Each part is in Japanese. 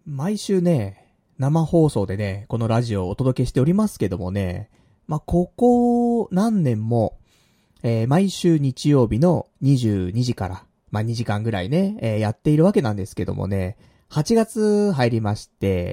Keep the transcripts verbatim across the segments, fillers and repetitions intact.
毎週ね、生放送でね、このラジオをお届けしておりますけどもね、まあ、ここ何年も、えー、毎週日曜日のにじゅうにじから、まあ、にじかんぐらいね、えー、やっているわけなんですけどもね、はちがつ入りまして、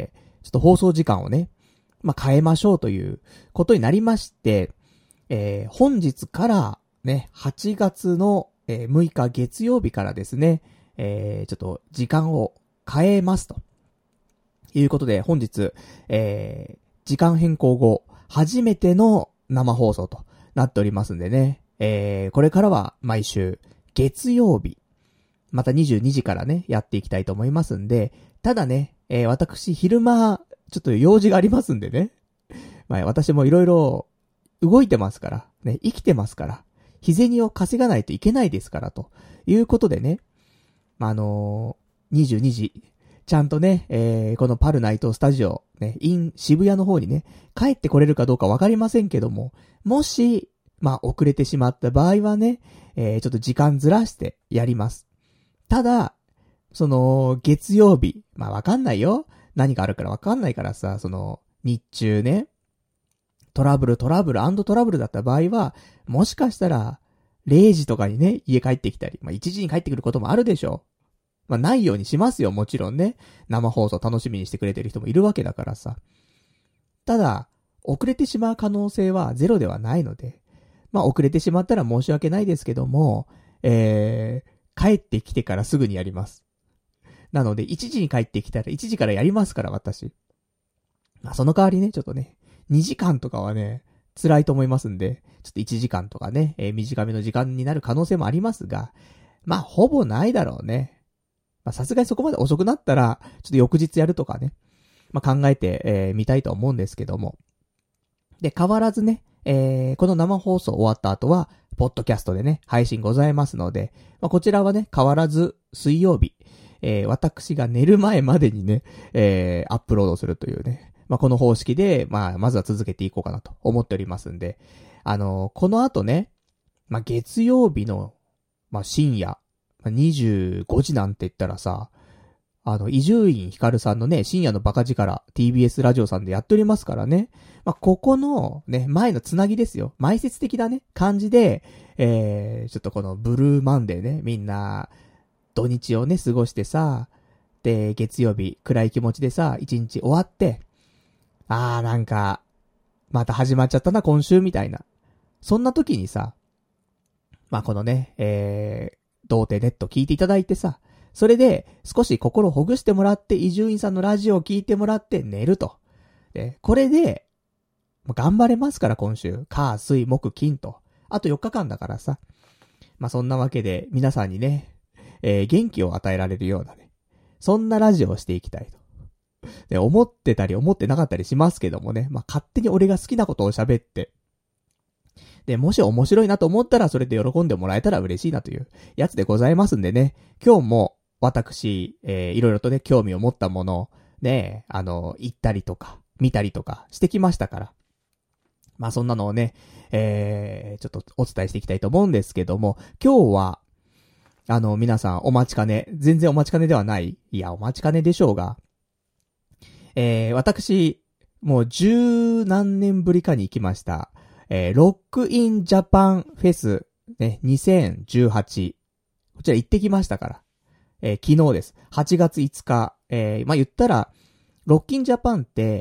ちょっと放送時間をね、まあ、変えましょうということになりまして、えー、本日からね、はちがつのむいか月曜日からですね、えー、ちょっと時間を変えますと。いうことで、本日、えー、時間変更後、初めての生放送となっておりますんでね、えー、これからは毎週、月曜日、またにじゅうにじからね、やっていきたいと思いますんで、ただね、えー、私、昼間、ちょっと用事がありますんでね、まあ、私もいろいろ動いてますから、ね、生きてますから、日銭を稼がないといけないですから、ということでね、あのー、にじゅうにじ、ちゃんとね、えー、このパルナイトスタジオ、ね、in 渋谷の方にね、帰ってこれるかどうかわかりませんけども、もし、まあ、遅れてしまった場合はね、えー、ちょっと時間ずらしてやります。ただ、その、月曜日、まあ、わかんないよ。何があるからわかんないからさ、その、日中ね、トラブル、トラブル、アンドトラブルだった場合は、もしかしたら、れいじとかにね、家帰ってきたり、まあ、いちじに帰ってくることもあるでしょう。まあ、ないようにしますよ、もちろんね。生放送楽しみにしてくれてる人もいるわけだからさ。ただ、遅れてしまう可能性はゼロではないので、まあ、遅れてしまったら申し訳ないですけども、えー、帰ってきてからすぐにやります。なので、いちじに帰ってきたらいちじからやりますから、私。まあ、その代わりね、ちょっとね、にじかんとかはね、辛いと思いますんで、ちょっといちじかんとかね、えー、短めの時間になる可能性もありますが、まあ、ほぼないだろうね。まあ、さすがにそこまで遅くなったら、ちょっと翌日やるとかね。まあ、考えて、えー、みたいと思うんですけども。で、変わらずね、えー、この生放送終わった後は、ポッドキャストでね、配信ございますので、まあ、こちらはね、変わらず水曜日、えー、私が寝る前までにね、えー、アップロードするというね、まあ、この方式で、まあ、まずは続けていこうかなと思っておりますんで、あのー、この後ね、まあ、月曜日の、まあ、深夜、にじゅうごじなんて言ったらさ、あの、伊集院光さんのね、深夜のバカ力 ティービーエス ラジオさんでやっておりますからね。まあ、ここのね、前のつなぎですよ。前説的なね、感じで、えー、ちょっとこのブルーマンデーね、みんな、土日をね、過ごしてさ、で、月曜日、暗い気持ちでさ、一日終わって、あーなんか、また始まっちゃったな、今週みたいな。そんな時にさ、まあ、このね、えー、童貞ネット聞いていただいてさ、それで少し心ほぐしてもらって伊集院さんのラジオを聞いてもらって寝ると。で、これで、頑張れますから今週。火、水、木、金と。あとよっかかんだからさ。まあ、そんなわけで皆さんにね、えー、元気を与えられるようなね、そんなラジオをしていきたいと。で、思ってたり思ってなかったりしますけどもね、まあ、勝手に俺が好きなことを喋って、で、もし面白いなと思ったらそれで喜んでもらえたら嬉しいなというやつでございますんでね。今日も私、えー、いろいろとね、興味を持ったものをね、あの、言ったりとか、見たりとかしてきましたから。まあそんなのをね、えー、ちょっとお伝えしていきたいと思うんですけども、今日は、あの、皆さんお待ちかね、全然お待ちかねではない。いや、お待ちかねでしょうが。えー、私、もう十何年ぶりかに行きました。えー、ロックインジャパンフェス、ね、にせんじゅうはち。こちら行ってきましたから。えー、昨日です。はちがついつか。えー、まあ、言ったら、ロックインジャパンって、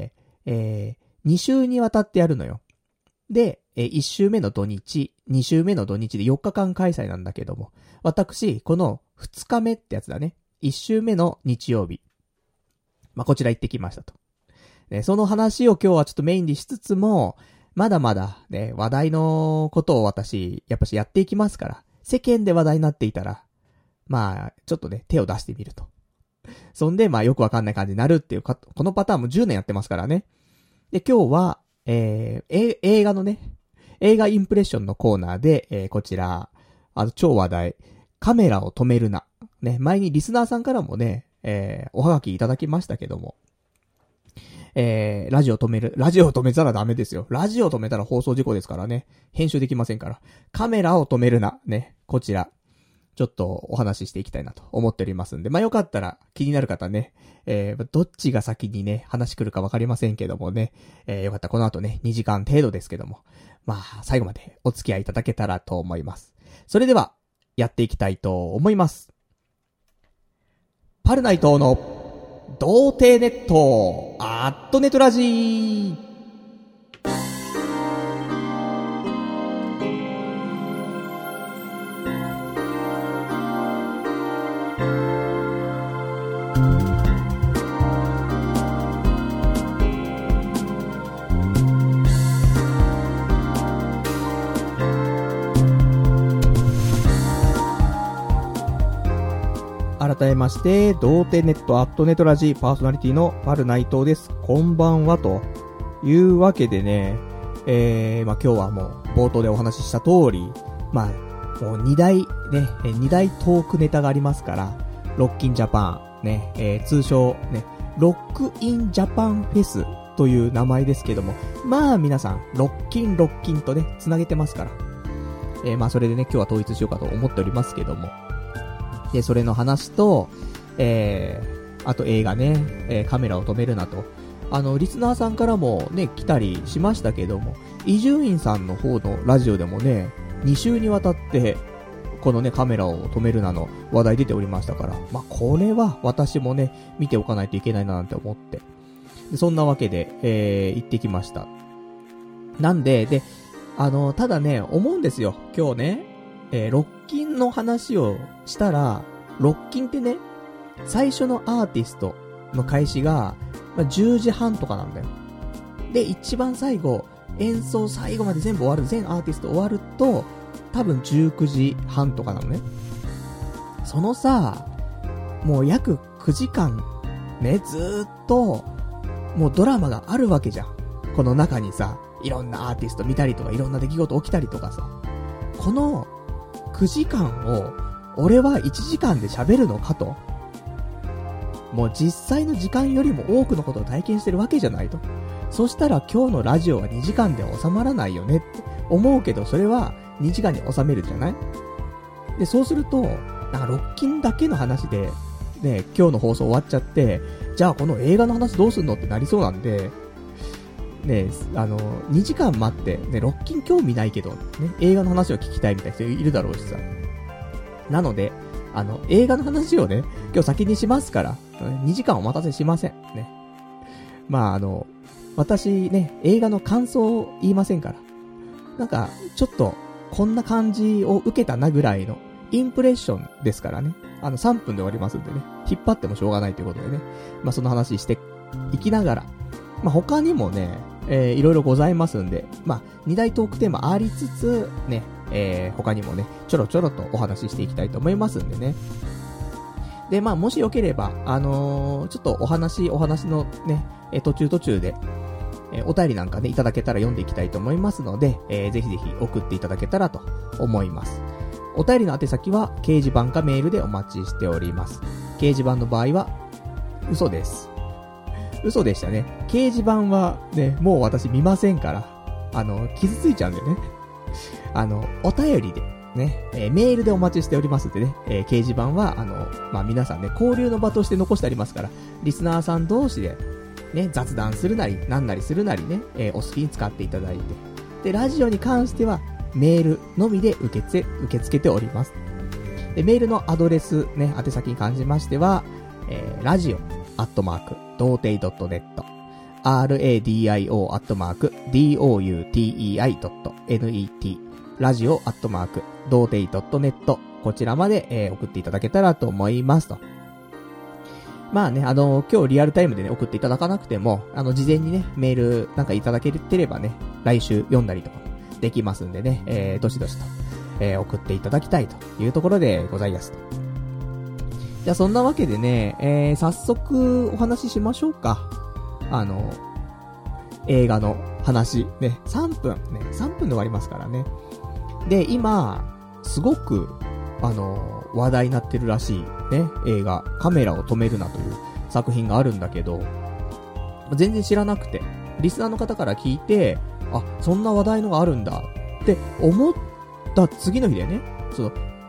えー、に週にわたってやるのよ。で、えー、いち週目の土日、に週目の土日でよっかかん開催なんだけども、私、このふつかめってやつだね。いち週目の日曜日。まあ、こちら行ってきましたと。ね、その話を今日はちょっとメインにしつつも、まだまだね、話題のことを私、やっぱしやっていきますから、世間で話題になっていたら、まあ、ちょっとね、手を出してみると。そんで、まあよくわかんない感じになるっていうか、このパターンもじゅうねんやってますからね。で、今日は、えー、映画のね、映画インプレッションのコーナーで、えー、こちら、あの、超話題、カメラを止めるな。ね、前にリスナーさんからもね、えー、おはがきいただきましたけども、えー、ラジオ止める、ラジオを止めたらダメですよ。ラジオを止めたら放送事故ですからね。編集できませんから。カメラを止めるな。ね、こちら。 ちょっとお話ししていきたいなと思っておりますんで、まあよかったら気になる方ね、えー、どっちが先にね、話来るかわかりませんけどもね、えー、よかったらこの後ね、にじかん程度ですけども、まあ最後までお付き合いいただけたらと思います。それでは、やっていきたいと思います。パルナイトの童貞ネット、アットネトラジー。改めまして、童貞ネットアットネトラジパーソナリティのパル内藤です。こんばんは、というわけでね、えー、まあ今日はもう冒頭でお話しした通り、まあもうに大ね、に大トークネタがありますから、ロッキンジャパンね、えー、通称ね、ロックインジャパンフェスという名前ですけども、まあ皆さんロッキンロッキンとね繋げてますから、えー、まあそれでね今日は統一しようかと思っておりますけども。で、それの話と、えー、あと映画ね、えー、カメラを止めるなと。あの、リスナーさんからもね、来たりしましたけども、伊集院さんの方のラジオでもね、に週にわたって、このね、カメラを止めるなの話題出ておりましたから、まあ、これは私もね、見ておかないといけないななんて思って。でそんなわけで、えー、行ってきました。なんで、で、あの、ただね、思うんですよ、今日ね。えー、ロッキンの話をしたら、ロッキンってね、最初のアーティストの開始が、まあ、じゅうじはんとかなんだよ。で、一番最後、演奏最後まで全部終わる、全アーティスト終わると、多分じゅうくじはんとかなのね。そのさ、もう約くじかん、ね、ずーっと、もうドラマがあるわけじゃん。この中にさ、いろんなアーティスト見たりとか、いろんな出来事起きたりとかさ、この、くじかんを俺はいちじかんで喋るのかと。もう実際の時間よりも多くのことを体験してるわけじゃないと。そしたら今日のラジオはにじかんで収まらないよねって思うけど、それはにじかんに収めるじゃない。で、そうするとなんかロッキンだけの話でね、今日の放送終わっちゃって、じゃあこの映画の話どうすんのってなりそうなんでね、あの、にじかん待って、ね、ロッキン興味ないけど、ね、映画の話を聞きたいみたいな人いるだろうしさ。なので、あの、映画の話をね、今日先にしますから、にじかんお待たせしません。ね。まあ、あの、私ね、映画の感想を言いませんから。なんか、ちょっと、こんな感じを受けたなぐらいの、インプレッションですからね。あの、さんぷんで終わりますんでね。引っ張ってもしょうがないということでね。まあ、その話していきながら、まあ、他にもね、えー、いろいろございますんで、まあ、に大トークテーマありつつ、ね、えー、他にもね、ちょろちょろとお話ししていきたいと思いますんでね。で、まあ、もしよければ、あのー、ちょっとお話、お話のね、えー、途中途中で、えー、お便りなんかね、いただけたら読んでいきたいと思いますので、えー、ぜひぜひ送っていただけたらと思います。お便りの宛先は、掲示板かメールでお待ちしております。掲示板の場合は、嘘です。嘘でしたね。掲示板はね、もう私見ませんから、あの、傷ついちゃうんでね。あの、お便りで、ね、えー、メールでお待ちしておりますんでね、えー、掲示板は、あの、まあ、皆さんね、交流の場として残してありますから、リスナーさん同士で、ね、雑談するなり、なんなりするなりね、えー、お好きに使っていただいて。で、ラジオに関しては、メールのみで受け付け、受け付けております。で、メールのアドレス、ね、宛先に関しましては、えー、ラジオ、アットマーク、童貞 .net、radio アットマーク、doutei.net、ラジオアットマーク、童貞 .net、こちらまで、えー、送っていただけたらと思いますと。まあね、あの、今日リアルタイムでね、送っていただかなくても、あの、事前にね、メールなんかいただけてればね、来週読んだりとかできますんでね、えー、どしどしと、えー、送っていただきたいというところでございますと。じゃあそんなわけでね、えー、早速お話ししましょうか。あの、映画の話、ね、さんぷん、ね、さんぷんで終わりますからね。で、今、すごく、あの、話題になってるらしい、ね、映画、カメラを止めるなという作品があるんだけど、全然知らなくて、リスナーの方から聞いて、あ、そんな話題のがあるんだって思った次の日でね、その、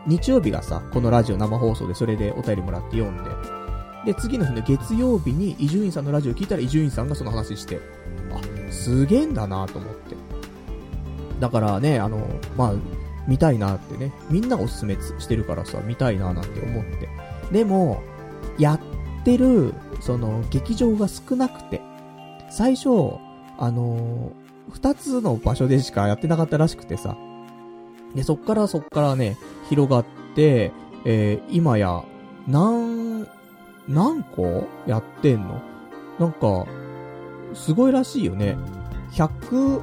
日曜日がさ、このラジオ生放送でそれでお便りもらって読んで、で、次の日の月曜日に伊集院さんのラジオ聞いたら伊集院さんがその話して、あ、すげえんだなと思って。だからね、あの、まあ、見たいなってね、みんながおすすめしてるからさ、見たいななんて思って。でも、やってる、その、劇場が少なくて、最初、あのー、二つの場所でしかやってなかったらしくてさ、で、そっからそっからね、広がって、えー、今や、何、何個やってんの？なんか、すごいらしいよね。百、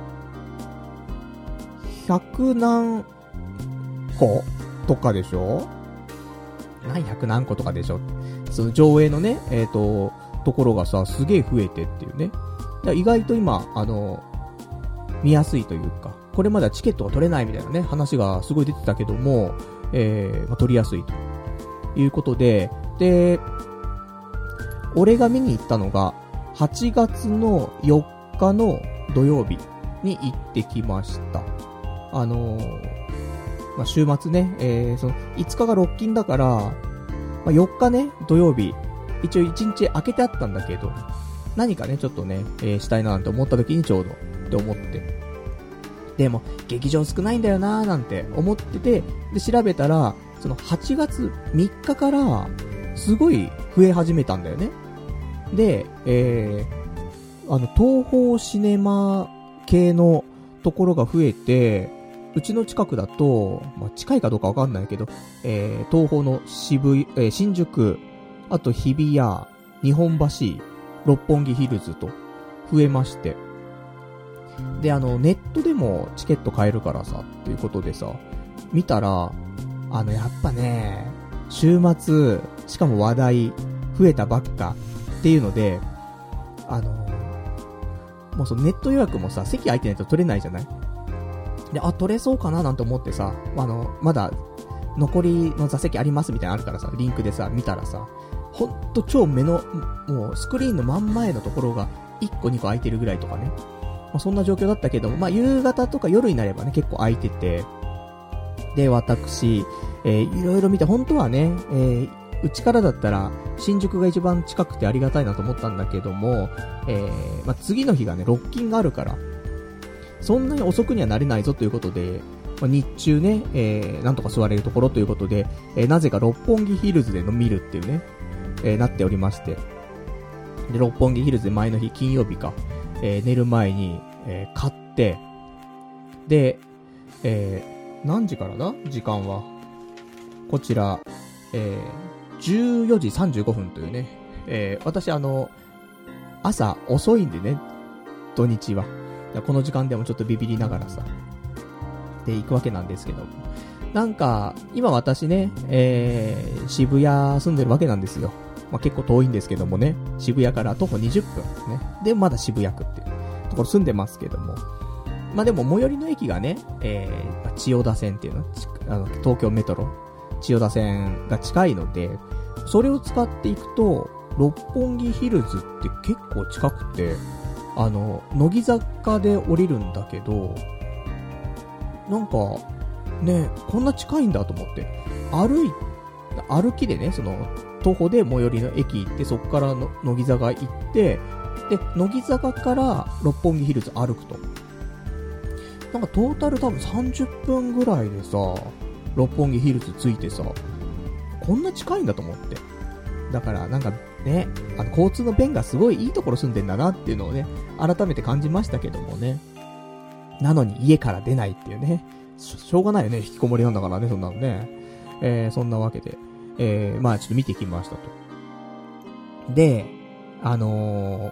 百何個とかでしょ？何百何個とかでしょ？その上映のね、えっと、ところがさ、すげえ増えてっていうね。だ意外と今、あの、見やすいというか、これまではチケットが取れないみたいなね、話がすごい出てたけども、えー、まあ、取りやすいということで、で、俺が見に行ったのが、はちがつのよっかの土曜日に行ってきました。あのー、まあ、週末ね、えー、その、いつかがロッキンだから、まあ、よっかね、土曜日、一応いちにち空けてあったんだけど、何かね、ちょっとね、えー、したいななんて思った時にちょうど、って思って。でも、劇場少ないんだよなーなんて思ってて、で、調べたら、そのはちがつみっかから、すごい増え始めたんだよね。で、えー、あの、東宝シネマ系のところが増えて、うちの近くだと、まあ、近いかどうかわかんないけど、えー、東宝の渋い、えー、新宿、あと日比谷、日本橋、六本木ヒルズと増えまして。で、あの、ネットでもチケット買えるからさ、っていうことでさ、見たら、あの、やっぱね、週末、しかも話題、増えたばっかっていうので、あの、もうそのネット予約もさ、席空いてないと取れないじゃない？で、あ、取れそうかななんて思ってさ、あの、まだ、残りの座席ありますみたいなのあるからさ、リンクでさ、見たらさ、ほんと超目の、もうスクリーンの真ん前のところがいっこにこ空いてるぐらいとかね。まあ、そんな状況だったけども、まあ夕方とか夜になればね、結構空いてて、で、私、えー、いろいろ見て、本当はね、えー、うちからだったら、新宿が一番近くてありがたいなと思ったんだけども、えー、まあ次の日がね、ロッキンがあるから、そんなに遅くにはなれないぞということで、まあ、日中ね、えー、なんとか座れるところということで、えー、なぜか六本木ヒルズでの見るっていうね、えー、なっておりまして。で、六本木ヒルズで前の日、金曜日か、えー、寝る前に、えー、買って、で、えー、何時からだ？時間は。こちら、えー、じゅうよじさんじゅうごふんというね、えー、私あの、朝遅いんでね、土日は。この時間でもちょっとビビりながらさ、で行くわけなんですけども。なんか、今私ね、えー、渋谷住んでるわけなんですよ。まあ、結構遠いんですけどもね、渋谷から徒歩にじゅっぷんね。で、まだ渋谷区っていうところ住んでますけども。まあ、でも最寄りの駅がね、えー、千代田線っていうの、あの、東京メトロ、千代田線が近いので、それを使っていくと、六本木ヒルズって結構近くて、あの、乃木坂で降りるんだけど、なんか、ね、こんな近いんだと思って、歩い、歩きでね、その、徒歩で最寄りの駅行って、そこからの乃木坂行って、で、乃木坂から六本木ヒルズ歩くと。なんかトータル多分さんじゅっぷんぐらいでさ、六本木ヒルズ着いてさ、こんな近いんだと思って。だからなんかね、あの交通の便がすごいいいところ住んでんだなっていうのをね、改めて感じましたけどもね。なのに家から出ないっていうね。し, しょうがないよね、引きこもりなんだからね、そんなのね。えー、そんなわけで、えー、まあちょっと見てきましたと。で、あのー、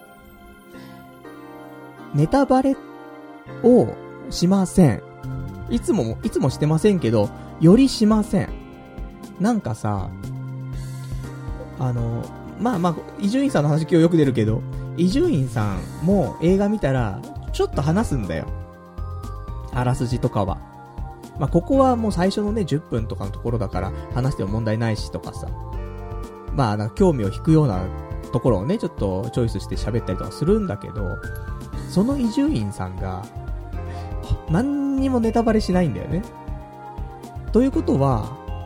ネタバレをしません。いつも、いつもしてませんけど、よりしません。なんかさ、あの、まあまあ、伊集院さんの話今日よく出るけど、伊集院さんも映画見たら、ちょっと話すんだよ。あらすじとかは。まあ、ここはもう最初のね、じゅっぷんとかのところだから、話しても問題ないしとかさ。まあ、なんか興味を引くようなところをね、ちょっとチョイスして喋ったりとかするんだけど、その伊集院さんが、何にもネタバレしないんだよね。ということは、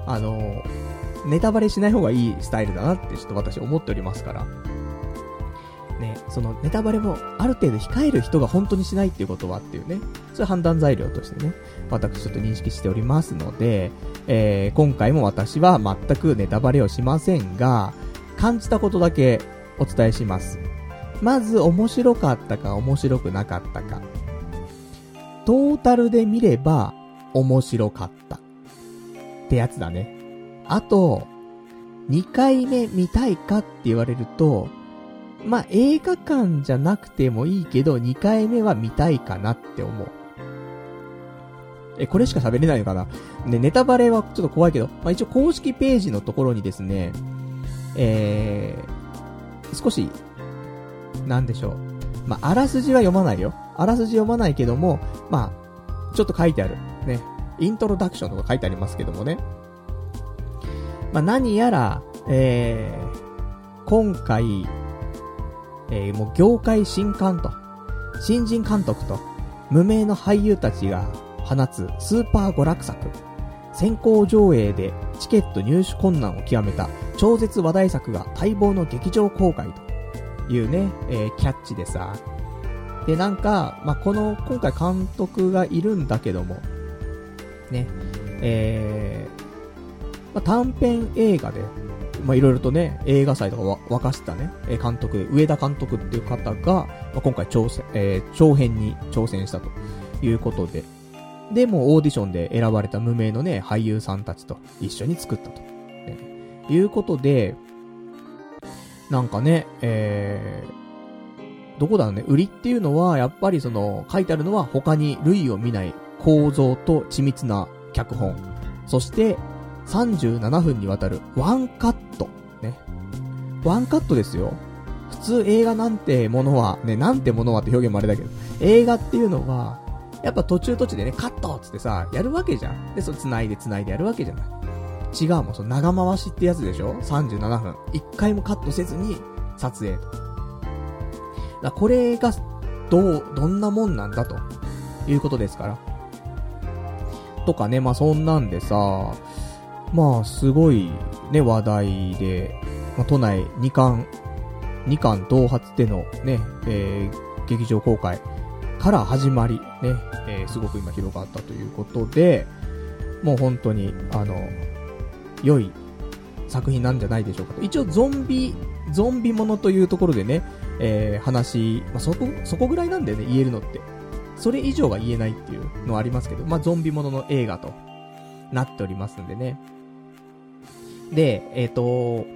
あの、ネタバレしない方がいいスタイルだなってちょっと私思っておりますから。ね、そのネタバレもある程度控える人が本当にしないっていうことはっていうね、そういう判断材料としてね、私ちょっと認識しておりますので、えー、今回も私は全くネタバレをしませんが、感じたことだけお伝えします。まず面白かったか面白くなかったか。トータルで見れば面白かったってやつだね。あと、にかいめ見たいかって言われると、まあ、映画館じゃなくてもいいけど、にかいめは見たいかなって思う。え、これしか喋れないのかな？ね、ネタバレはちょっと怖いけど、まあ、一応公式ページのところにですね、えー、少し、なんでしょう。まあ、あらすじは読まないよ。あらすじ読まないけども、まあ、ちょっと書いてある。ね。イントロダクションとか書いてありますけどもね。まあ、何やら、えー、今回、えー、もう業界新監督、新人監督と無名の俳優たちが放つスーパー娯楽作、先行上映でチケット入手困難を極めた超絶話題作が待望の劇場公開というね、えー、キャッチでさ、でなんか、まあ、この今回監督がいるんだけどもね、えー、まあ、短編映画でまあ、いろいろとね、映画祭とかわ沸かしたね、監督で、上田監督っていう方が、まあ、今回挑戦、えー、長編に挑戦したということで、で、もうオーディションで選ばれた無名のね、俳優さんたちと一緒に作ったと、ね、いうことで、なんかね、えー、どこだろうね、売りっていうのは、やっぱりその、書いてあるのは他に類を見ない構造と緻密な脚本、そして、さんじゅうななふんにわたるワンカット。ね。ワンカットですよ。普通映画なんてものは、ね、なんてものはって表現もあれだけど、映画っていうのは、やっぱ途中途中でね、カットつってさ、やるわけじゃん。で、それ繋いで繋いでやるわけじゃない。違うもん、その長回しってやつでしょ ?さんじゅうななふん。一回もカットせずに撮影と。だこれが、どう、どんなもんなんだということですから。とかね、まあそんなんでさ、まあ、すごいね、話題で、まあ、都内にかん、にかん同発でのね、えー、劇場公開から始まり、ね、えー、すごく今広がったということで、もう本当に、あの、良い作品なんじゃないでしょうかと。一応ゾンビ、ゾンビものというところでね、えー、話、まあ、そこ、そこぐらいなんだよね、言えるのって。それ以上が言えないっていうのはありますけど、まあ、ゾンビものの映画となっておりますんでね。で、えっと、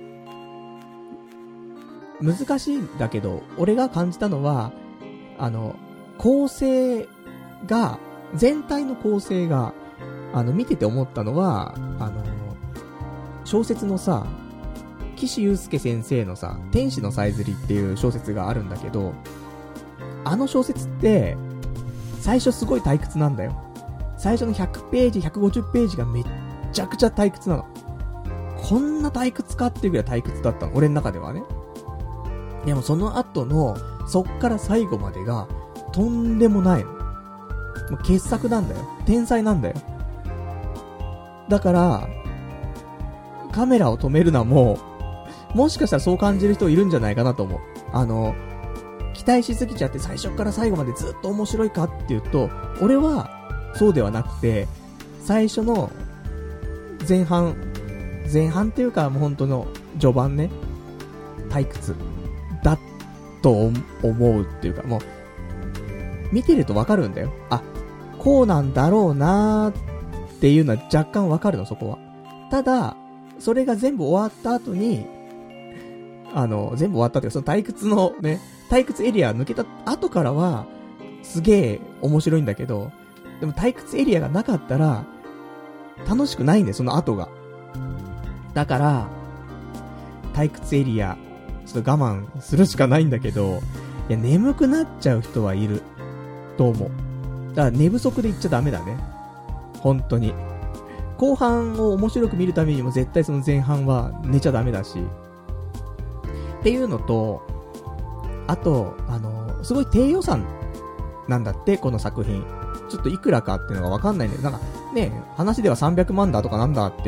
難しいんだけど、俺が感じたのは、あの、構成が、全体の構成が、あの、見てて思ったのは、あの、小説のさ、岸優介先生のさ、天使のさえずりっていう小説があるんだけど、あの小説って、最初すごい退屈なんだよ。最初のひゃくページ、ひゃくごじゅうページがめっちゃくちゃ退屈なの。こんな退屈かっていうぐらい退屈だったの。俺の中ではね。でもその後の、そっから最後までが、とんでもないの。もう傑作なんだよ。天才なんだよ。だから、カメラを止めるのも、もしかしたらそう感じる人いるんじゃないかなと思う。あの、期待しすぎちゃって最初から最後までずっと面白いかっていうと、俺はそうではなくて、最初の前半、前半っていうかもう本当の序盤ね、退屈だと思うっていうか、もう見てるとわかるんだよ。あ、こうなんだろうなーっていうのは若干わかるの、そこは。ただそれが全部終わった後に、あの全部終わったっていうか、その退屈のね、退屈エリア抜けた後からはすげえ面白いんだけど、でも退屈エリアがなかったら楽しくないんだよ、その後が。だから退屈エリアちょっと我慢するしかないんだけど、いや眠くなっちゃう人はいると思う。だから寝不足で言っちゃダメだね、本当に。後半を面白く見るためにも絶対その前半は寝ちゃダメだしっていうのと、あとあのすごい低予算なんだって、この作品。ちょっといくらかっていうのがわかんないんだよ。なんかね、話ではさんびゃくまんだとかなんだって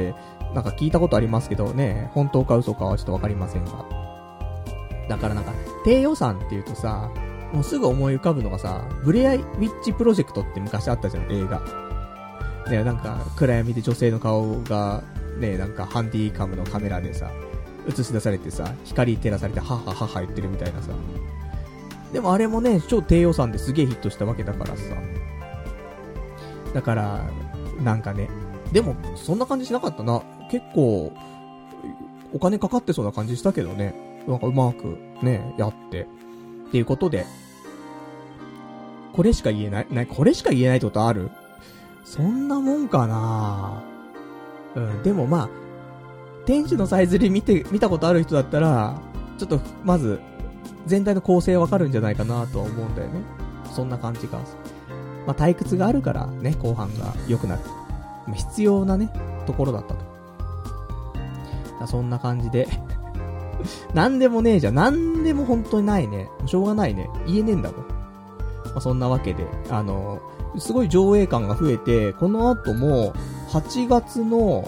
なんか聞いたことありますけどね、本当か嘘かはちょっとわかりませんが。だからなんか、低予算っていうとさ、もうすぐ思い浮かぶのがさ、ブレアウィッチプロジェクトって昔あったじゃん、映画。ね、なんか、暗闇で女性の顔が、ね、なんかハンディカムのカメラでさ、映し出されてさ、光照らされて、はははは言ってるみたいなさ。でもあれもね、超低予算ですげえヒットしたわけだからさ。だから、なんかね、でも、そんな感じしなかったな。結構、お金かかってそうな感じしたけどね。なんかうまく、ね、やって。っていうことで、これしか言えない、な、これしか言えないってことある？そんなもんかな。うん、でもまあ、天使のさえずり見て、見たことある人だったら、ちょっと、まず、全体の構成わかるんじゃないかなとは思うんだよね。そんな感じが。まあ、退屈があるからね、後半が良くなる。まあ、必要なね、ところだったと。そんな感じで。なんでもねえじゃん。なんでも本当にないね。しょうがないね。言えねえんだもん。まあ、そんなわけで、あの、すごい上映感が増えて、この後も、はちがつの、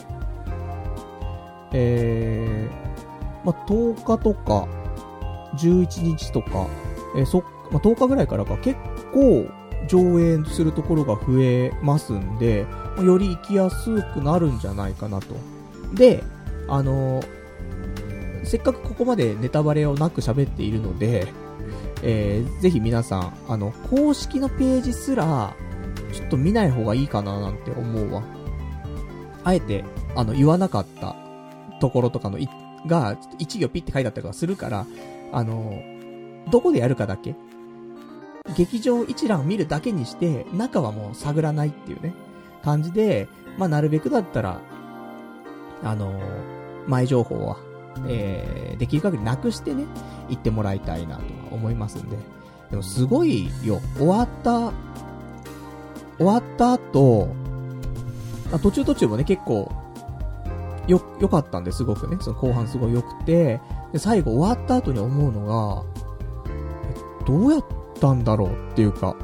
えー、まあ、とおかとか、じゅういちにちとか、えー、そ、まあ、とおかぐらいからか、結構、上映するところが増えますんで、より行きやすくなるんじゃないかなと。で、あのー、せっかくここまでネタバレをなく喋っているので、えー、ぜひ皆さん、あの、公式のページすら、ちょっと見ない方がいいかななんて思うわ。あえて、あの、言わなかったところとかのい、が、一行ピッて書いてあったりとかするから、あの、どこでやるかだけ、劇場一覧を見るだけにして、中はもう探らないっていうね、感じで、まあ、なるべくだったら、あの、前情報は、えー、できる限りなくしてね、行ってもらいたいなとは思いますんで。でもすごいよ。終わった、終わった後、あ、途中途中もね、結構、よ、良かったんですごくね。その後半すごい良くて、で、最後終わった後に思うのが、え、どうやったんだろうっていうか、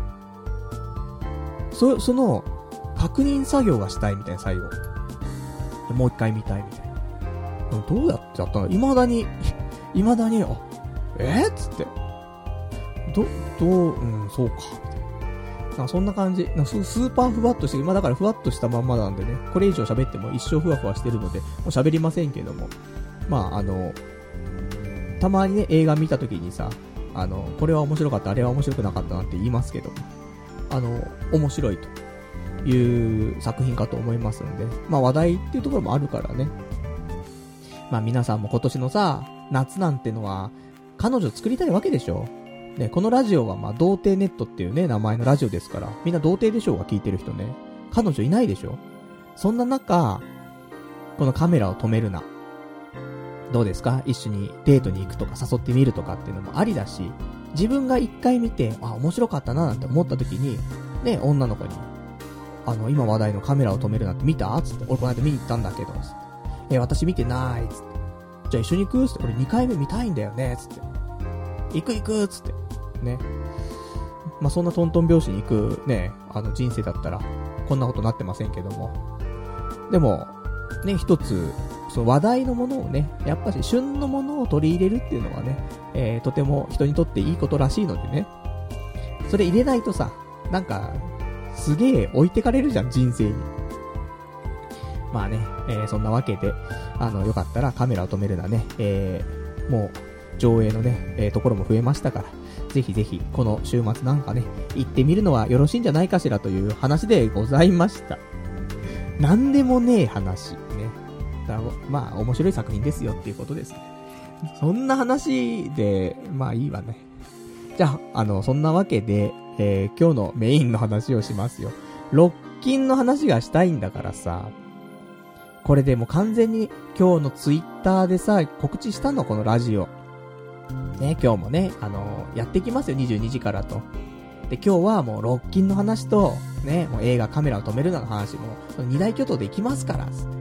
そ、その、確認作業がしたいみたいな最後。もう一回見たいみたいな。どうやってやったの？未だに、未だに、あ、えー、っつって。ど、どう、うん、そうか、みたいな。なんかそんな感じ。なんかスーパーふわっとしてる。まあだからふわっとしたまんまなんでね。これ以上喋っても一生ふわふわしてるので、もう喋りませんけども。まああの、たまにね、映画見た時にさ、あの、これは面白かった、あれは面白くなかったなって言いますけども。あの、面白いという作品かと思いますんで。まあ話題っていうところもあるからね。まあ皆さんも今年のさ、夏なんてのは、彼女作りたいわけでしょ。ね、このラジオはまあ、童貞ネットっていうね、名前のラジオですから、みんな童貞でしょうが聞いてる人ね。彼女いないでしょ。そんな中、このカメラを止めるな。どうですか？一緒にデートに行くとか誘ってみるとかっていうのもありだし、自分が一回見て、あ、面白かったななんて思った時に、ね、女の子に、あの、今話題のカメラを止めるなって見た？つって、俺この間見に行ったんだけど、つって。え、私見てない、つって。じゃあ一緒に行く？つって、俺にかいめ見たいんだよね、つって。行く行くつって。ね。まあ、そんなトントン拍子に行くね、あの人生だったら、こんなことなってませんけども。でも、ね、一つ、その話題のものをね、やっぱし旬のものを取り入れるっていうのはね、えー、とても人にとっていいことらしいのでね。それ入れないとさ、なんか、すげえ置いてかれるじゃん、人生に。まあね、えー、そんなわけで、あの、よかったらカメラを止めるなね、えー、もう、上映のね、えー、ところも増えましたから、ぜひぜひ、この週末なんかね、行ってみるのはよろしいんじゃないかしらという話でございました。なんでもねえ話、ね。だまあ、面白い作品ですよっていうことですね。そんな話で、まあいいわね。じゃあ、あの、そんなわけで、えー、今日のメインの話をしますよ。ロッキンの話がしたいんだからさ、これでもう完全に今日のツイッターでさ、告知したの、このラジオ。ね、今日もね、あのー、やっていきますよ、にじゅうにじからと。で、今日はもう、ロッキンの話と、ね、もう映画カメラを止めるなの話も、二大巨頭でいきますから、つって。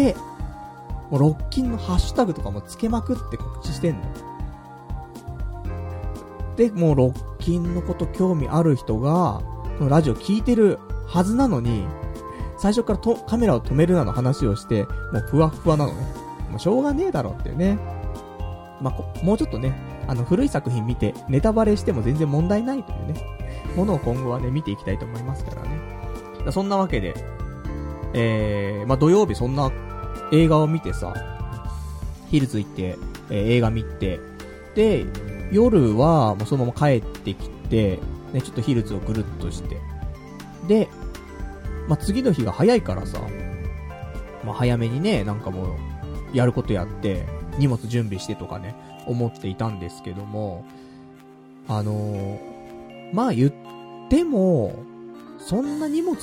で、もう、ロッキンのハッシュタグとかもつけまくって告知してんの。で、もう、ロッキンのこと興味ある人が、このラジオ聞いてるはずなのに、 最初からとカメラを止めるなの話をして、もうふわふわなのね。もうしょうがねえだろっていうね。まあ、もうちょっとね、あの古い作品見てネタバレしても全然問題ないというね、ものを今後はね、見ていきたいと思いますからね。だそんなわけで、えー、まあ、土曜日そんな映画を見てさ、ヒルズ行って、えー、映画見て、で、夜はもうそのまま帰ってきて、ね、ちょっとヒルズをぐるっとして、で、まあ、次の日が早いからさ、まあ、早めにね、なんかもう、やることやって、荷物準備してとかね、思っていたんですけども、あのー、まあ言っても、そんな荷物って、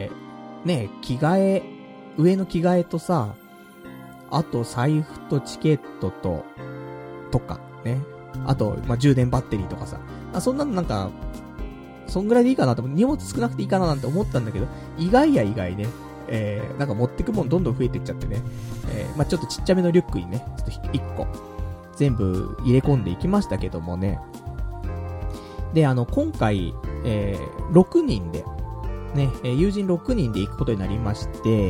ね、着替え、上の着替えとさ、あと財布とチケットと、とか、ね。あと、まあ、充電バッテリーとかさ。あ、そんなのなんか、そんぐらいでいいかなと思って、荷物少なくていいかななんて思ったんだけど、意外や意外ね、えー、なんか持ってくもんどんどん増えていっちゃってね。えー、まあ、ちょっとちっちゃめのリュックにね、ちょっといっこ、全部入れ込んでいきましたけどもね。で、あの、今回、えー、ろくにんで、ね、友人ろくにんで行くことになりまして、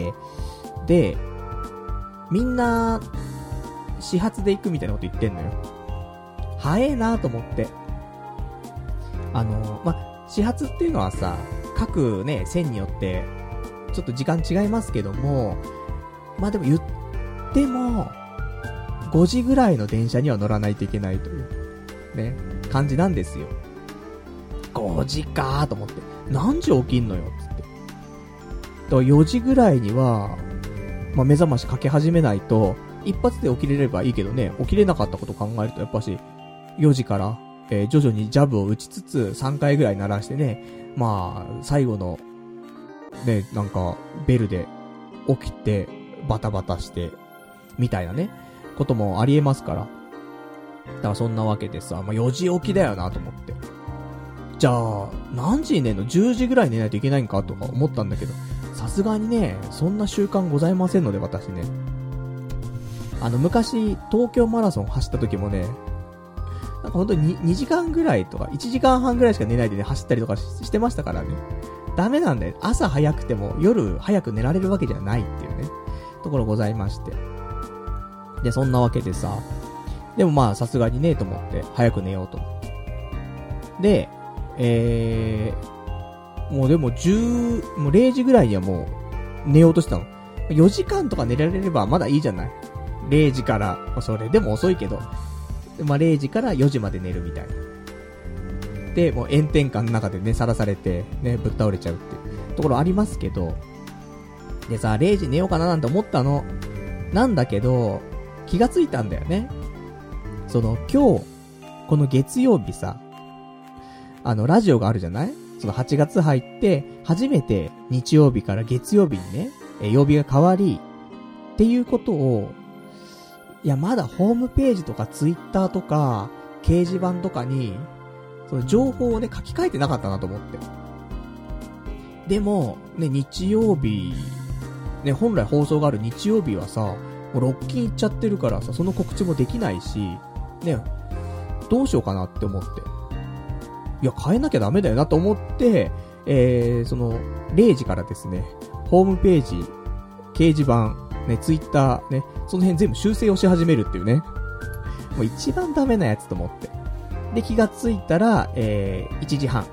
で、みんな、始発で行くみたいなこと言ってんのよ。早えなと思って。あの、ま、始発っていうのはさ、各ね、線によって、ちょっと時間違いますけども、まあ、でも言っても、ごじぐらいの電車には乗らないといけないという、ね、感じなんですよ。ごじかーと思って。何時起きんのよ、つって。だからよじぐらいには、まあ、目覚ましかけ始めないと、一発で起きれればいいけどね、起きれなかったこと考えると、やっぱし、よじから、えー、徐々にジャブを打ちつつ、さんかいぐらい鳴らしてね、まあ、最後の、ね、なんか、ベルで起きて、バタバタして、みたいなね、こともありえますから。だからそんなわけでさ、まあ、よじ起きだよなと思って。じゃあ、何時に寝るの ?じゅう 時ぐらい寝ないといけないんかとか思ったんだけど、さすがにね、そんな習慣ございませんので、私ね。あの、昔、東京マラソン走った時もね、なんかほんとににじかんぐらいとか、いちじかんはんぐらいしか寝ないでね、走ったりとか し, してましたからね。ダメなんだよ。朝早くても夜早く寝られるわけじゃないっていうね、ところございまして。で、そんなわけでさ、でもまあ、さすがにね、と思って、早く寝ようと思って。で、えー、もうでもじゅう、もうれいじぐらいにはもう寝ようとしたの。よじかんとか寝られればまだいいじゃない。れいじから、それでも遅いけど、まあれいじからよじまで寝るみたいな。で、もう炎天下の中でね、さらされて、ね、ぶっ倒れちゃうっていうところありますけど、でさ、れいじ寝ようかななんて思ったの。なんだけど、気がついたんだよね。その、今日、この月曜日さ、あの、ラジオがあるじゃない？そのはちがつ入って、初めて日曜日から月曜日にね、え曜日が変わり、っていうことを、いや、まだホームページとかツイッターとか、掲示板とかに、その情報をね、書き換えてなかったなと思って。でも、ね、日曜日、ね、本来放送がある日曜日はさ、もうロッキン行っちゃってるからさ、その告知もできないし、ね、どうしようかなって思って。いや、変えなきゃダメだよなと思って、えー、その、れいじからですね、ホームページ、掲示板、ね、ツイッター、ね、その辺全部修正をし始めるっていうね。もう一番ダメなやつと思って。で、気がついたら、えー、いちじはん。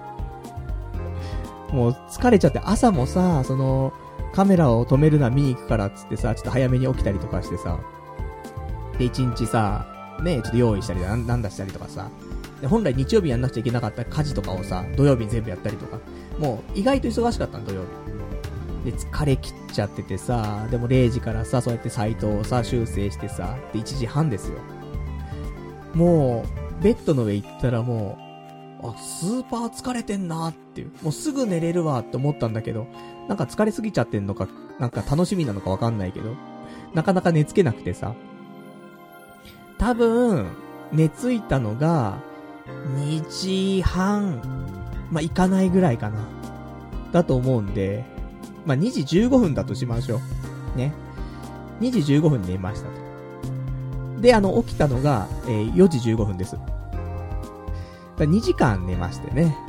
もう疲れちゃって、朝もさ、その、カメラを止めるな見に行くからっつってさ、ちょっと早めに起きたりとかしてさ、で、一日さ、ね、ちょっと用意したりだ、なんだしたりとかさ、で本来日曜日やんなくちゃいけなかった家事とかをさ、土曜日に全部やったりとか、もう意外と忙しかったの、土曜日。で、疲れ切っちゃっててさ、でもれいじからさ、そうやってサイトをさ、修正してさ、で、いちじはんですよ。もう、ベッドの上行ったらもう、あ、スーパー疲れてんなっていう、もうすぐ寝れるわって思ったんだけど、なんか疲れすぎちゃってんのか、なんか楽しみなのかわかんないけど、なかなか寝つけなくてさ、多分、寝ついたのが、にじはん、まあ、いかないぐらいかな。だと思うんで、まあ、にじじゅうごふんだとしましょう。ね。にじじゅうごふんに寝ましたと。で、あの、起きたのが、えー、よじじゅうごふんです。だにじかん寝ましてね。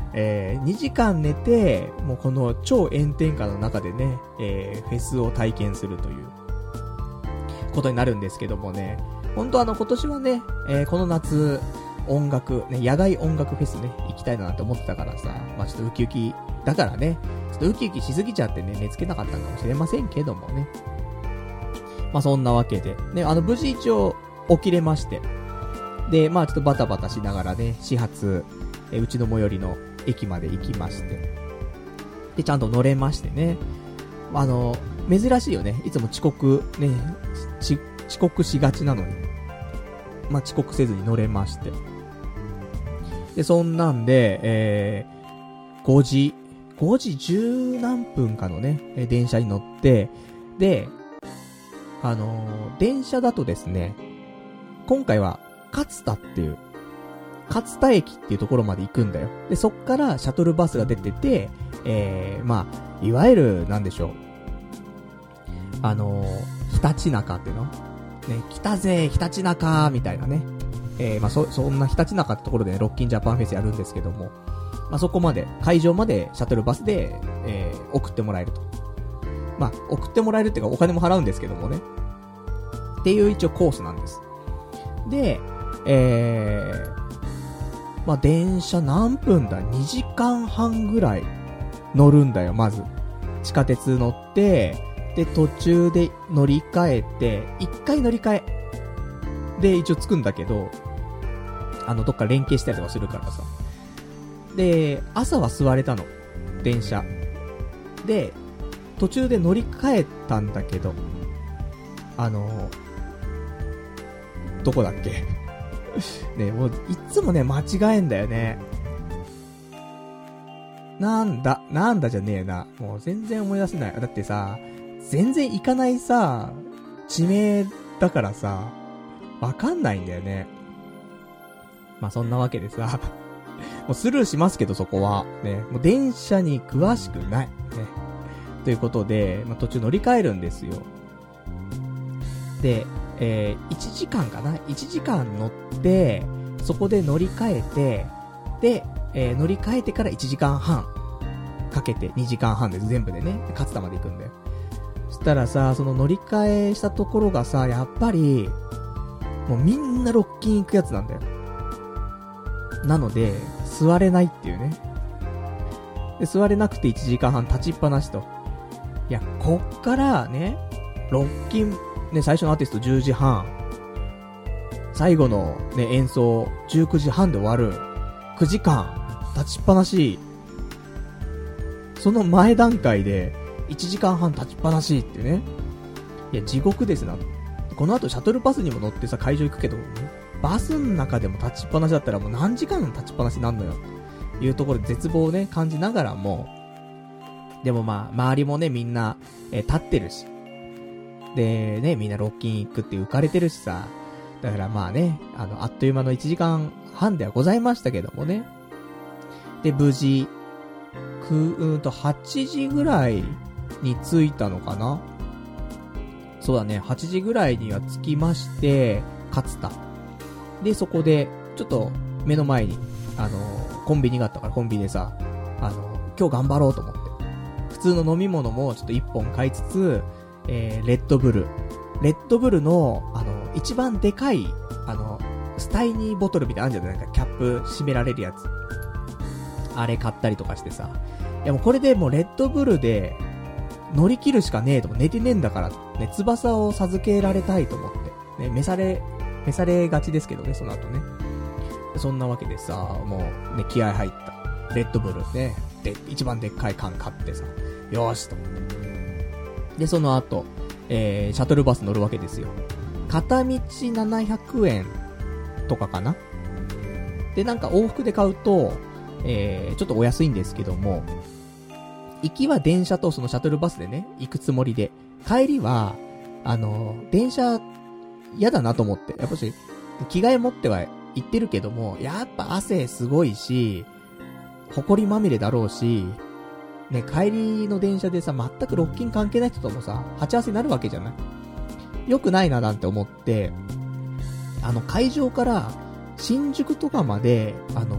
えー、にじかん寝て、もうこの超炎天下の中でね、えー、フェスを体験するということになるんですけどもね、本当あの今年はね、えー、この夏音楽ね、野外音楽フェスね行きたいななんて思ってたからさ、まあちょっとウキウキだからね、ちょっとウキウキしすぎちゃってね、寝つけなかったかもしれませんけどもね。まあそんなわけでね、あの無事一応起きれまして、でまあちょっとバタバタしながらね、始発えうちの最寄りの駅まで行きまして、でちゃんと乗れましてね、あの珍しいよね、いつも遅刻ね、ち遅刻しがちなのに、まあ遅刻せずに乗れまして、でそんなんで、えー、ごじごじじゅう何分かのね電車に乗って、であのー、電車だとですね、今回は勝田っていう勝田駅っていうところまで行くんだよ。でそっからシャトルバスが出てて、えー、まあいわゆるなんでしょう、あのー、ひたちなかっていうのね、来たぜひたちなかみたいなね、えー、まあそそんなひたちなかってところで、ね、ロッキンジャパンフェスやるんですけども、まあそこまで会場までシャトルバスで、えー、送ってもらえると。まあ送ってもらえるっていうかお金も払うんですけどもね、っていう一応コースなんです。で、えー、まあ電車何分だ、にじかんはんぐらい乗るんだよ。まず地下鉄乗って、で途中で乗り換えて、一回乗り換えで一応着くんだけど、あのどっか連携したりとかするからさ、で朝は座れたの電車で、途中で乗り換えたんだけど、あのどこだっけね、もういつもね間違えんだよね。なんだなんだじゃねえな、もう全然思い出せない。だってさ、全然行かないさ地名だからさわかんないんだよね。まあそんなわけでさもうスルーしますけど、そこはね、もう電車に詳しくないねということで、まあ、途中乗り換えるんですよ。で、えー、いちじかんかな、いちじかん乗ってそこで乗り換えて、で、えー、乗り換えてからいちじかんはんかけてにじかんはんです、全部でね、勝田まで行くんだよ。そしたらさ、その乗り換えしたところがさ、やっぱりもうみんなロッキン行くやつなんだよ。なので座れないっていうね。で座れなくていちじかんはん立ちっぱなしと。いや、こっからね、ロッキンね、最初のアーティストじゅうじはん、最後のね演奏じゅうくじはんで終わる、くじかん立ちっぱなし、その前段階でいちじかんはん立ちっぱなしってね。いや地獄ですな。この後シャトルバスにも乗ってさ会場行くけど、バスの中でも立ちっぱなしだったらもう何時間立ちっぱなしになんのよというところで絶望をね感じながらも、でもまあ周りもねみんな、えー、立ってるし、でねみんなロッキン行くって浮かれてるしさ、だからまあね、あのあっという間のいちじかんはんではございましたけどもね。で無事くーんとはちじぐらいに着いたのかな。そうだね、はちじぐらいには着きまして、勝田でそこでちょっと目の前にあのコンビニがあったから、コンビニでさ、あの今日頑張ろうと思って普通の飲み物もちょっといっぽん買いつつ、えー、レッドブルレッドブルのあの一番でかいあのスタイニーボトルみたいなのあるんじゃない、なんかキャップ閉められるやつ、あれ買ったりとかしてさ、いやもうこれでもうレッドブルで乗り切るしかねえとも、寝てねえんだからね、翼を授けられたいと思ってね、召され召されがちですけどね、その後ね。そんなわけでさ、もうね気合入ったレッドブルねで一番でっかい缶買ってさ、よーしと思って、でその後、えー、シャトルバス乗るわけですよ。片道ななひゃくえんとかかな。でなんか往復で買うと、えー、ちょっとお安いんですけども、行きは電車とそのシャトルバスでね行くつもりで、帰りはあの電車嫌だなと思って、やっぱし着替え持っては行ってるけども、やっぱ汗すごいし埃まみれだろうしね、帰りの電車でさ全くロッキン関係ない人ともさ鉢合わせになるわけじゃない。良くないななんて思って、あの会場から新宿とかまであの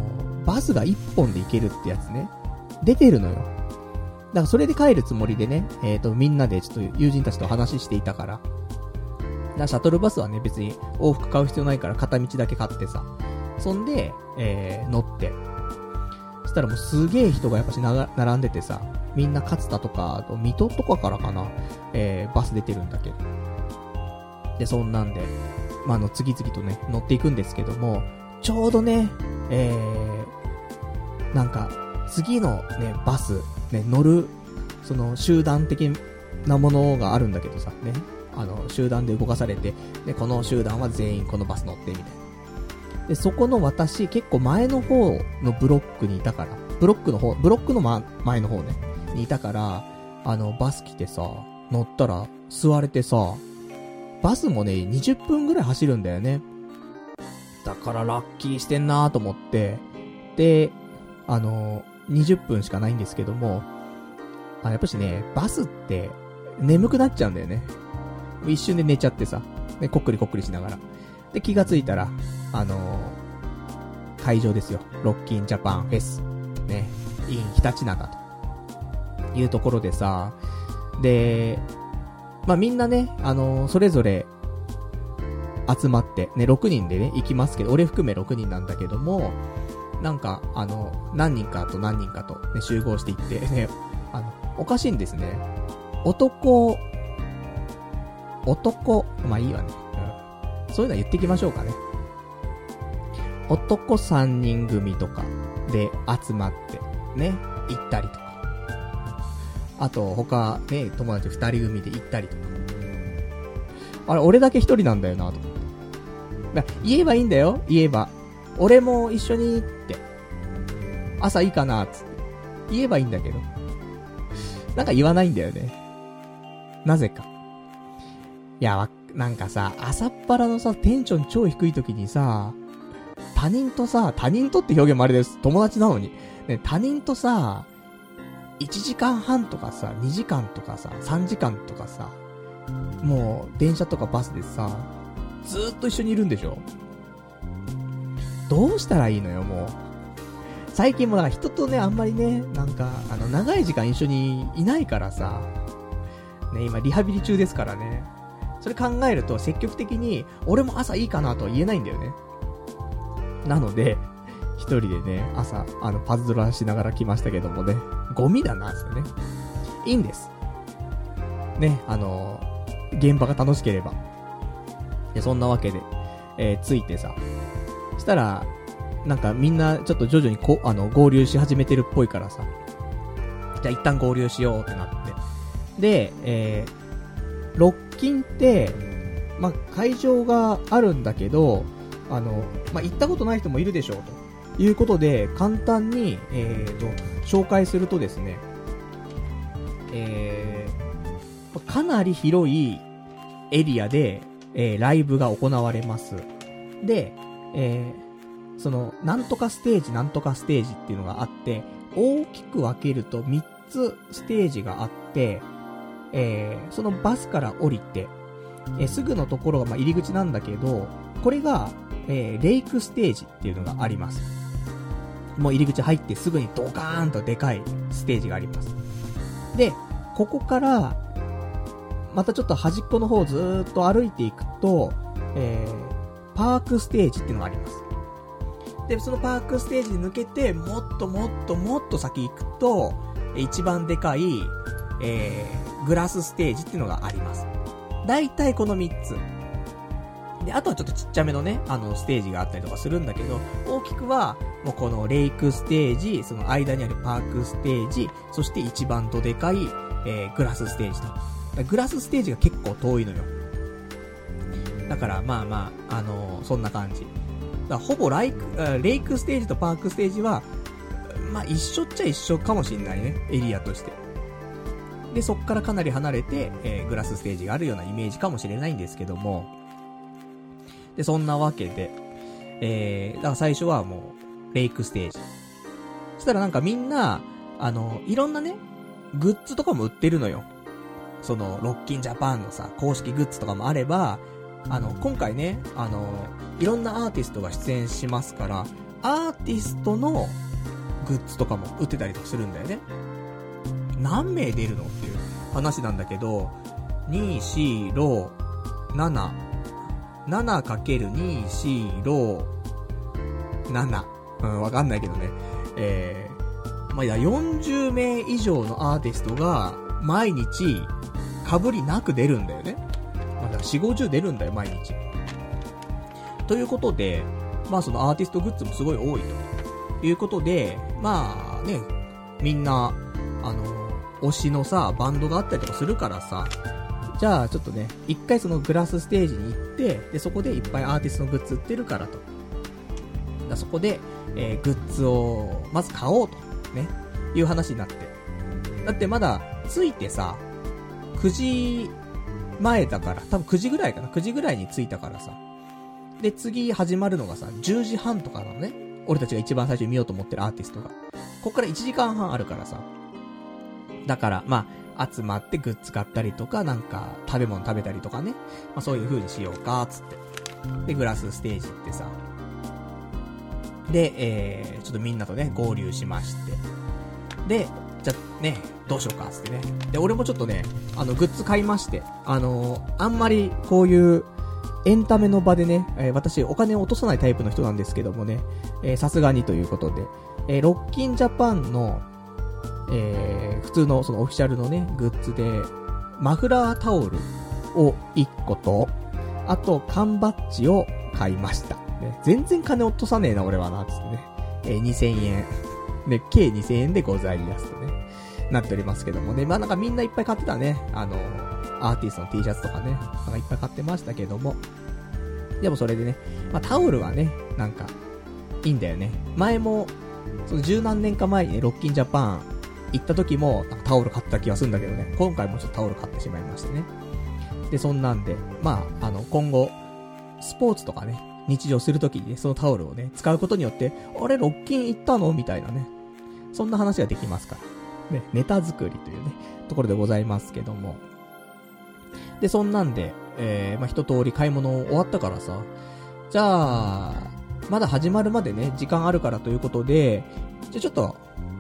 バスが一本で行けるってやつね、出てるのよ。だからそれで帰るつもりでね、えっと、みんなでちょっと友人たちと話していたから。だからシャトルバスはね、別に往復買う必要ないから片道だけ買ってさ。そんで、えー、乗って。そしたらもうすげえ人がやっぱしなが並んでてさ、みんな勝田とか、あと水戸とかからかな、えー、バス出てるんだけど。で、そんなんで、まあ、あの、次々とね、乗っていくんですけども、ちょうどね、えー、なんか、次のね、バス、ね、乗る、その、集団的なものがあるんだけどさ、ね、あの、集団で動かされて、で、この集団は全員このバス乗って、みたいな。で、そこの私、結構前の方のブロックにいたから、ブロックの方、ブロックの、ま、前の方ね、にいたから、あの、バス来てさ、乗ったら、座れてさ、バスもね、にじゅっぷんぐらい走るんだよね。だからラッキーしてんなーと思って、で、あの、にじゅっぷんしかないんですけども、あ、やっぱしね、バスって、眠くなっちゃうんだよね。一瞬で寝ちゃってさ、で、こっくりこっくりしながら。で、気がついたら、あのー、会場ですよ。ロッキンジャパンフェス。ね、in ひたちなかというところでさ、で、まあ、みんなね、あのー、それぞれ集まって、ね、ろくにんでね、行きますけど、俺含めろくにんなんだけども、なんか、あの、何人かと何人かと、ね、集合していって、ね、あの、おかしいんですね。男、男、まあいいわね。うん。そういうのは言ってきましょうかね。男さんにん組とかで集まって、ね、行ったりとか。あと、他、ね、友達ふたり組で行ったりとか。あれ、俺だけひとりなんだよな、と。だ言えばいいんだよ、言えば。俺も一緒にって。朝いいかな、つって。言えばいいんだけど。なんか言わないんだよね。なぜか。いや、なんかさ、朝っぱらのさ、テンション超低い時にさ、他人とさ、他人とって表現もあれです。友達なのに。ね、他人とさ、いちじかんはんとかさ、にじかんとかさ、さんじかんとかさ、もう、電車とかバスでさ、ずーっと一緒にいるんでしょ？どうしたらいいのよ、もう。最近もなんか人とね、あんまりね、なんか、あの、長い時間一緒にいないからさ、ね、今リハビリ中ですからね。それ考えると積極的に、俺も朝いいかなとは言えないんだよね。なので、一人でね、朝、あの、パズドラしながら来ましたけどもね、ゴミだな、つってね。いいんです。ね、あの、現場が楽しければ。で、そんなわけで、えー、ついてさ、したら、なんかみんなちょっと徐々にこ、あの、合流し始めてるっぽいからさ、じゃあ一旦合流しようってなって。で、えー、ロッキンって、まあ、会場があるんだけど、あの、まあ、行ったことない人もいるでしょうということで、簡単に、えーと、紹介するとですね、えー、かなり広いエリアで、えー、ライブが行われます。で、えー、その、なんとかステージ、なんとかステージっていうのがあって、大きく分けるとみっつステージがあって、えー、そのバスから降りて、えー、すぐのところがまあ入り口なんだけど、これが、えー、レイクステージっていうのがあります。もう入り口入ってすぐにドカーンとでかいステージがあります。で、ここから、またちょっと端っこの方をずーっと歩いていくと、えー、パークステージっていうのがあります。で、そのパークステージに抜けて、もっともっともっと先行くと、一番でかい、えー、グラスステージっていうのがあります。だいたいこのみっつ。で、あとはちょっとちっちゃめのね、あの、ステージがあったりとかするんだけど、大きくは、もうこのレイクステージ、その間にあるパークステージ、そして一番どでかい、えー、グラスステージと。グラスステージが結構遠いのよ。だからまあまあ、あのー、そんな感じ。だほぼライク、レイクステージとパークステージは、まあ一緒っちゃ一緒かもしんないね、エリアとして。で、そっからかなり離れて、えー、グラスステージがあるようなイメージかもしれないんですけども。で、そんなわけで、えー、だから最初はもう、レイクステージ。そしたらなんかみんな、あの、いろんなね、グッズとかも売ってるのよ。その、ロッキンジャパンのさ、公式グッズとかもあれば、あの、今回ね、あの、いろんなアーティストが出演しますから、 アーティストのグッズとかも売ってたりとかするんだよね。何名出るのっていう話なんだけど、に、よん、ろく、なな、ななかけるに、よん、ろく、なな、うん、わかんないけどね。えー、まあ、いや、よんじゅうめい以上のアーティストが毎日被りなく出るんだよね。まあ、だからよんじゅう、ごじゅう出るんだよ、毎日。ということで、まあそのアーティストグッズもすごい多いということで、まあね、みんな、あの、推しのさ、バンドがあったりとかするからさ、じゃあちょっとね、一回そのグラスステージに行って、で、そこでいっぱいアーティストのグッズ売ってるからと。だそこで、えー、グッズを、まず買おうと、ね、いう話になって。だってまだ、着いてさ、くじまえだから、多分くじぐらいかな、くじぐらいに着いたからさ。で、次始まるのがさ、じゅうじはんとかなのね。俺たちが一番最初に見ようと思ってるアーティストが。こっからいちじかんはんあるからさ。だから、まあ、集まってグッズ買ったりとか、なんか、食べ物食べたりとかね。まあ、そういう風にしようか、つって。で、グラスステージ行ってさ。で、えー、ちょっとみんなとね、合流しまして。で、じゃあね、どうしようか、つってね。で、俺もちょっとね、あの、グッズ買いまして。あのー、あんまり、こういう、エンタメの場でね、えー、私お金を落とさないタイプの人なんですけどもね、えー、さすがにということで、えー、ロッキンジャパンの、えー、普通のそのオフィシャルのね、グッズで、マフラータオルをいっこと、あと缶バッジを買いました。ね、全然金落とさねえな俺はな、つってね。えー、にせんえん。ね、計にせんえんでございますとね、なっておりますけどもね。まあなんかみんないっぱい買ってたね。あのー、アーティストの T シャツとかね、なんかいっぱい買ってましたけども。でもそれでね、まあタオルはね、なんか、いいんだよね。前も、その十何年か前にね、ロッキンジャパン行った時も、なんかタオル買った気がするんだけどね、今回もちょっとタオル買ってしまいましてね。で、そんなんで、まあ、あの、今後、スポーツとかね、日常するときにね、そのタオルをね、使うことによって、あれ、ロッキン行ったのみたいなね。そんな話ができますから。ね、ネタ作りというね、ところでございますけども。で、そんなんで、えー、まあ、一通り買い物終わったからさ、じゃあ、まだ始まるまでね、時間あるからということで、じゃあちょっと、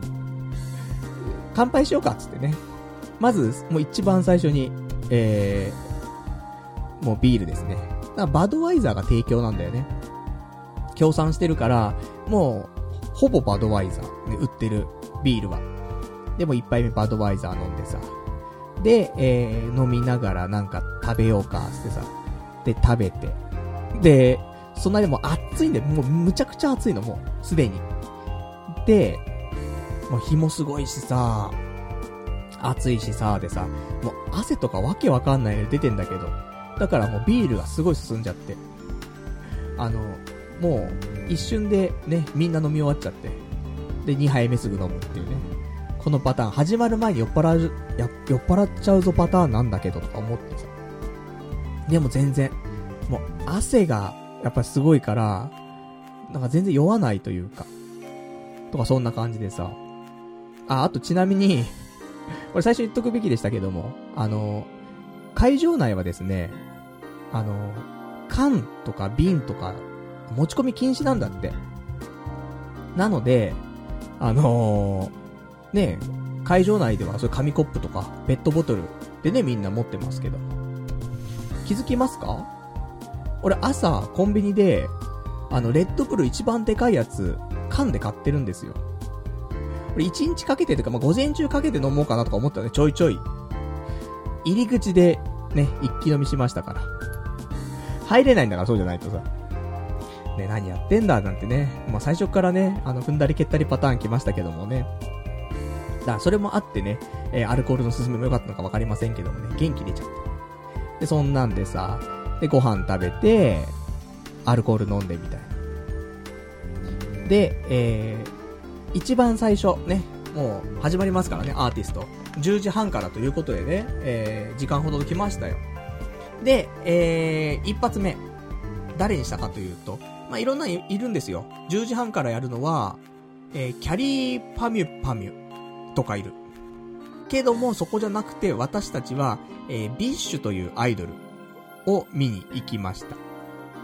乾杯しようかっつってね。まず、もう一番最初に、えー、もうビールですね。だからバドワイザーが提供なんだよね。協賛してるから、もう、ほぼバドワイザー、ね、売ってるビールは。でも一杯目バドワイザー飲んでさ。で、えー、飲みながらなんか食べようかってさ。で、食べて。で、そんなにもう暑いんだよ。もうむちゃくちゃ暑いの、もう、すでに。で、もう日もすごいしさ、暑いしさ、でさ、もう汗とかわけわかんないの出てんだけど。だからもうビールがすごい進んじゃって。あの、もう、一瞬でね、みんな飲み終わっちゃって。で、にはいめすぐ飲むっていうね。このパターン、始まる前に酔っ払う、や、酔っ払っちゃうぞパターンなんだけどとか思ってさ。でも全然、もう汗がやっぱりすごいから、なんか全然酔わないというか。とかそんな感じでさ。あ、あとちなみに、これ最初言っとくべきでしたけども、あの、会場内はですね、あの、缶とか瓶とか持ち込み禁止なんだって。なので、あのー、ね、会場内ではそういう紙コップとかペットボトルでねみんな持ってますけど、気づきますか？俺朝コンビニであのレッドブル一番でかいやつ缶で買ってるんですよ。俺一日かけてとか、まあ、午前中かけて飲もうかなとか思ったね、ちょいちょい入り口でね一気飲みしましたから。入れないんだからそうじゃないとさね、何やってんだなんてね、まあ最初からねあの踏んだり蹴ったりパターン来ましたけどもね。だからそれもあってね、えー、アルコールの進みも良かったのか分かりませんけどもね、元気出ちゃって。で、そんなんでさ、で、ご飯食べて、アルコール飲んでみたいな。で、えー、一番最初、ね、もう始まりますからね、アーティスト。じゅうじはんからということでね、えー、時間ほど来ましたよ。で、えー、一発目、誰にしたかというと、まあ、いろんなにいるんですよ。じゅうじはんからやるのは、えー、キャリーパミュパミュ。とかいる。けどもそこじゃなくて私たちは、えー、ビッシュというアイドルを見に行きました。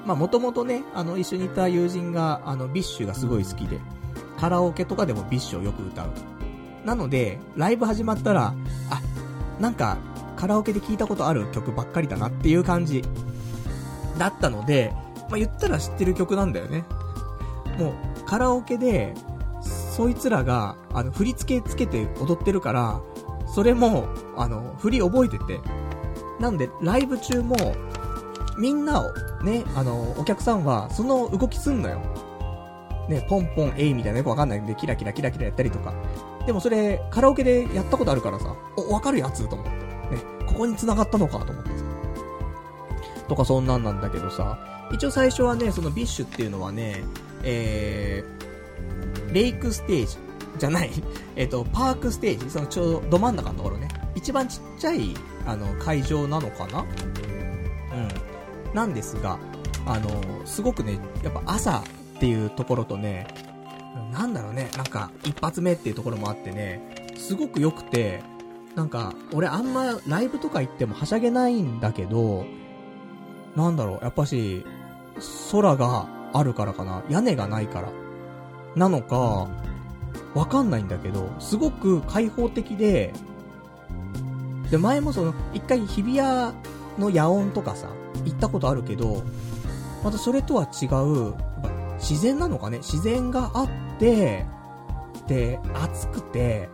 まあもともとね、あの一緒にいた友人が、あのビッシュがすごい好きで、カラオケとかでもビッシュをよく歌う。なので、ライブ始まったら、あ、なんか、カラオケで聴いたことある曲ばっかりだなっていう感じだったので、まあ言ったら知ってる曲なんだよね。もう、カラオケで、そいつらが、あの、振り付けつけて踊ってるから、それも、あの、振り覚えてて。なんで、ライブ中も、みんなを、ね、あの、お客さんは、その動きすんのよ。ね、ポンポンえいみたいなよくわかんないんで、キラキラキラキラやったりとか。でもそれ、カラオケでやったことあるからさ、お、わかるやつと思って。ね、ここに繋がったのかと思ってさ。とかそんなんなんだけどさ、一応最初はね、そのビッシュっていうのはね、えー、レイクステージじゃない、えっと、パークステージ、そのちょうどど真ん中のところね、一番ちっちゃい、あの、会場なのかな？うん。なんですが、あの、すごくね、やっぱ朝っていうところとね、なんだろうね、なんか、一発目っていうところもあってね、すごく良くて、なんか、俺あんまライブとか行ってもはしゃげないんだけど、なんだろう、やっぱし、空があるからかな、屋根がないから、なのか、わかんないんだけど、すごく開放的で、で、前もその、一回日比谷の野音とかさ、行ったことあるけど、またそれとは違う、自然なのかね、自然があって、で、暑くて、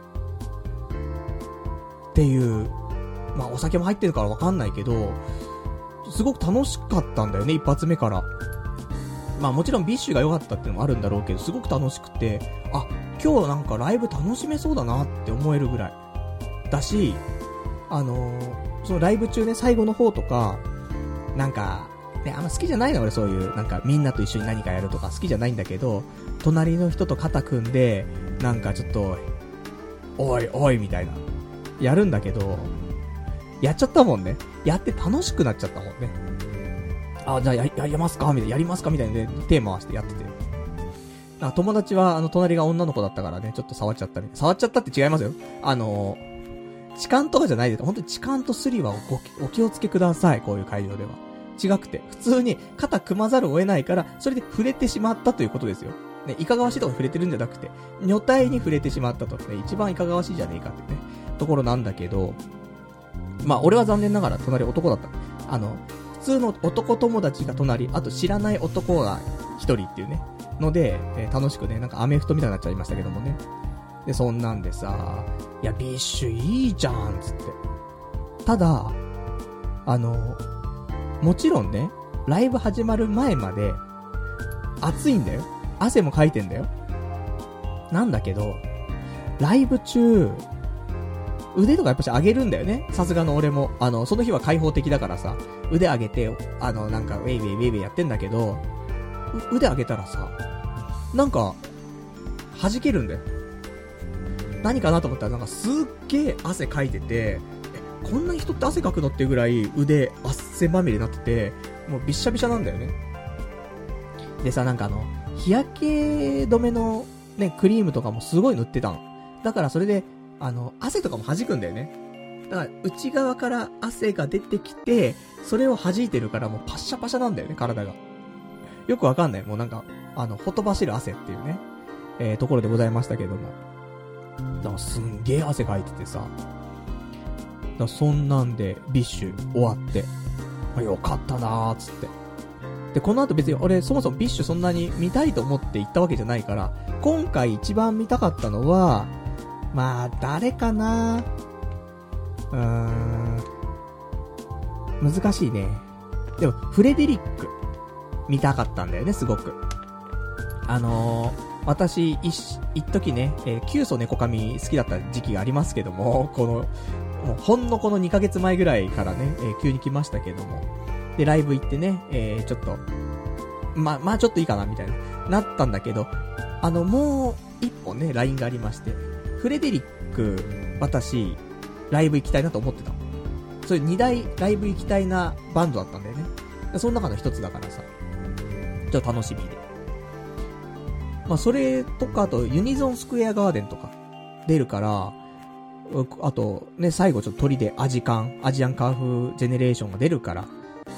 っていう、まあお酒も入ってるからわかんないけど、すごく楽しかったんだよね、一発目から。まあもちろんビッシュが良かったっていうのもあるんだろうけど、すごく楽しくて、あ、今日なんかライブ楽しめそうだなって思えるぐらい。だし、あのー、そのライブ中ね、最後の方とか、なんか、ね、あんま好きじゃないの俺そういう、なんかみんなと一緒に何かやるとか好きじゃないんだけど、隣の人と肩組んで、なんかちょっと、おいおいみたいな、やるんだけど、やっちゃったもんね。やって楽しくなっちゃったもんね。あ、じゃあや、やりますかみたいな、やりますかみたいなね、手回してやってて。あ、友達は、あの、隣が女の子だったからね、ちょっと触っちゃったみたいな。触っちゃったって違いますよ。あのー、痴漢とかじゃないですか。本当に痴漢とスリはお, お気をつけください、こういう会場では。違くて、普通に肩組まざるを得ないから、それで触れてしまったということですよ。ね、いかがわしいとこに触れてるんじゃなくて、女体に触れてしまったと。ね、一番いかがわしいじゃねえかってね、ところなんだけど、まあ、俺は残念ながら隣男だった。あの、普通の男友達が隣、あと知らない男が一人っていうね、ので、えー、楽しくね、なんかアメフトみたいになっちゃいましたけどもね。で、そんなんでさ、いや、ビッシュいいじゃん、つって。ただ、あの、もちろんね、ライブ始まる前まで、暑いんだよ。汗もかいてんだよ。なんだけど、ライブ中、腕とかやっぱし上げるんだよね。さすがの俺も。あの、その日は開放的だからさ、腕上げて、あの、なんか、ウェイウェイウェイウェイやってんだけど、腕上げたらさ、なんか、弾けるんだよ。何かなと思ったら、なんかすっげー汗かいてて、え、こんなに人って汗かくのっていうぐらい腕、汗まみれになってて、もうびっしゃびしゃなんだよね。でさ、なんかあの、日焼け止めのね、クリームとかもすごい塗ってたの。だからそれで、あの、汗とかも弾くんだよね。だから、内側から汗が出てきて、それを弾いてるからもうパッシャパシャなんだよね、体が。よくわかんない。もうなんか、あの、ほとばしる汗っていうね、えー、ところでございましたけども。だからすんげー汗かいててさ。だからそんなんで、ビッシュ終わって、あ、よかったなーつって。で、この後別に俺そもそもビッシュそんなに見たいと思って行ったわけじゃないから、今回一番見たかったのは、まあ、誰かなうーん。難しいね。でも、フレデリック、見たかったんだよね、すごく。あのー、私、一、一時ね、えー、キュウソネコカミ好きだった時期がありますけども、この、もうほんのこのにかげつまえぐらいからね、えー、急に来ましたけども。で、ライブ行ってね、えー、ちょっと、ま、まあちょっといいかな、みたいな、なったんだけど、あの、もう、一本ね、ラインがありまして、フレデリック、私、ライブ行きたいなと思ってた。そういう二大ライブ行きたいなバンドだったんだよね。その中の一つだからさ、ちょっと楽しみで。まあ、それとか、あと、ユニゾンスクエアガーデンとか、出るから、あと、ね、最後ちょっと鳥でアジカン、アジアンカーフジェネレーションが出るから、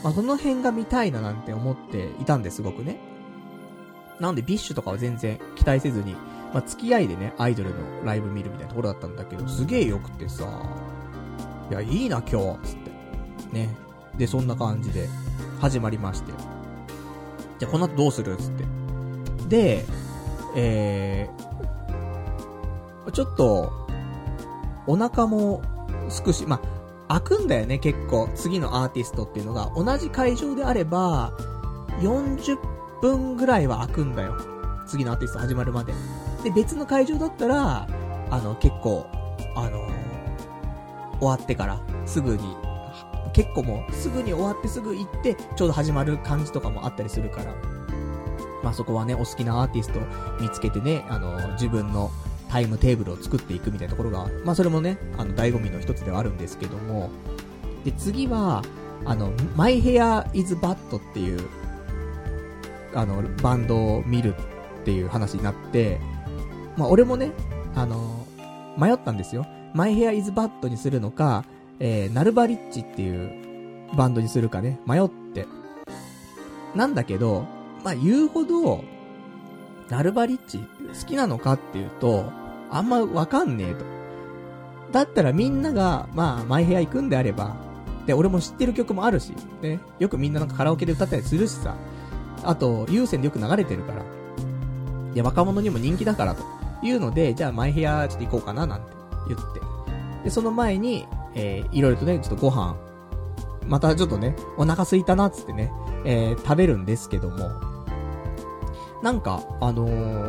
まあ、その辺が見たいななんて思っていたんですごくね。なのでビッシュとかは全然期待せずに、まあ、付き合いでね、アイドルのライブ見るみたいなところだったんだけど、すげえ良くてさ、いや、いいな今日、つって。ね。で、そんな感じで、始まりまして。じゃあ、この後どうするつって。で、えー、ちょっと、お腹も、すくし、まあ、開くんだよね、結構。次のアーティストっていうのが、同じ会場であれば、よんじゅっぷんぐらいは開くんだよ。次のアーティスト始まるまで。で、別の会場だったら、あの、結構、あのー、終わってから、すぐに、結構もう、すぐに終わってすぐ行って、ちょうど始まる感じとかもあったりするから。まあ、そこはね、お好きなアーティストを見つけてね、あのー、自分のタイムテーブルを作っていくみたいなところが、まあ、それもね、あの、醍醐味の一つではあるんですけども。で、次は、あの、My Hair is Bad っていう、あの、バンドを見るっていう話になって、まあ、俺もね、あのー、迷ったんですよ。My Hair is Bad にするのか、えー、ナルバリッチっていうバンドにするかね、迷って。なんだけど、まあ、言うほど、ナルバリッチ好きなのかっていうと、あんまわかんねえと。だったらみんなが、まあ、マイヘア行くんであれば、で、俺も知ってる曲もあるし、ね、よくみんななんかカラオケで歌ったりするしさ、あと、有線でよく流れてるから、いや、若者にも人気だからというので、じゃあマイヘアちょっと行こうかななんて言って。で、その前に、えー、いろいろとね、ちょっとご飯、またちょっとね、お腹空いたなっつってね、えー、食べるんですけども、なんか、あのー、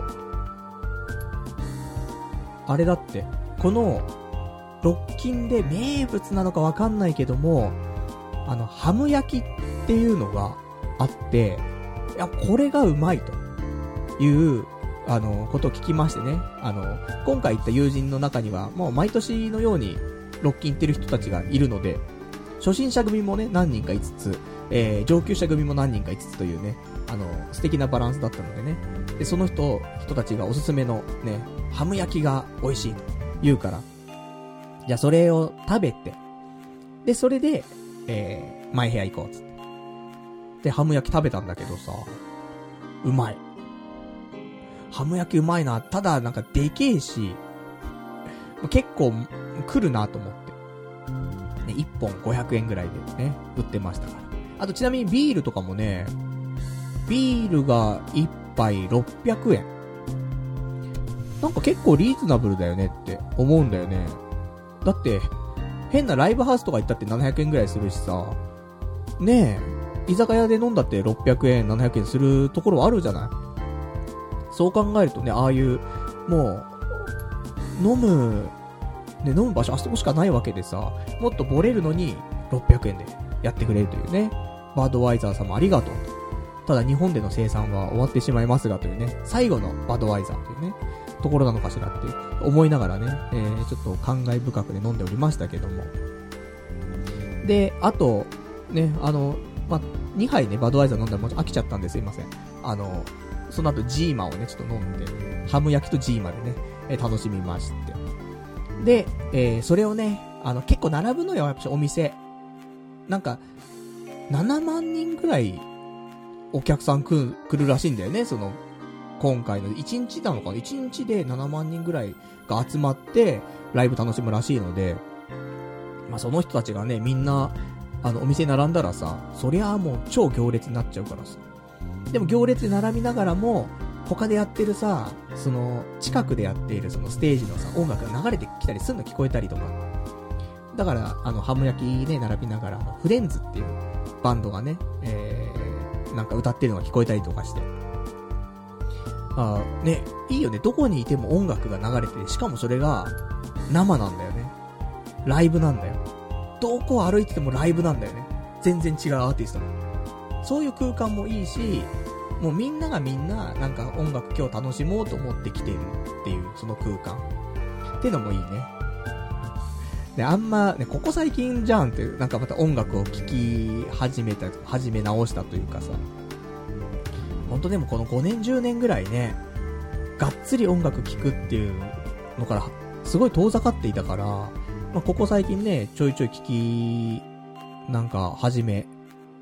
あれだって、この、ロッキンで名物なのかわかんないけども、あの、ハム焼きっていうのがあって、いや、これがうまいという、あの、ことを聞きましてね、あの、今回行った友人の中には、もう毎年のように、ロッキン行ってる人たちがいるので、初心者組もね、何人かいつつ、えー、上級者組も何人かいつつというね、あの、素敵なバランスだったのでね。で、その人、人たちがおすすめのね、ハム焼きが美味しいと言うから、じゃあそれを食べて、で、それで、えー、マイヘア行こうつって。で、ハム焼き食べたんだけどさ、うまい。ハム焼きうまいな。ただ、なんかでけえし、結構来るなと思って。ね、いっぽんごひゃくえんぐらいでね、売ってましたから。あとちなみにビールとかもね、ビールがいっぱいろっぴゃくえん。なんか結構リーズナブルだよねって思うんだよね。だって、変なライブハウスとか行ったってななひゃくえんぐらいするしさ、ねえ、居酒屋で飲んだってろっぴゃくえん、ななひゃくえんするところあるじゃない。そう考えるとね、ああいう、もう、飲む、ね、飲む場所あそこしかないわけでさ、もっとボレるのにろっぴゃくえんでやってくれるというね。バードワイザー様ありがとうと。ただ日本での生産は終わってしまいますがというね、最後のバードワイザーというね、ところなのかしらって思いながらね、えー、ちょっと感慨深くで飲んでおりましたけども。で、あと、ね、あの、ま、にはいね、バードワイザー飲んだらもう飽きちゃったんですいません。あの、その後ジーマをね、ちょっと飲んで、ハム焼きとジーマでね、えー、楽しみまして。で、えー、それをね、あの、結構並ぶのよ、やっぱお店。なんか、ななまんにんぐらい、お客さん来る、来るらしいんだよね、その、今回のいちにちなのかな ?いち 日でななまんにんぐらいが集まって、ライブ楽しむらしいので、まあ、その人たちがね、みんな、あの、お店に並んだらさ、そりゃあもう超行列になっちゃうからさ。でも行列に並びながらも、他でやってるさ、その、近くでやっているそのステージのさ、音楽が流れてきたりするの聞こえたりとか。だから、あの、ハム焼きね、並びながら、あの、フレンズっていうバンドがね、えー、なんか歌ってるのが聞こえたりとかして。あー、ね、いいよね。どこにいても音楽が流れてて、しかもそれが、生なんだよね。ライブなんだよ。どこ歩いててもライブなんだよね。全然違うアーティストも。そういう空間もいいし、もうみんながみんな、なんか音楽今日楽しもうと思ってきてるっていう、その空間。ってのもいいね。で、あんま、ね、ここ最近じゃんって、なんかまた音楽を聴き始めた、始め直したというかさ。ほんとでもこのごねんじゅうねんぐらいね、がっつり音楽聴くっていうのから、すごい遠ざかっていたから、まあ、ここ最近ね、ちょいちょい聴き、なんか始め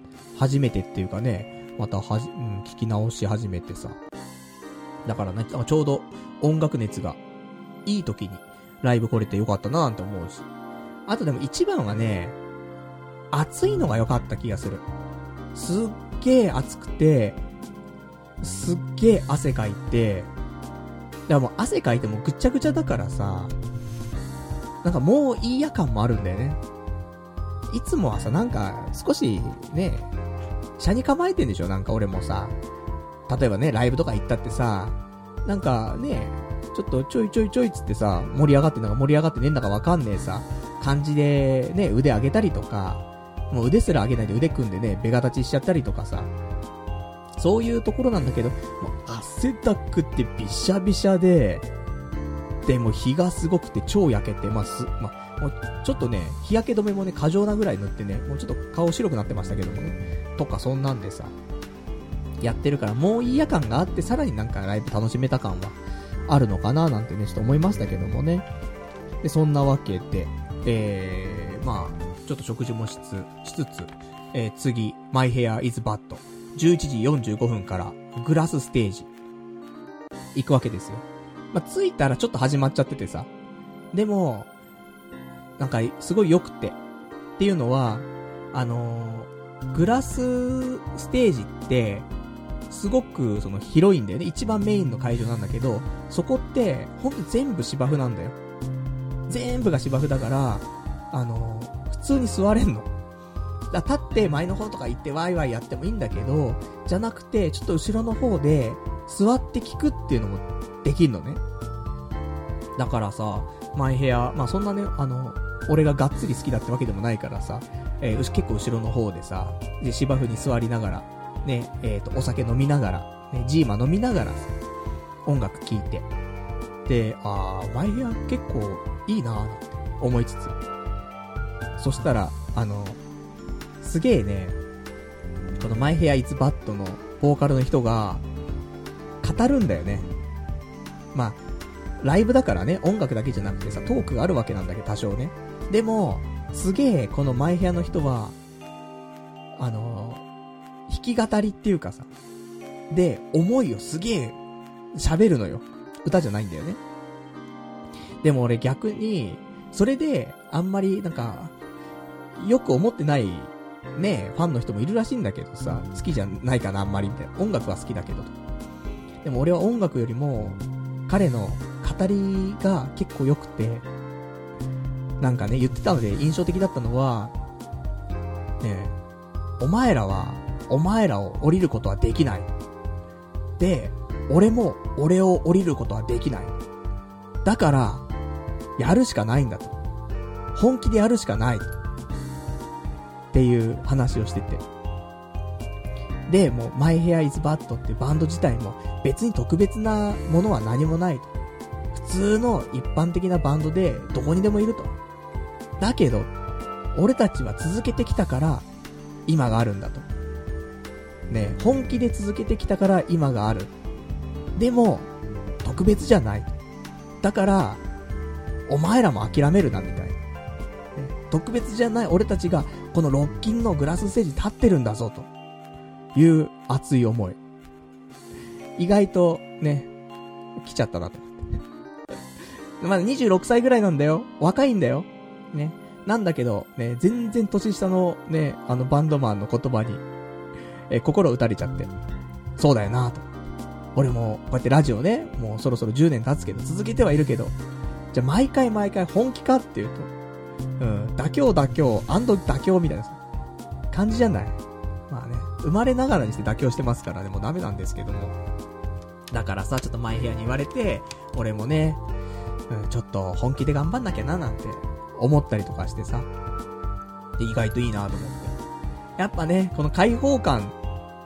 初めてっていうかね、またはじ、うん、聞き直し始めてさ。だからね、ちょうど音楽熱がいい時にライブ来れてよかったななんて思うし。あとでも一番はね、暑いのが良かった気がする。すっげー暑くて、すっげー汗かいて、でも汗かいてもぐっちゃぐちゃだからさ、なんかもういいや感もあるんだよね。いつもはさ、なんか少しね、車に構えてんでしょ、なんか俺もさ。例えばね、ライブとか行ったってさ、なんかね、ちょっとちょいちょいちょいつってさ、盛り上がってんだか盛り上がってねえんだかわかんねえさ、感じでね、腕上げたりとか、もう腕すら上げないで腕組んでね、ベガ立ちしちゃったりとかさ、そういうところなんだけど、もう汗だくってびしゃびしゃで、でも日がすごくて超焼けて、まあす、まあ、もうちょっとね、日焼け止めもね、過剰なぐらい塗ってね、もうちょっと顔白くなってましたけどもね、とかそんなんでさ、やってるからもういいや感があって、さらになんかライブ楽しめた感はあるのかななんてね、ちょっと思いましたけどもね。で、そんなわけで、えー、まあ、ちょっと食事もしつ、しつつ、えー、次、My Hair is Bad。じゅういちじよんじゅうごふんからグラスステージ行くわけですよ。まあ、着いたらちょっと始まっちゃっててさ。でも、なんかすごい良くて。っていうのは、あのー、グラスステージって、すごくその広いんだよね。一番メインの会場なんだけど、そこってほんと全部芝生なんだよ。全部が芝生だから、あのー、普通に座れんの。だ立って前の方とか行ってワイワイやってもいいんだけど、じゃなくてちょっと後ろの方で座って聞くっていうのもできるのね。だからさ、マイヘア、まあそんなね、あの、俺ががっつり好きだってわけでもないからさ、えー、結構後ろの方でさ、で芝生に座りながら、ね、えっと、お酒飲みながら、ね、ジーマ飲みながらさ、音楽聴いて、で、あー、マイヘア結構いいなーなんて思いつつ、そしたら、あの、すげーね、このマイヘアイズバッドのボーカルの人が、語るんだよね。まあ、ライブだからね、音楽だけじゃなくてさ、トークがあるわけなんだけど、多少ね。でも、すげー、このマイヘアの人は、あのー、弾き語りっていうかさ、で、思いをすげー、喋るのよ。歌じゃないんだよね。でも俺逆に、それで、あんまり、なんか、よく思ってない、ね、ファンの人もいるらしいんだけどさ、好きじゃないかな、あんまりみたいな。音楽は好きだけどと。でも俺は音楽よりも、彼の語りが結構良くて、なんかね、言ってたので印象的だったのは、ねえ、お前らは、お前らを降りることはできない。で、俺も俺を降りることはできない。だから、やるしかないんだと。本気でやるしかない。っていう話をしてて。で、もう、My Hair is Bad っていうバンド自体も別に特別なものは何もないと。普通の一般的なバンドでどこにでもいると。だけど、俺たちは続けてきたから今があるんだと。ね、本気で続けてきたから今がある。でも、特別じゃない。だから、お前らも諦めるなみたいな。ね、特別じゃない俺たちがこのロッキンのグラスステージ立ってるんだぞという熱い思い。意外とね、来ちゃったなと思って。まだにじゅうろくさいぐらいなんだよ。若いんだよ。ね。なんだけど、ね、全然年下のね、あのバンドマンの言葉に、え、心打たれちゃって。そうだよなと。俺も、こうやってラジオね、もうそろそろじゅうねん経つけど、続けてはいるけど、じゃあ毎回毎回本気かっていうと、うん、妥協妥協、妥協みたいな感じじゃない。まあね、生まれながらにして妥協してますからね、もうダメなんですけども。だからさ、ちょっとマイヘアに言われて、俺もね、うん、ちょっと本気で頑張んなきゃななんて思ったりとかしてさ。で、意外といいなと思って。やっぱね、この開放感って、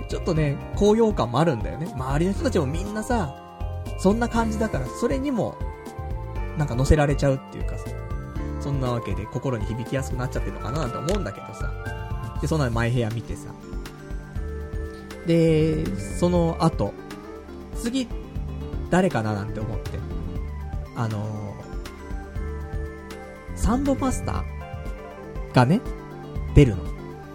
ちょっとね、高揚感もあるんだよね。周りの人たちもみんなさ、そんな感じだから、それにも、なんか乗せられちゃうっていうかさ。そんなわけで心に響きやすくなっちゃってるのかななんて思うんだけどさ。で、そんなマイヘア見てさ。で、その後、次、誰かななんて思って。あのー、サンボマスターがね、出るの。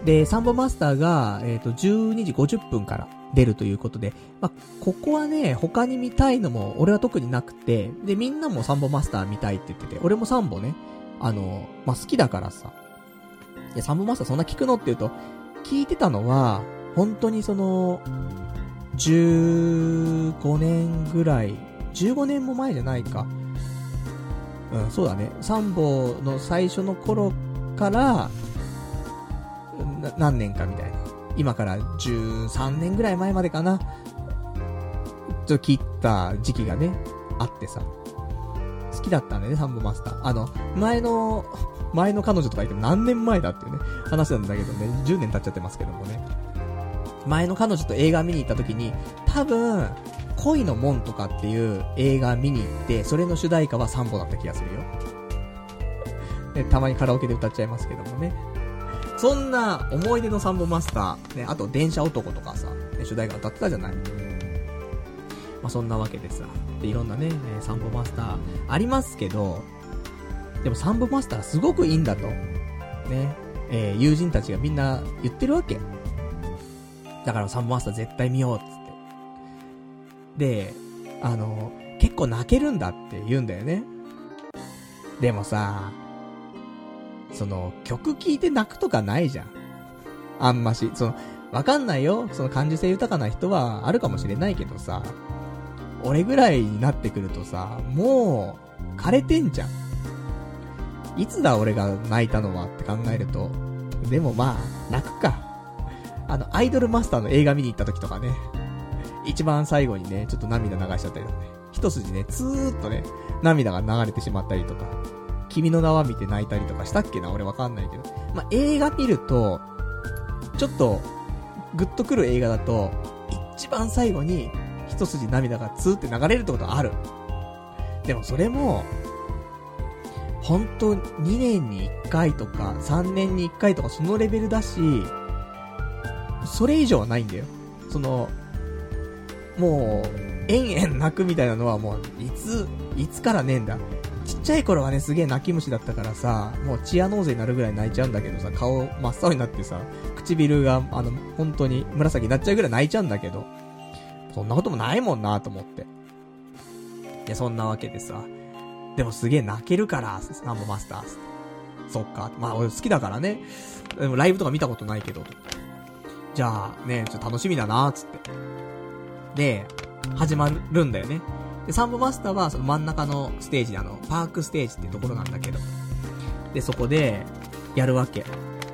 で、サンボマスターが、えっと、じゅうにじごじゅっぷんから出るということで、まあ、ここはね、他に見たいのも、俺は特になくて、で、みんなもサンボマスター見たいって言ってて、俺もサンボね、あの、まあ、好きだからさ、いや、サンボマスターそんな聞くのって言うと、聞いてたのは、本当にその、じゅうごねんぐらい、じゅうごねんも前じゃないか。うん、そうだね。サンボの最初の頃から、な何年かみたいな。今からじゅうさんねんぐらい前までかな。ちょっと聞いた時期がね、あってさ。好きだったんだよね、サンボマスター。あの、前の、前の彼女とか言っても何年前だっていうね、話なんだけどね、じゅうねん経っちゃってますけどもね。前の彼女と映画見に行った時に、多分、恋の門とかっていう映画見に行って、それの主題歌はサンボだった気がするよ。で、たまにカラオケで歌っちゃいますけどもね。そんな思い出のサンボマスター、ね、あと電車男とかさ、ね、主題歌歌ってたじゃない。まあ、そんなわけでさ、で、いろんなね、サンボマスターありますけど、でもサンボマスターすごくいいんだと。ね、えー、友人たちがみんな言ってるわけ。だからサンボマスター絶対見ようっつって。で、あの、結構泣けるんだって言うんだよね。でもさ、その、曲聴いて泣くとかないじゃん。あんまし。その、わかんないよ。その感受性豊かな人はあるかもしれないけどさ、俺ぐらいになってくるとさ、もう、枯れてんじゃん。いつだ俺が泣いたのはって考えると、でもまあ、泣くか。あの、アイドルマスターの映画見に行った時とかね、一番最後にね、ちょっと涙流しちゃったりとかね、一筋ね、ツーッとね、涙が流れてしまったりとか、君の名は見て泣いたりとかしたっけな、俺わかんないけど。まあ、映画見ると、ちょっと、グッとくる映画だと、一番最後に、一筋涙がツーって流れるってことはある。でもそれも、ほんとにねんにいっかいとか、さんねんにいっかいとかそのレベルだし、それ以上はないんだよ。その、もう、延々泣くみたいなのはもう、いつ、いつからねえんだ。ちっちゃい頃はね、すげえ泣き虫だったからさ、もうチアノーゼになるぐらい泣いちゃうんだけどさ、顔真っ青になってさ、唇が、あの、本当に紫になっちゃうぐらい泣いちゃうんだけど、そんなこともないもんなと思って。いや、そんなわけでさ、でもすげえ泣けるから、サンボマスター。そっか。まあ俺好きだからね。でもライブとか見たことないけど。じゃあね、ちょっと楽しみだなーつって。で、始まるんだよね。で、サンボマスターはその真ん中のステージで、あの、パークステージってところなんだけど。で、そこで、やるわけ。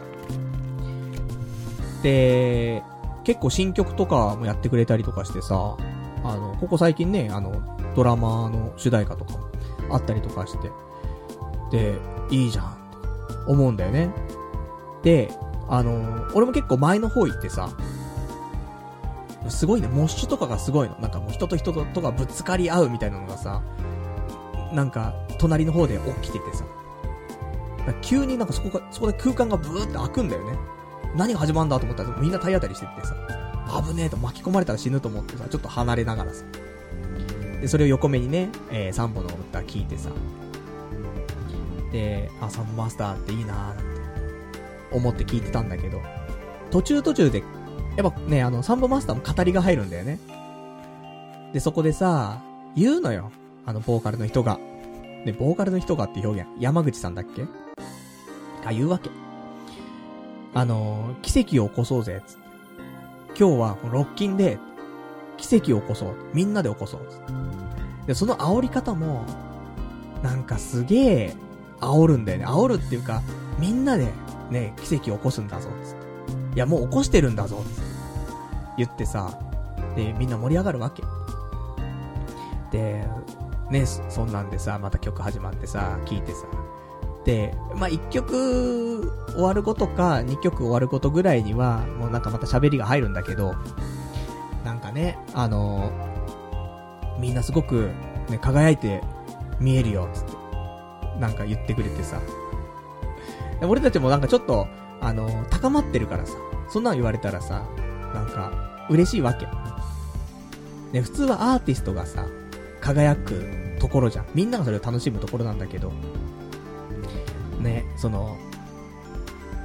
で、結構新曲とかもやってくれたりとかしてさ、あの、ここ最近ね、あの、ドラマの主題歌とかもあったりとかして、で、いいじゃん、と思うんだよね。で、あの、俺も結構前の方行ってさ、すごいね、モッシュとかがすごいの。なんかもう人と人とがぶつかり合うみたいなのがさ、なんか、隣の方で起きててさ、急になんかそこが、そこで空間がブーって開くんだよね。何が始まるんだと思ったらみんな体当たりしてってさ、危ねえと巻き込まれたら死ぬと思ってさ、ちょっと離れながらさ。で、それを横目にね、えー、サンボの歌聞いてさ。で、あ、サンボマスターっていいなーなんて思って聞いてたんだけど、途中途中で、やっぱね、あの、サンボマスターも語りが入るんだよね。で、そこでさ、言うのよ。あの、ボーカルの人が。ね、ボーカルの人がって表現。山口さんだっけあ、言うわけ。あの、奇跡を起こそうぜ、つって。今日は、このロッキンで、奇跡を起こそう。みんなで起こそう。つって。で、その煽り方も、なんかすげえ、煽るんだよね。煽るっていうか、みんなで、ね、奇跡を起こすんだぞ、つって。いや、もう起こしてるんだぞ、つって。言ってさ、で、みんな盛り上がるわけ。で、ね、そんなんでさ、また曲始まってさ、聴いてさ。で、まあ、一曲終わるごとか、二曲終わるごとぐらいには、もうなんかまた喋りが入るんだけど、なんかね、あのー、みんなすごく、ね、輝いて見えるよ、つって。なんか言ってくれてさ。俺たちもなんかちょっと、あのー、高まってるからさ、そんなの言われたらさ、なんか、嬉しいわけ。ね、普通はアーティストがさ、輝くところじゃん。みんながそれを楽しむところなんだけど、ね、その、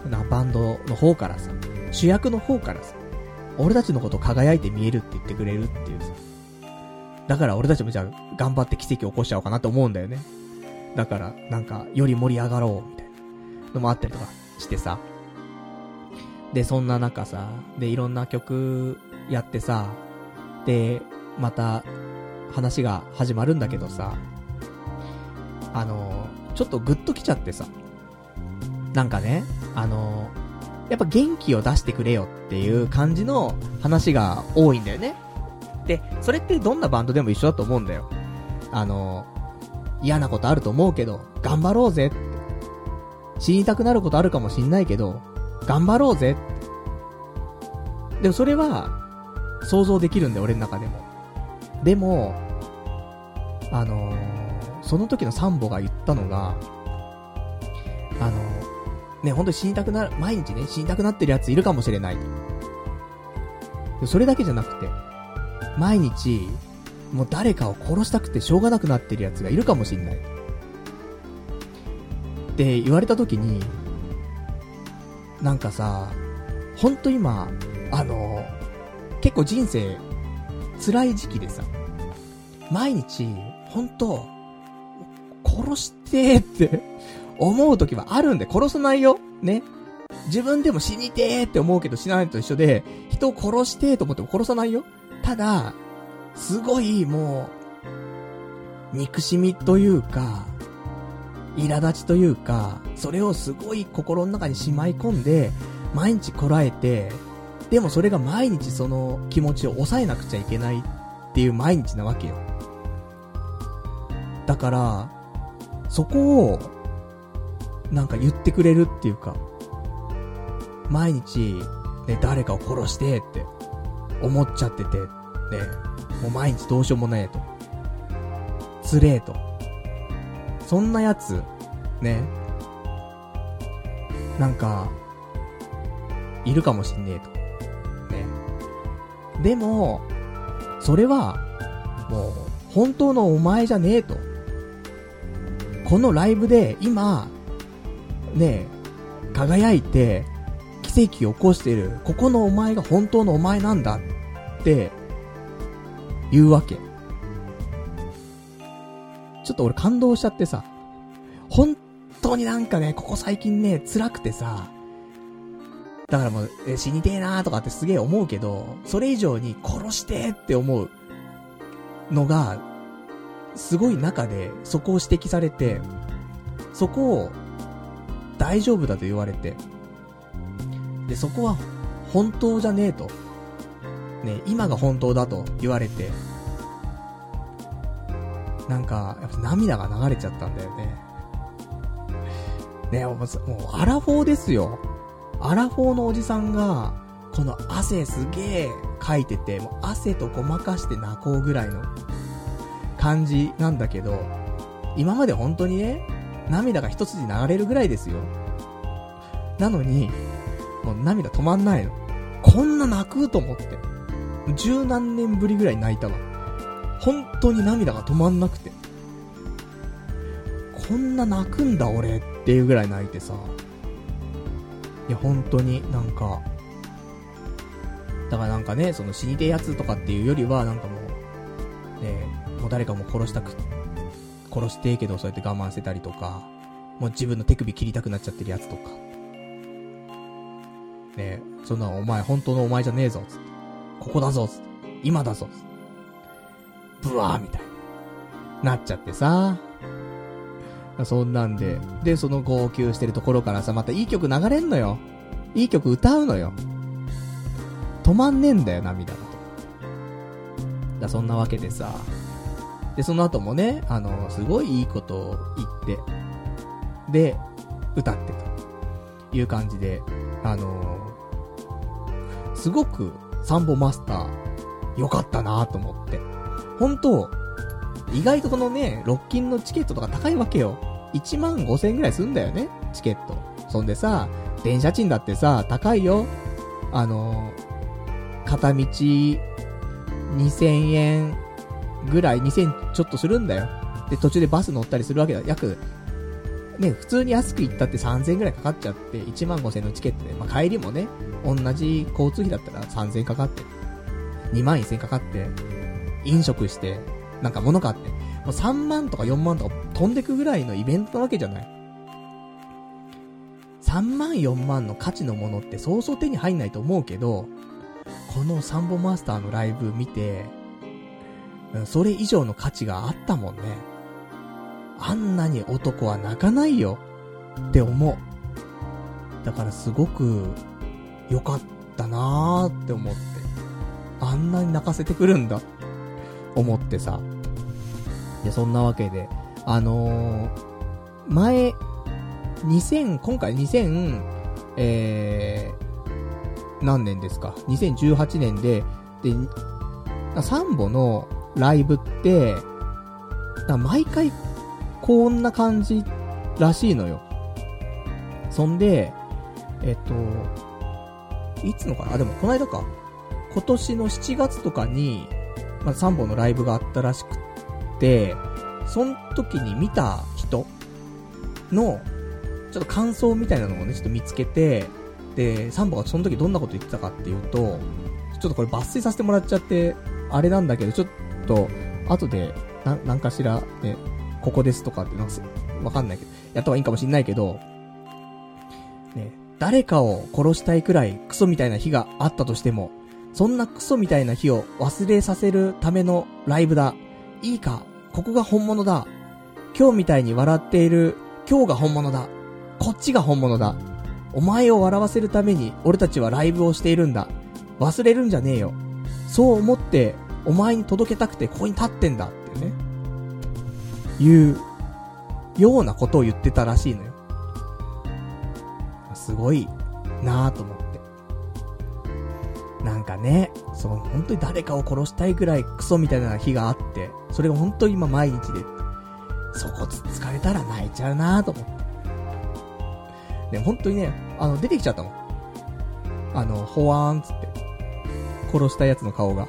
なバンドの方からさ、主役の方からさ、俺たちのこと輝いて見えるって言ってくれるっていうさ。だから俺たちもじゃあ頑張って奇跡を起こしちゃおうかなと思うんだよね。だからなんかより盛り上がろうみたいなのもあったりとかしてさ。でそんな中さ、でいろんな曲やってさ、でまた話が始まるんだけどさ、あのちょっとグッときちゃってさ、なんかね、あのやっぱ元気を出してくれよっていう感じの話が多いんだよね。でそれってどんなバンドでも一緒だと思うんだよ。あの嫌なことあると思うけど頑張ろうぜって、死にたくなることあるかもしんないけど頑張ろうぜって。でもそれは想像できるんだよ、俺の中でも。でもあのー、その時のサンボが言ったのが、あのー、ね、本当に死にたくなる、毎日ね死にたくなってるやついるかもしれない。それだけじゃなくて、毎日もう誰かを殺したくてしょうがなくなってるやつがいるかもしれないって言われた時に、なんかさ、ほんと今あの結構人生辛い時期でさ、毎日ほんと殺してーって思う時はあるんで、殺さないよね。自分でも死にてーって思うけど死なないと一緒で、人を殺してーと思っても殺さないよ。ただすごいもう憎しみというか苛立ちというか、それをすごい心の中にしまい込んで毎日こらえて、でもそれが毎日その気持ちを抑えなくちゃいけないっていう毎日なわけよ。だからそこをなんか言ってくれるっていうか、毎日ね誰かを殺してって思っちゃっててね、もう毎日どうしようもないと、つれえと、そんなやつね、なんかいるかもしんねえとね。でもそれはもう本当のお前じゃねえと。このライブで今ね輝いて奇跡を起こしてるここのお前が本当のお前なんだって言うわけ。ちょっと俺感動しちゃってさ、本当になんかねここ最近ね辛くてさ、だからもうえ死にてえなーとかってすげえ思うけど、それ以上に殺してーって思うのがすごい中で、そこを指摘されて、そこを大丈夫だと言われて、でそこは本当じゃねえとね、今が本当だと言われて、なんかやっぱ涙が流れちゃったんだよね。ね、もう、もうアラフォーですよ。アラフォーのおじさんがこの汗すげえかいてて、もう汗とごまかして泣こうぐらいの感じなんだけど、今まで本当にね涙が一筋流れるぐらいですよ。なのにもう涙止まんないの。こんな泣くと思って、十何年ぶりぐらい泣いたわ。本当に涙が止まんなくて、こんな泣くんだ俺っていうぐらい泣いてさ、いや本当になんか、だからなんかね、その死にてえやつとかっていうよりはなんかもうね、もう誰かも殺したく殺してえけどそうやって我慢してたりとか、もう自分の手首切りたくなっちゃってるやつとかね、そんなお前本当のお前じゃねえぞつって、ここだぞつって、今だぞつって、ブワーみたいになっちゃってさ、そんなんで、でその号泣してるところからさ、またいい曲流れんのよ。いい曲歌うのよ。止まんねえんだよ涙がと。だそんなわけでさ、でその後もね、あのすごいいいことを言ってで歌ってという感じで、あのー、すごくサンボマスター良かったなと思って。本当意外とこのねロッキンのチケットとか高いわけよ。いちまんごせんえんぐらいすんだよねチケット。そんでさ、電車賃だってさ高いよ。あのー、片道にせんえんぐらい、にせんちょっとするんだよ。で途中でバス乗ったりするわけだ。約ね、普通に安く行ったってさんぜんえんくらいかかっちゃって、いちまんごせんえんのチケットで、まあ、帰りもね、同じ交通費だったらさんぜんえんかかって、にまんせんえんかかって、飲食して、なんか物買って、もうさんまんとかよんまんとか飛んでくぐらいのイベントなわけじゃない。さんまんよんまんの価値のものってそうそう手に入んないと思うけど、このサンボマスターのライブ見て、それ以上の価値があったもんね。あんなに男は泣かないよって思う。だからすごく良かったなーって思って、あんなに泣かせてくるんだ思ってさ。で、そんなわけで、あのー、前、にせん、今回にせん、えー、何年ですか ?にせんじゅうはちねんで、で、サンボのライブって、毎回こんな感じらしいのよ。そんで、えっと、いつのかなあ、でもこの間か。今年のしちがつとかに、まあ、サンボのライブがあったらしくって、その時に見た人の、ちょっと感想みたいなのをね、ちょっと見つけて、で、サンボがその時どんなこと言ってたかっていうと、ちょっとこれ抜粋させてもらっちゃって、あれなんだけど、ちょっと、後で、な、なんかしら、ね、ここですとかってなんか、わかんないけど、やった方がいいかもしんないけど、ね、誰かを殺したいくらいクソみたいな日があったとしても、そんなクソみたいな日を忘れさせるためのライブだ。いいか、ここが本物だ。今日みたいに笑っている今日が本物だ。こっちが本物だ。お前を笑わせるために俺たちはライブをしているんだ。忘れるんじゃねえよ。そう思ってお前に届けたくてここに立ってんだってね。いうようなことを言ってたらしいのよ。すごいなぁと思って。なんかね、その本当に誰かを殺したいくらいクソみたいな日があって、それが本当に今毎日で、そこつつかれたら泣いちゃうなぁと思って。ね、本当にね、あの、出てきちゃったもん。あの、ほわーんつって。殺したやつの顔が。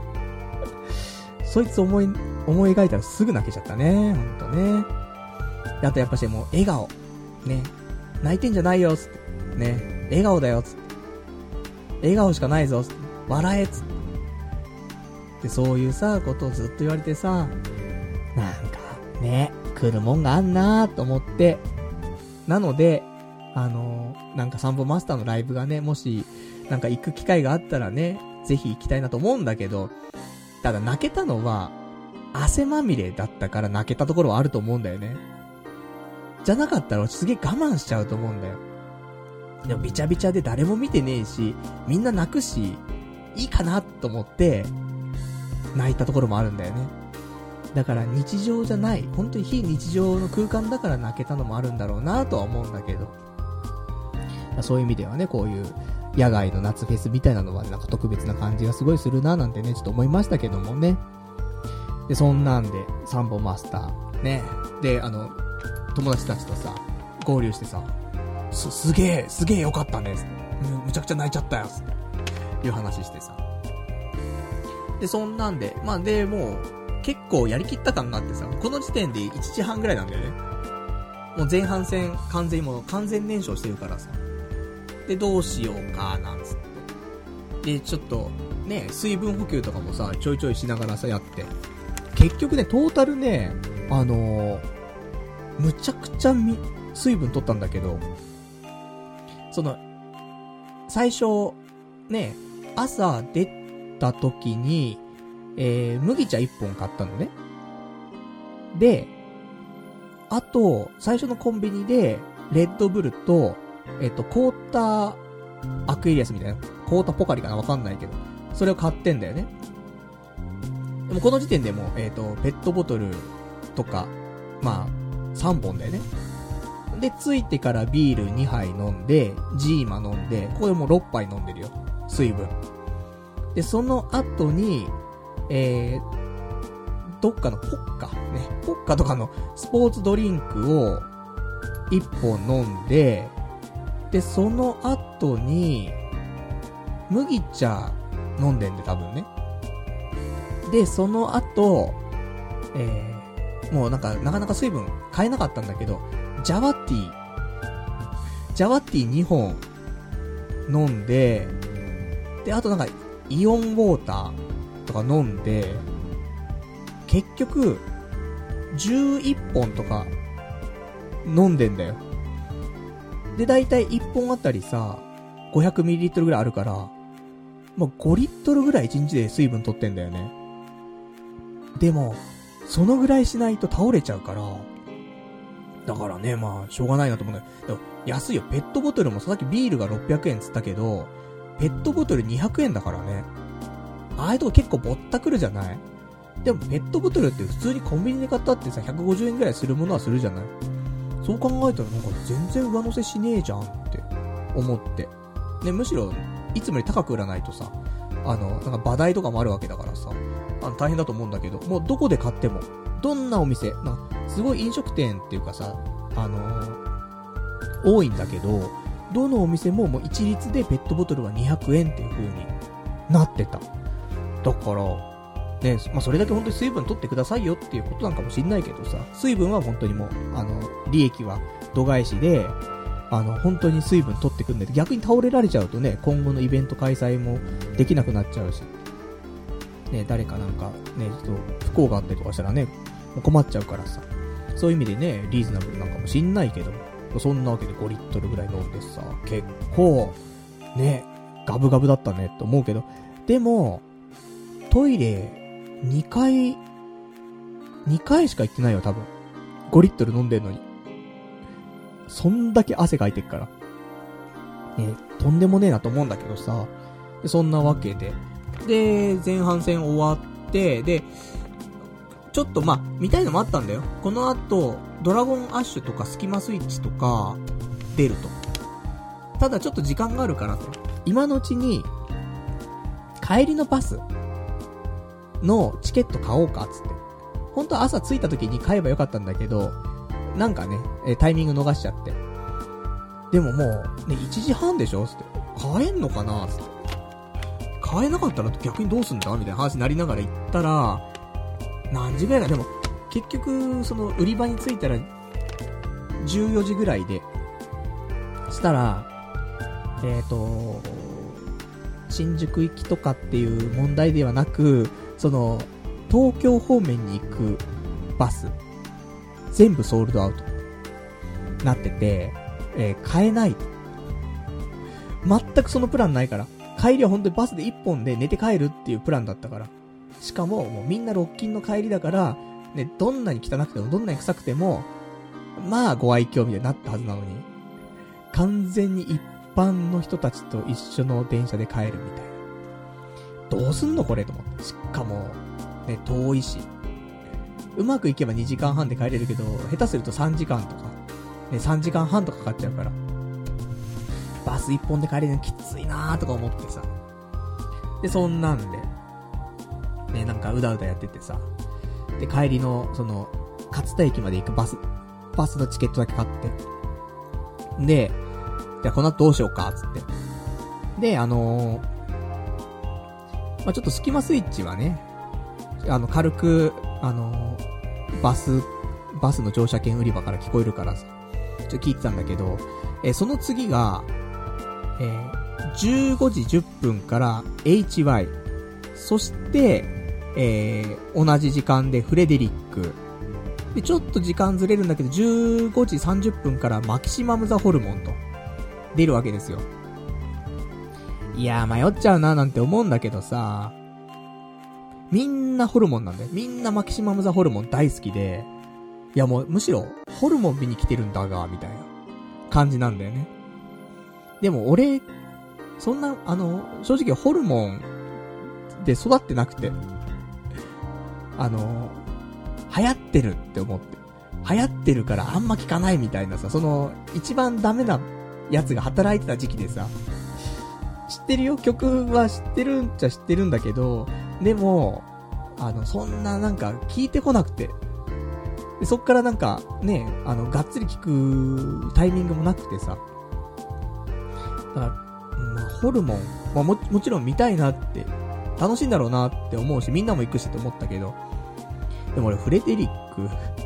そいつ思い、思い描いたらすぐ泣けちゃったね。ほんとね。あとやっぱしもう笑顔。ね。泣いてんじゃないよ、つって。ね。笑顔だよ、つって。笑顔しかないぞ、つって。笑え、つって。で、そういうさ、ことをずっと言われてさ、なんか、ね、来るもんがあんなーと思って。なので、あのー、なんかサンボマスターのライブがね、もし、なんか行く機会があったらね、ぜひ行きたいなと思うんだけど、ただ泣けたのは、汗まみれだったから泣けたところはあると思うんだよね。じゃなかったらすげえ我慢しちゃうと思うんだよ。でもビチャビチャで誰も見てねえし、みんな泣くし、いいかなと思って、泣いたところもあるんだよね。だから日常じゃない、本当に非日常の空間だから泣けたのもあるんだろうなとは思うんだけど。そういう意味ではね、こういう野外の夏フェスみたいなのは、ね、なんか特別な感じがすごいするななんてね、ちょっと思いましたけどもね。で、そんなんで、サンボマスター、ね。で、あの、友達たちとさ、合流してさ、す、すげえ、すげえよかったね、つって。む、むちゃくちゃ泣いちゃったよ、つって。いう話してさ。で、そんなんで、まあで、もう、結構やりきった感があってさ、この時点でいちじはんぐらいなんだよね。もう前半戦、完全にもう完全燃焼してるからさ。で、どうしようか、なんつって。で、ちょっと、ね、水分補給とかもさ、ちょいちょいしながらさ、やって。結局ね、トータルね、あのー、むちゃくちゃみ、水分取ったんだけど、その、最初、ね、朝出た時に、えー、麦茶いっぽん買ったのね。で、あと、最初のコンビニで、レッドブルと、えっと、コータアクエリアスみたいな、コータポカリかなわかんないけど、それを買ってんだよね。でもこの時点でも、えっと、ペットボトルとか、まあ、さんぼんだよね。で、着いてからビールにはい飲んで、ジーマ飲んで、ここでもうろっぱい飲んでるよ。水分。で、その後に、えー、どっかのポッカ、ね、ポッカとかのスポーツドリンクをいっぽん飲んで、で、その後に、麦茶飲んでんで多分ね。で、その後、えー、もうなんか、なかなか水分買えなかったんだけど、 ジャワティー、ジャワティーにほん飲んで、で、あとなんか、イオンウォーターとか飲んで、結局、じゅういっぽんとか、飲んでんだよ。で、だいたいいっぽんあたりさ、ごひゃくミリリットル ぐらいあるから、もうごリットルぐらいいちにちで水分取ってんだよね。でも、そのぐらいしないと倒れちゃうから、だからね、まあ、しょうがないなと思うんだけど、安いよ。ペットボトルもさっきビールがろっぴゃくえんつったけど、ペットボトルにひゃくえんだからね。ああいうとこ結構ぼったくるじゃない？でもペットボトルって普通にコンビニで買ったってさ、ひゃくごじゅうえんぐらいするものはするじゃない？そう考えたらなんか全然上乗せしねえじゃんって思って。ね、むしろ、いつもより高く売らないとさ、あの、なんか場代とかもあるわけだからさ、あの大変だと思うんだけど、もうどこで買っても、どんなお店、なんかすごい飲食店っていうかさ、あのー、多いんだけど、どのお店ももう一律でペットボトルはにひゃくえんっていう風になってた。だから、ね、まあ、それだけ本当に水分取ってくださいよっていうことなんかもしんないけどさ、水分は本当にもう、あの、利益は度外視で、あの、本当に水分取ってくんで、逆に倒れられちゃうとね、今後のイベント開催もできなくなっちゃうし、ね、誰かなんか、ね、ちょっと不幸があったりとかしたらね、もう困っちゃうからさ、そういう意味でね、リーズナブルなんかもしんないけど、そんなわけでごリットルぐらい飲んでさ、結構、ね、ガブガブだったねって思うけど、でも、トイレ、にかい、にかいしか行ってないよ、多分。ごリットル飲んでんのに。そんだけ汗かいてっから。ね、とんでもねえなと思うんだけどさ。でそんなわけで。で、前半戦終わって、で、ちょっとまあ、見たいのもあったんだよ。この後、ドラゴンアッシュとかスキマスイッチとか、出ると。ただちょっと時間があるからと。今のうちに、帰りのバスのチケット買おうか、つって。本当は朝着いた時に買えばよかったんだけど、なんかね、えタイミング逃しちゃって。でももう、ね、いちじはんでしょつって。買えんのかなつって。買えなかったら逆にどうすんだみたいな話になりながら行ったら、何時ぐらいだでも、結局、その、売り場に着いたら、じゅうよじぐらいで、したら、えっと、新宿行きとかっていう問題ではなく、その、東京方面に行くバス、全部ソールドアウト。なってて、えー、買えない。全くそのプランないから。帰りは本当にバスで一本で寝て帰るっていうプランだったから。しかも、もうみんなロッキンの帰りだから、ね、どんなに汚くても、どんなに臭くても、まあご愛嬌みたいになったはずなのに、完全に一般の人たちと一緒の電車で帰るみたいな。どうすんのこれと思って。しかも、ね、遠いし。うまくいけばにじかんはんで帰れるけど、下手するとさんじかんとか、ね、さんじかんはんとかかかっちゃうから。バス一本で帰れるのきついなーとか思ってさ。で、そんなんで、ね、なんかうだうだやっててさ。で、帰りの、その、勝田駅まで行くバス、バスのチケットだけ買って。で、じゃあこの後どうしようか、つって。で、あのー、まあ、ちょっとスキマスイッチはね、あの、軽く、あのー、バス、バスの乗車券売り場から聞こえるからさ、ちょっと聞いてたんだけど、えー、その次が、えー、じゅうごじじゅっぷんから エイチワイ、そして、えー、同じ時間でフレデリック、で、ちょっと時間ずれるんだけど、じゅうごじさんじゅっぷんからマキシマムザホルモンと、出るわけですよ。いやー、迷っちゃうなーなんて思うんだけどさ、みんなホルモンなんだよ。みんなマキシマムザホルモン大好きで、いやもうむしろ、ホルモン見に来てるんだが、みたいな感じなんだよね。でも俺、そんな、あの、正直ホルモンで育ってなくて、あの、流行ってるって思って。流行ってるからあんま聞かないみたいなさ、その、一番ダメなやつが働いてた時期でさ、知ってるよ、曲は知ってるんちゃ知ってるんだけど、でも、あの、そんななんか聞いてこなくて、でそっからなんかね、あの、がっつり聞くタイミングもなくてさ、だから、まあ、ホルモン、まあも、もちろん見たいなって、楽しいんだろうなって思うし、みんなも行くしって思ったけど、でも俺フレデリック、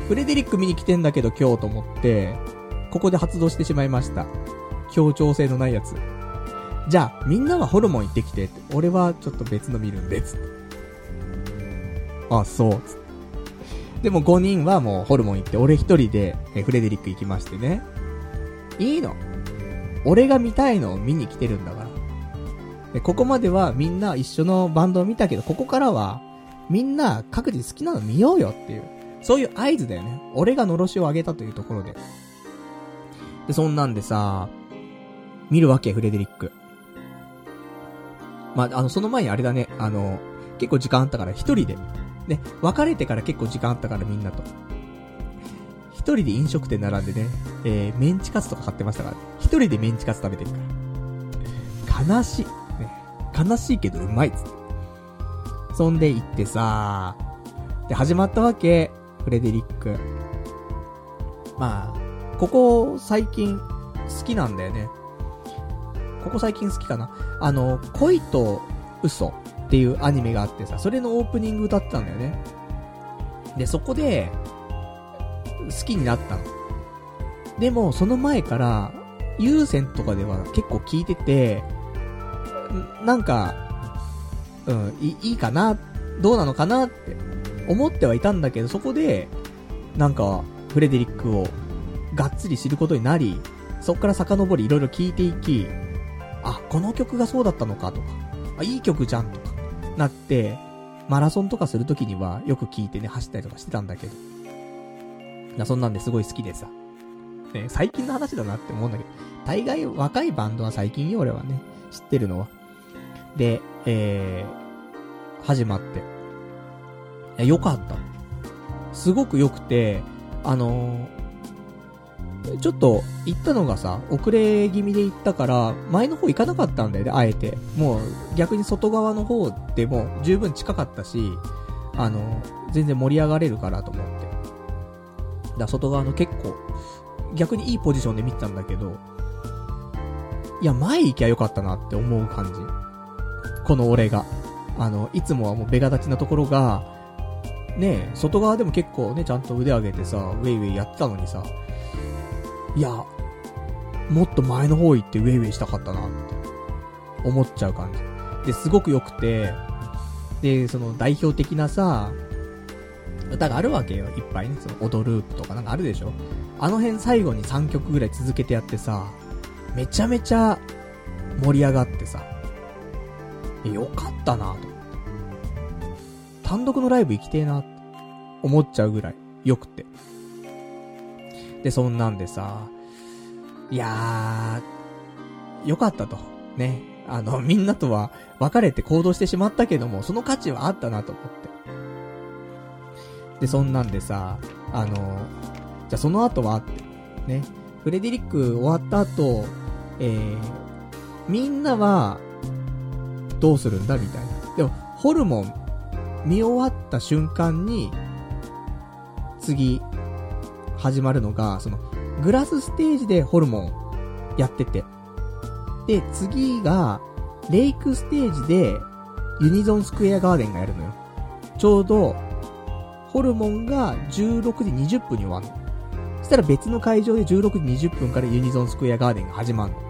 フレデリック見に来てんだけど今日と思って、ここで発動してしまいました。協調性のないやつ。じゃあ、みんなはホルモン行ってきて、俺はちょっと別の見るんで、つって。あ、そう、つって。でもごにんはもうホルモン行って、俺一人でえフレデリック行きましてね。いいの。俺が見たいのを見に来てるんだから。で、ここまではみんな一緒のバンドを見たけど、ここからはみんな各自好きなの見ようよっていう、そういう合図だよね。俺がのろしを上げたというところで。で、そんなんでさ、見るわけ、フレデリック。まあ、あの、その前にあれだね、あの、結構時間あったから一人で、ね、別れてから結構時間あったからみんなと。一人で飲食店並んでね、えー、メンチカツとか買ってましたから、一人でメンチカツ食べてるから。悲しい。ね、悲しいけどうまいっつって。そんで行ってさ、で、始まったわけ、フレデリック。まあ、ここ最近好きなんだよね。ここ最近好きかな。あの、恋と嘘っていうアニメがあってさ、それのオープニング歌ってたんだよね。で、そこで、好きになったの。でも、その前から、有線とかでは結構聞いてて、なんか、うん、い, いいかな、どうなのかなって思ってはいたんだけど、そこで、なんか、フレデリックをがっつり知ることになり、そっから遡りいろいろ聞いていき、あ、この曲がそうだったのかとか、あ、いい曲じゃんとか、なって、マラソンとかするときにはよく聞いてね、走ったりとかしてたんだけど。そんなんですごい好きでさ。ね、最近の話だなって思うんだけど、大概若いバンドは最近よ、俺はね、知ってるのは。で、えー、始まって。いや、よかった。すごく良くて、あのー、ちょっと行ったのがさ、遅れ気味で行ったから、前の方行かなかったんだよね、あえて。もう、逆に外側の方でも十分近かったし、あのー、全然盛り上がれるからと思って。だから外側の結構、逆にいいポジションで見てたんだけど、いや、前行きゃよかったなって思う感じ。この俺が。あの、いつもはもうベガ立ちなところが、ねえ、外側でも結構ね、ちゃんと腕上げてさ、ウェイウェイやってたのにさ、いや、もっと前の方行ってウェイウェイしたかったなって思っちゃう感じ。で、すごく良くて、で、その代表的なさ、歌があるわけよ、いっぱいね。その踊るとかなんかあるでしょ。あの辺最後にさんきょくぐらい続けてやってさ、めちゃめちゃ盛り上がってさ、よかったなと。単独のライブ行きてえなって思っちゃうぐらい良くて。で、そんなんでさ、いやー、よかったと。ね。あの、みんなとは別れて行動してしまったけども、その価値はあったなと思って。で、そんなんでさ、あの、じゃあその後はって、ね。フレデリック終わった後、えー、みんなは、どうするんだみたいな。でも、ホルモン、見終わった瞬間に、次、始まるのが、その、グラスステージでホルモンやってて。で、次が、レイクステージで、ユニゾンスクエアガーデンがやるのよ。ちょうど、ホルモンがじゅうろくじにじゅっぷんに終わるの。そしたら別の会場でじゅうろくじにじゅっぷんからユニゾンスクエアガーデンが始まるの。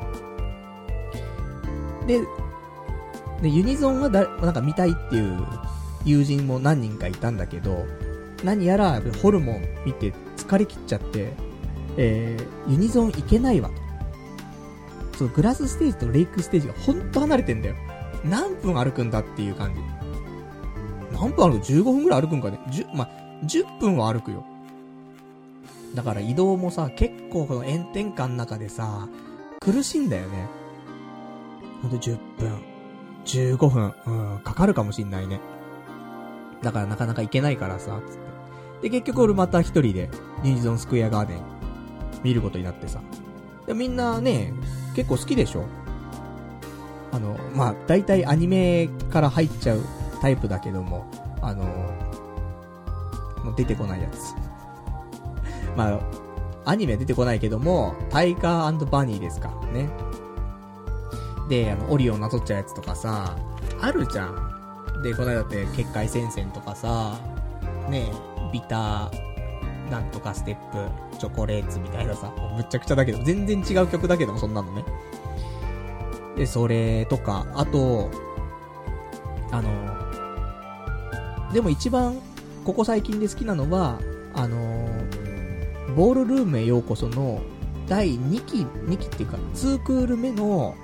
で、でユニゾンはだ、なんか見たいっていう友人も何人かいたんだけど、何やらホルモン見て疲れ切っちゃって、えー、ユニゾン行けないわと。そう、グラスステージとレイクステージがほんと離れてんだよ。何分歩くんだっていう感じ。何分歩く ?じゅうご 分ぐらい歩くんかね。じゅ、まあ、じゅっぷんは歩くよ。だから移動もさ、結構この炎天下の中でさ、苦しいんだよね。ほんとじゅっぷん。じゅうごふん。うん、かかるかもしんないね。だからなかなか行けないからさ、つって。で、結局俺また一人で、ユニゾンスクエアガーデン、見ることになってさ。で、みんなね、結構好きでしょ？あの、まあ、大体アニメから入っちゃうタイプだけども、あの、もう出てこないやつ。まあ、アニメ出てこないけども、タイガー&バニーですか、ね。で、あの、オリオンなぞっちゃうやつとかさ、あるじゃん。で、この間だって、結界戦線とかさ、ね、ビター、 なんとかステップ、チョコレーツみたいなさ、もうむっちゃくちゃだけど、全然違う曲だけどもそんなのね。で、それとか、あと、あの、でも一番、ここ最近で好きなのは、あの、ボールルームへようこその、だいにき、にきっていうか、にクール目の、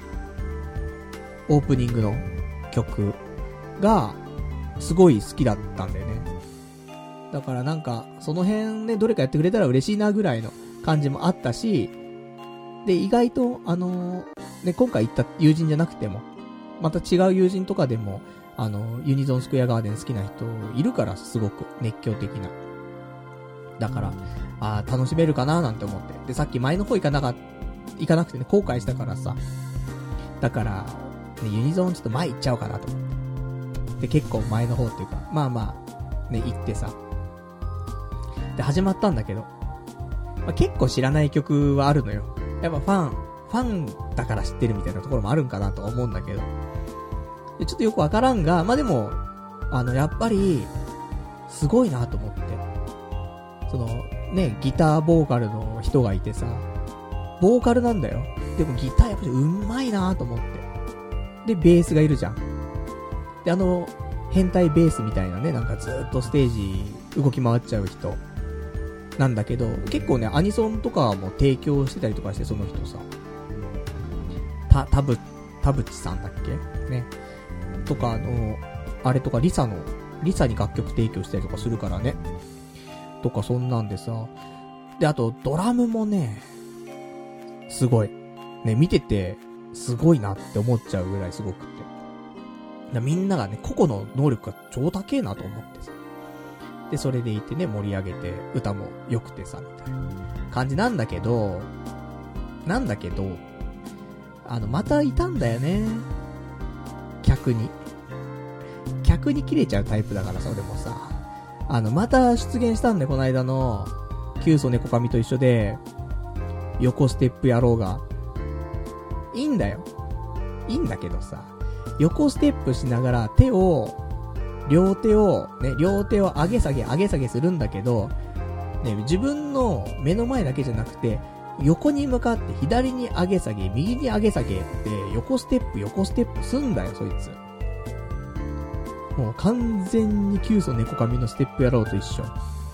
オープニングの曲が、すごい好きだったんだよね。だからなんか、その辺ね、どれかやってくれたら嬉しいなぐらいの感じもあったし、で、意外と、あのー、ね、今回行った友人じゃなくても、また違う友人とかでも、あの、ユニゾンスクエアガーデン好きな人いるから、すごく熱狂的な。だから、あー楽しめるかななんて思って。で、さっき前の方行かなか、行かなくてね、後悔したからさ。だから、ね、ユニゾンちょっと前行っちゃおうかなと思って。で、結構前の方っていうか、まあまあ、ね、行ってさ。で、始まったんだけど、まあ、結構知らない曲はあるのよ。やっぱファン、ファンだから知ってるみたいなところもあるんかなと思うんだけど。で、ちょっとよくわからんが、まあでも、あの、やっぱり、すごいなと思って。その、ね、ギターボーカルの人がいてさ、ボーカルなんだよ。でもギターやっぱり上手いなと思って。で、ベースがいるじゃん。で、あの、変態ベースみたいなね、なんかずーっとステージ動き回っちゃう人なんだけど、結構ね、アニソンとかも提供してたりとかして、その人さ。た、たぶ、たぶちさんだっけね。とか、あの、あれとかリサの、リサに楽曲提供したりとかするからね。とか、そんなんでさ。で、あと、ドラムもね、すごい。ね、見てて、すごいなって思っちゃうぐらいすごくて。だみんながね、個々の能力が超高えなと思ってさ。で、それでいてね、盛り上げて、歌も良くてさ、みたいな感じなんだけど、なんだけど、あの、またいたんだよね。客に。客に切れちゃうタイプだからさ、俺もさ。あの、また出現したんだよ、この間の、キュウソネコカミと一緒で、横ステップ野郎が。いいんだよ。いいんだけどさ、横ステップしながら手を、両手を、ね、両手を上げ下げ上げ下げするんだけど、ね、自分の目の前だけじゃなくて、横に向かって左に上げ下げ、右に上げ下げって、横ステップ横ステップすんだよ、そいつ。もう完全にキュウソネコカミのステップ野郎と一緒。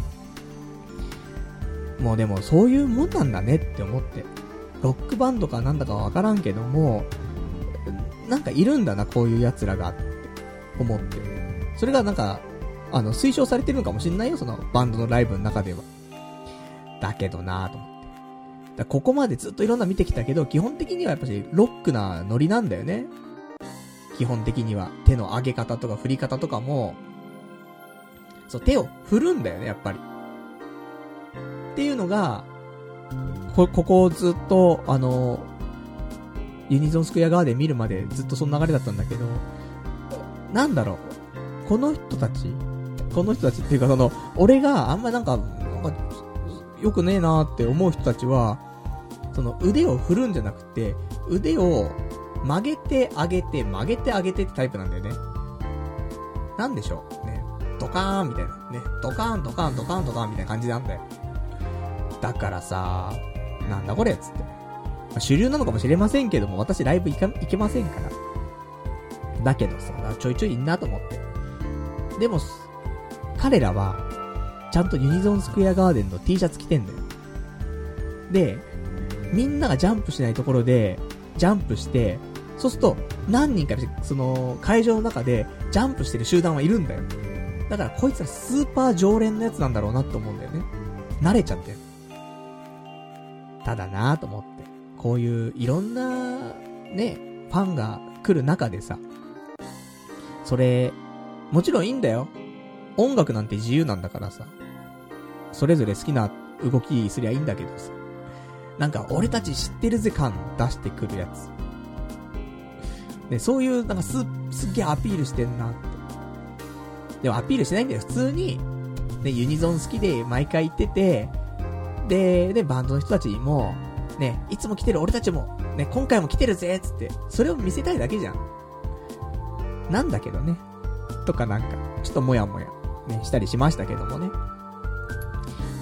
もうでもそういうもんなんだねって思って。ロックバンドかなんだかわからんけども、なんかいるんだな、こういう奴らがって思って。それがなんか、あの、推奨されてるのかもしんないよ、そのバンドのライブの中では。だけどなぁと思って。だここまでずっといろんな見てきたけど、基本的にはやっぱりロックなノリなんだよね。基本的には。手の上げ方とか振り方とかも、そう、手を振るんだよね、やっぱり。っていうのが、こ、ここずっと、あの、ユニゾンスクエアガーデン見るまでずっとその流れだったんだけど、なんだろう、この人たちこの人たちっていうかその、俺があんまなんか、なんか、よくねえなーって思う人たちは、その腕を振るんじゃなくて、腕を曲げて上げて曲げて上げてってタイプなんだよね。なんでしょうね。ドカーンみたいな。ね。ドカーンドカーンドカーンドカーンみたいな感じなんだよ。だからさ、なんだこれつって。まあ、主流なのかもしれませんけども、私ライブ行か、行けませんから。だけどさ、ちょいちょいいんなと思って。でも、彼らは、ちゃんとユニゾンスクエアガーデンの T シャツ着てんだよ。で、みんながジャンプしないところで、ジャンプして、そうすると、何人か、その、会場の中で、ジャンプしてる集団はいるんだよ。だから、こいつはスーパー常連のやつなんだろうなって思うんだよね。慣れちゃってる。ただなぁと思って。こういう、いろんな、ね、ファンが来る中でさ、それ、もちろんいいんだよ。音楽なんて自由なんだからさ、それぞれ好きな動きすりゃいいんだけどさ、なんか俺たち知ってるぜ感出してくるやつ。ね、そういうなんかす、すっげえアピールしてんなって。でもアピールしてないんだよ。普通に、ね、ユニゾン好きで毎回行ってて、で、で、バンドの人たちにも、ね、いつも来てる俺たちも、ね、今回も来てるぜっつって、それを見せたいだけじゃん。なんだけどね。とかなんか、ちょっともやもや、ね、したりしましたけどもね。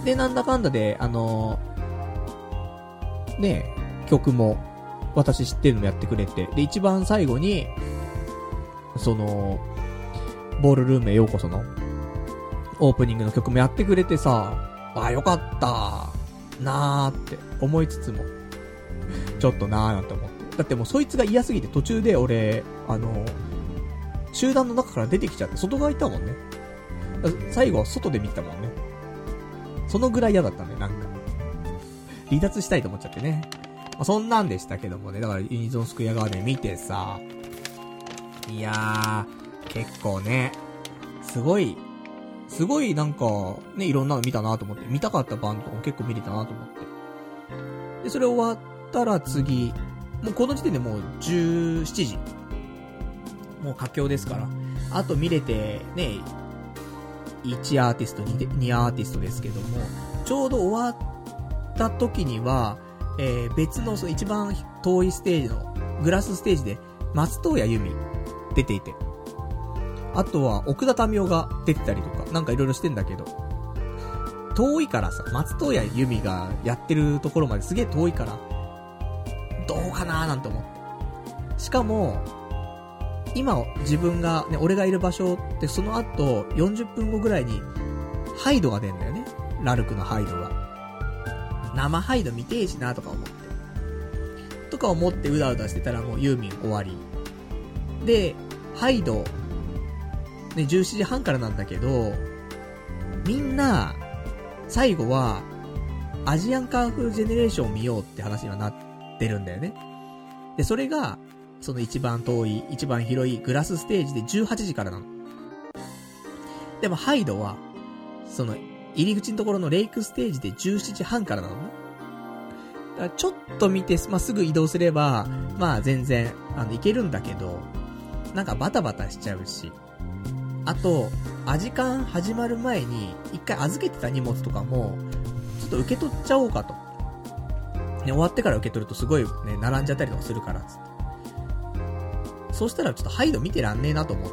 で、なんだかんだで、あのー、ねえ、曲も、私知ってるのやってくれて、で、一番最後に、その、ボールルームへようこその、オープニングの曲もやってくれてさ、あ、よかったなーって思いつつも、ちょっとなーなんて思って。だってもうそいつが嫌すぎて途中で俺、あの、集団の中から出てきちゃって、外側行ったもんね。最後は外で見てたもんね。そのぐらい嫌だったんだよ、なんか。離脱したいと思っちゃってね。まあ、そんなんでしたけどもね。だからユニゾンスクエアガーデン見てさ、いやー、結構ね、すごい、すごいなんか、ね、いろんなの見たなと思って、見たかったバンドも結構見れたなと思って。で、それ終わったら次、もうこの時点でもうじゅうしちじ。もう佳境ですから。あと見れて、ね、いちアーティスト、にアーティストですけども、ちょうど終わった時には、えー、別のその一番遠いステージの、グラスステージで、松任谷由実出ていて。あとは、奥田民生が出てたりとか、なんかいろいろしてんだけど、遠いからさ、松任谷由実がやってるところまですげえ遠いから、どうかなーなんて思って。しかも、今、自分が、ね、俺がいる場所って、その後、よんじゅっぷんごぐらいに、ハイドが出んだよね。ラルクのハイドが。生ハイド見てえしなとか思って。とか思ってうだうだしてたらもうユーミン終わり。で、ハイド、ね、じゅうしちじはんからなんだけど、みんな、最後は、アジアンカンフージェネレーションを見ようって話にはなってるんだよね。で、それが、その一番遠い、一番広いグラスステージでじゅうはちじからなの。でもハイドは、その入り口のところのレイクステージでじゅうしちじはんからなのね。だからちょっと見て、まあ、すぐ移動すれば、まあ全然、あの、いけるんだけど、なんかバタバタしちゃうし。あと、アジカン始まる前に、一回預けてた荷物とかも、ちょっと受け取っちゃおうかと。ね、終わってから受け取るとすごいね、並んじゃったりとかするから、つって。そうしたらちょっとハイド見てらんねえなと思って。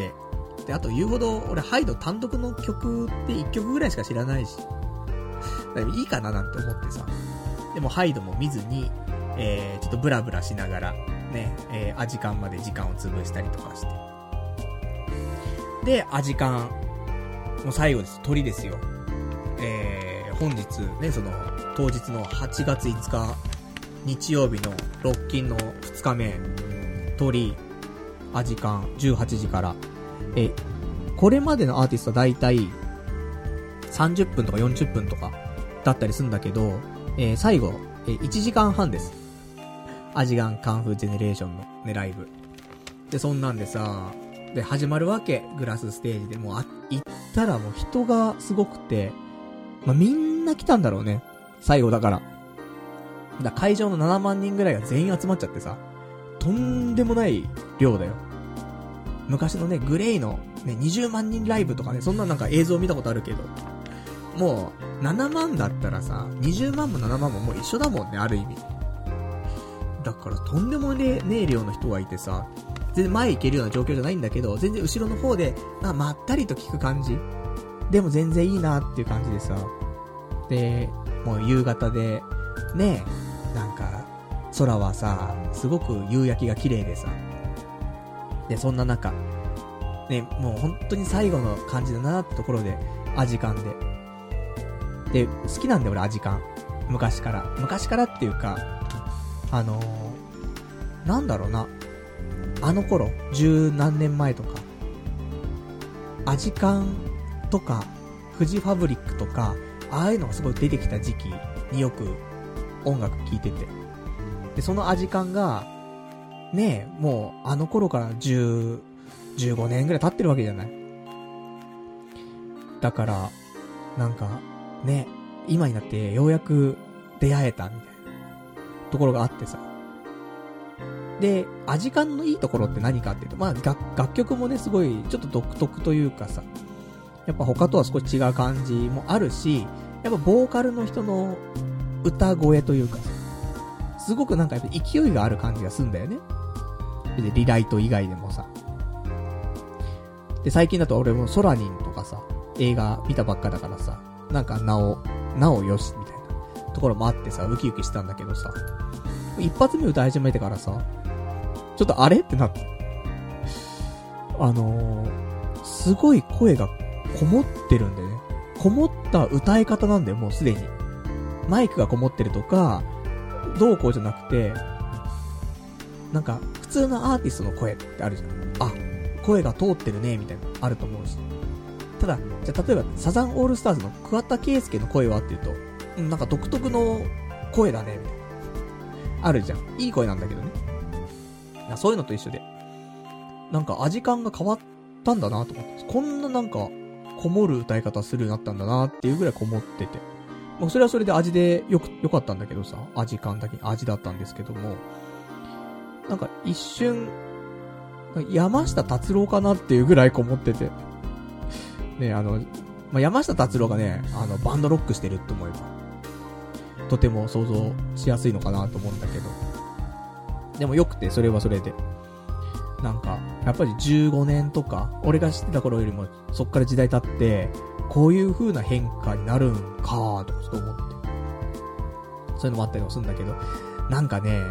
で、あと言うほど、俺ハイド単独の曲っていっきょくぐらいしか知らないし。だからいいかななんて思ってさ。でもハイドも見ずに、えー、ちょっとブラブラしながら、ね、えー、アジカンまで時間を潰したりとかして。で、アジカン、もう最後です。鳥ですよ。えー、本日、ね、その、当日のはちがついつか、日曜日のロッキンのふつかめ、鳥、アジカン、じゅうはちじから、え、これまでのアーティストはだいたいさんじゅっぷんとかよんじゅっぷんとかだったりするんだけど、えー、最後、えー、いちじかんはんです。アジカンカンフージェネレーションのね、ライブ。で、そんなんでさ、で、始まるわけ。グラスステージでもう、あ、行ったらもう人がすごくて、まあ、みんな来たんだろうね。最後だから。だから会場のななまんにんぐらいが全員集まっちゃってさ、とんでもない量だよ。昔のね、グレイの、ね、にじゅうまんにんライブとかね、そんななんか映像見たことあるけど、もう、ななまんだったらさ、にじゅうまんもななまんももう一緒だもんね、ある意味。だからとんでもねえ量の人がいてさ、全然前行けるような状況じゃないんだけど、全然後ろの方で、まあ、まったりと聞く感じ。でも全然いいなっていう感じでさ、で、もう夕方で、ねえ、なんか、空はさ、すごく夕焼けが綺麗でさ。で、そんな中、ね、もう本当に最後の感じだなってところで、アジカンで。で、好きなんだよ俺アジカン。昔から。昔からっていうか、あのー、なんだろうな。あの頃、十何年前とか、アジカンとか、フジファブリックとか、ああいうのがすごい出てきた時期によく音楽聴いてて。で、そのアジカンが、ねえ、もうあの頃からじゅう、じゅうごねんぐらい経ってるわけじゃない。だから、なんか、ね、今になってようやく出会えたみたいなところがあってさ。で、アジカンのいいところって何かっていうと、まあ楽、楽曲もね、すごいちょっと独特というかさ、やっぱ他とは少し違う感じもあるし、やっぱボーカルの人の歌声というかさ、すごくなんかやっぱ勢いがある感じがするんだよね。で、リライト以外でもさ。で、最近だと俺もソラニンとかさ、映画見たばっかだからさ、なんかなおなおよし、みたいなところもあってさ、ウキウキしたんだけどさ、一発目歌い始めてからさ、ちょっとあれってなって。あのー、すごい声がこもってるんだよね。こもった歌い方なんだよ、もうすでに。マイクがこもってるとか、どうこうじゃなくて、なんか、普通のアーティストの声ってあるじゃん。あ、声が通ってるね、みたいな、あると思うし。ただ、じゃあ例えば、サザンオールスターズの桑田佳祐の声はっていうと、うん、なんか独特の声だね、みたいな。あるじゃん。いい声なんだけどね。そういうのと一緒で。なんか味感が変わったんだなと思って。こんななんか、こもる歌い方するようになったんだなっていうぐらいこもってて。もうそれはそれで味でよく、よかったんだけどさ。味感だけ味だったんですけども。なんか一瞬、山下達郎かなっていうぐらいこもってて。ね、あの、まあ、山下達郎がね、あの、バンドロックしてると思えば、とても想像しやすいのかなと思うんだけど。でもよくて、それはそれで。なんか、やっぱりじゅうごねんとか、俺が知ってた頃よりも、そっから時代経って、こういう風な変化になるんかーとかちょっと思って。そういうのもあったりもするんだけど、なんかね、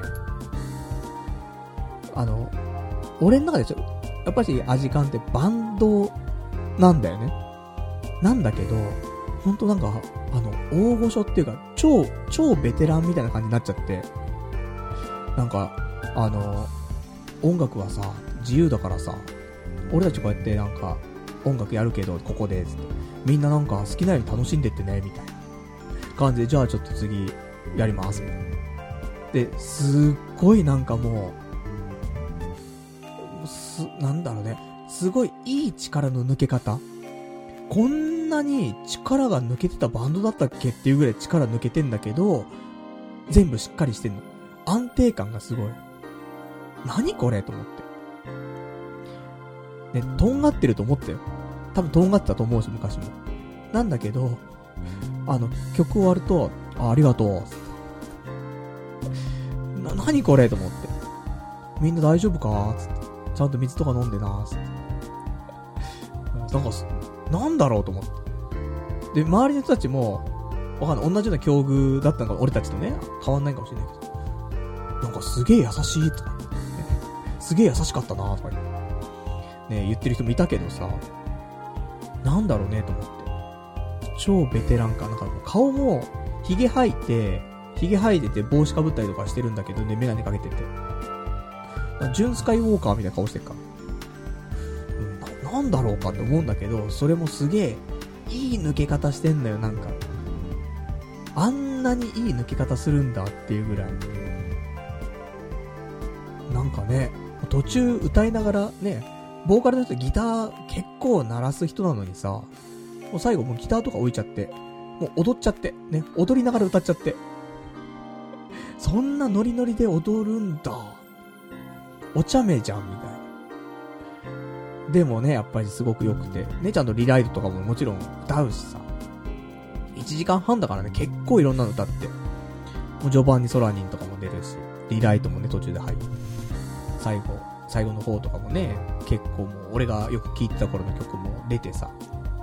あの、俺の中でちょ、やっぱり味感ってバンドなんだよね。なんだけど、ほんとなんか、あの、大御所っていうか、超、超ベテランみたいな感じになっちゃって、なんか、あの、音楽はさ、自由だからさ、俺たちこうやってなんか、音楽やるけど、ここで、つって、みんななんか好きなように楽しんでってね、みたいな感じで、じゃあちょっと次、やります、みたいな。で、すっごいなんかもう、す、なんだろうね、すごいいい力の抜け方。こんなに力が抜けてたバンドだったっけっていうぐらい力抜けてんだけど、全部しっかりしてんの。安定感がすごい。何これと思って。ね、とんがってると思ったよ。多分とんがってたと思うし、昔も。なんだけど、あの、曲終わると、あ、ありがとう。な、何これと思って。みんな大丈夫かつって。ちゃんと水とか飲んでなつって。なんか、なんだろうと思って。で、周りの人たちも、わかんない。同じような境遇だったのか、俺たちとね、変わんないかもしれないけど。なんかすげえ優しいとか、ね、すげえ優しかったなとかね、言ってる人もいたけどさ、なんだろうねと思って。超ベテランかなんか顔もヒゲ生えて、ヒゲ生えてて帽子かぶったりとかしてるんだけどね、メガネかけてて。ジュンスカイウォーカーみたいな顔してるから。な、なんだろうかって思うんだけど、それもすげえいい抜け方してんだよ、なんか。あんなにいい抜け方するんだっていうぐらい。なんかね、途中歌いながらね、ボーカルの人ギター結構鳴らす人なのにさ、もう最後もうギターとか置いちゃって、もう踊っちゃって、ね、踊りながら歌っちゃって。そんなノリノリで踊るんだ。お茶目じゃん、みたいな。でもね、やっぱりすごく良くて、ね、ちゃんとリライドとかももちろん歌うしさ。いちじかんはんだからね、結構いろんなの歌って。もう序盤にソラニンとかも出るし、リライトもね、途中で入る。最後、最後の方とかもね、結構もう、俺がよく聴いてた頃の曲も出てさ。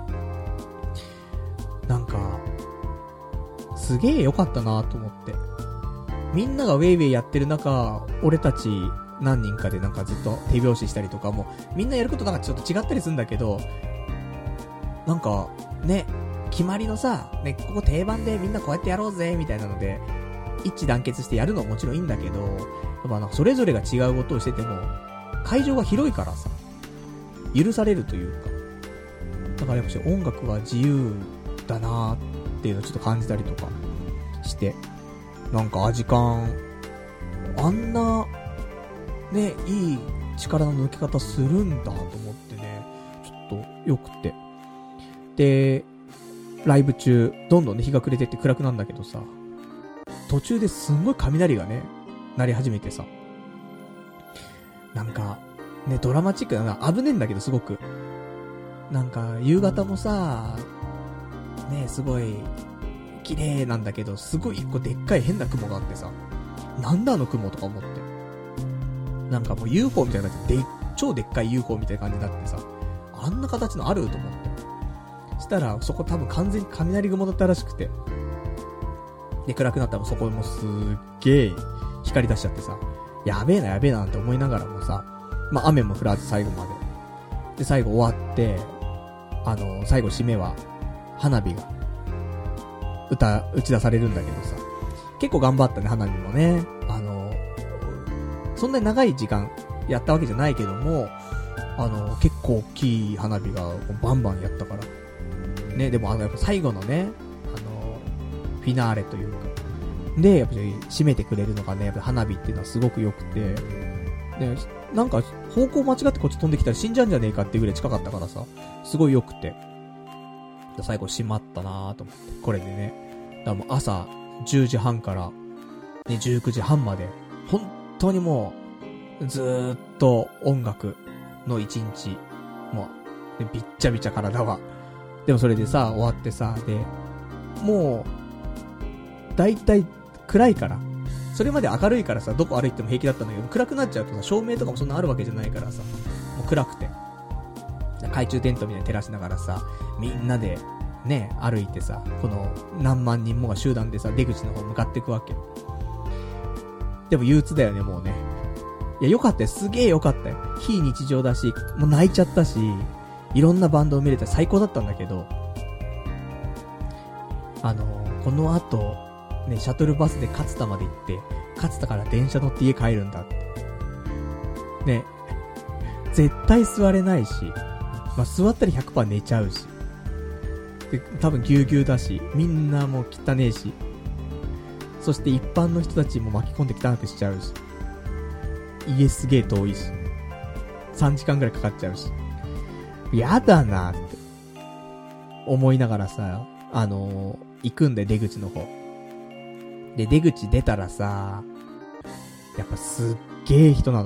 なんか、すげえ良かったなと思って。みんながウェイウェイやってる中、俺たち何人かでなんかずっと手拍子したりとかも、みんなやることなんかちょっと違ったりするんだけど、なんか、ね、決まりのさ、ね、ここ定番でみんなこうやってやろうぜ、みたいなので、一致団結してやるのはもちろんいいんだけど、まあなんかそれぞれが違うことをしてても、会場が広いからさ、許されるというか、だからやっぱし音楽は自由だなーっていうのをちょっと感じたりとかして、なんか味感、あんな、ね、いい力の抜け方するんだと思ってね、ちょっと良くて。で、ライブ中、どんどんね、日が暮れてって暗くなんだけどさ、途中ですんごい雷がね、鳴り始めてさ、なんか、ね、ドラマチックだな、危ねえんだけどすごく。なんか、夕方もさ、ね、すごい、綺麗なんだけど、すごい一個でっかい変な雲があってさ、なんだあの雲とか思って。なんかもう ユーフォー みたいな感じで、で超でっかい ユーフォー みたいな感じになってさ、あんな形のあると思って。したら、そこ多分完全に雷雲だったらしくて、 で、暗くなったらそこもすっげえ光り出しちゃってさ、やべえなやべえななんて思いながらもさ、まあ雨も降らず最後まで。で、最後終わって、あの、最後締めは、花火が、歌、打ち出されるんだけどさ、結構頑張ったね、花火もね。あの、そんなに長い時間やったわけじゃないけども、あの、結構大きい花火がバンバンやったから。ね、でもあの、やっぱ最後のね、あの、フィナーレというか、で、やっぱり締めてくれるのがね、やっぱ花火っていうのはすごく良くて、で、なんか方向間違ってこっち飛んできたら死んじゃうんじゃねえかっていうぐらい近かったからさ、すごい良くて、最後閉まったなーと思って、これでね、だからもう朝じゅうじはんから、ね、じゅうくじはんまで、本当にもう、ずーっと音楽の一日、もう、びっちゃびちゃ体は。でもそれでさ、終わってさ、で、もう、だいたい暗いから、それまで明るいからさ、どこ歩いても平気だったんだけど、暗くなっちゃうとさ、照明とかもそんなあるわけじゃないからさ、もう暗くて。懐中電灯みたいに照らしながらさ、みんなで、ね、歩いてさ、この何万人もが集団でさ、出口の方向かっていくわけ。でも憂鬱だよね、もうね。いや、よかったよ。すげえよかったよ。非日常だし、もう泣いちゃったし、いろんなバンドを見れて最高だったんだけど、あのー、この後、ね、シャトルバスで勝田まで行って、勝田から電車乗って家帰るんだって。ね、絶対座れないし、まあ、座ったら ひゃくパーセント 寝ちゃうし。で、多分ぎゅうぎゅうだし、みんなもう汚ねえし。そして一般の人たちも巻き込んで汚くしちゃうし。家すげえ遠いし。さんじかんくらいかかっちゃうし。やだなって。思いながらさ、あのー、行くんで出口の方。で、出口出たらさ、やっぱすっげえ人なの。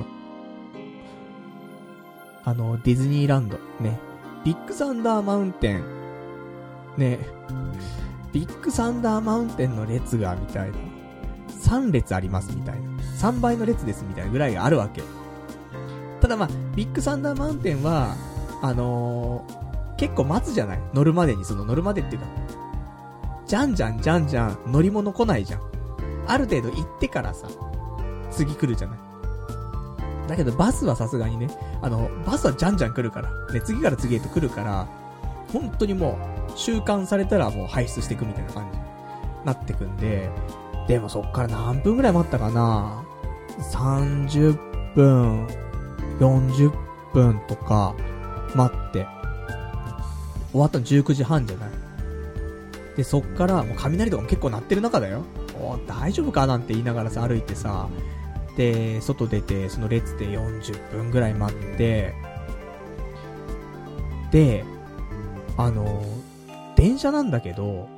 あの、ディズニーランド、ね。ビッグサンダーマウンテン、ね。ビッグサンダーマウンテンの列が、みたいな。さん列あります、みたいな。さんばいの列です、みたいなぐらいがあるわけ。ただまあ、ビッグサンダーマウンテンは、あのー、結構待つじゃない？乗るまでに、その乗るまでっていうか。じゃんじゃんじゃんじゃん、乗り物来ないじゃん。ある程度行ってからさ、次来るじゃない。だけどバスはさすがにね、あの、バスはじゃんじゃん来るから、ね、次から次へと来るから、本当にもう、習慣されたらもう排出していくみたいな感じになってくんで、でもそっから何分ぐらい待ったかな？さんじゅっぷん、よんじゅっぷんとか待って、終わったのじゅうくじはんじゃない？で、そっからもう雷とかも結構鳴ってる中だよ。お大丈夫かなんて言いながらさ、歩いてさ、で、外出て、その列でよんじゅっぷんぐらい待って、で、あの、電車なんだけど、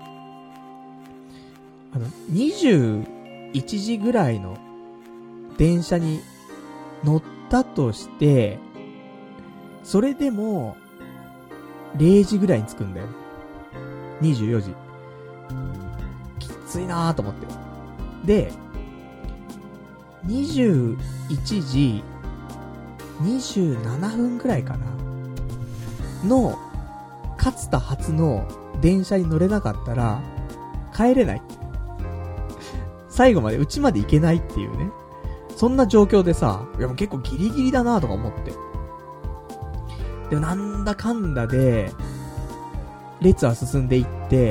あの、にじゅういちじぐらいの電車に乗ったとして、それでも、れいじぐらいに着くんだよ。にじゅうよじ。きついなぁと思って。で、にじゅういちじにじゅうななふんくらいかなの勝田発の電車に乗れなかったら帰れない。最後までうちまで行けないっていうね、そんな状況でさ、いやもう結構ギリギリだなとか思って、でもなんだかんだで列は進んでいって、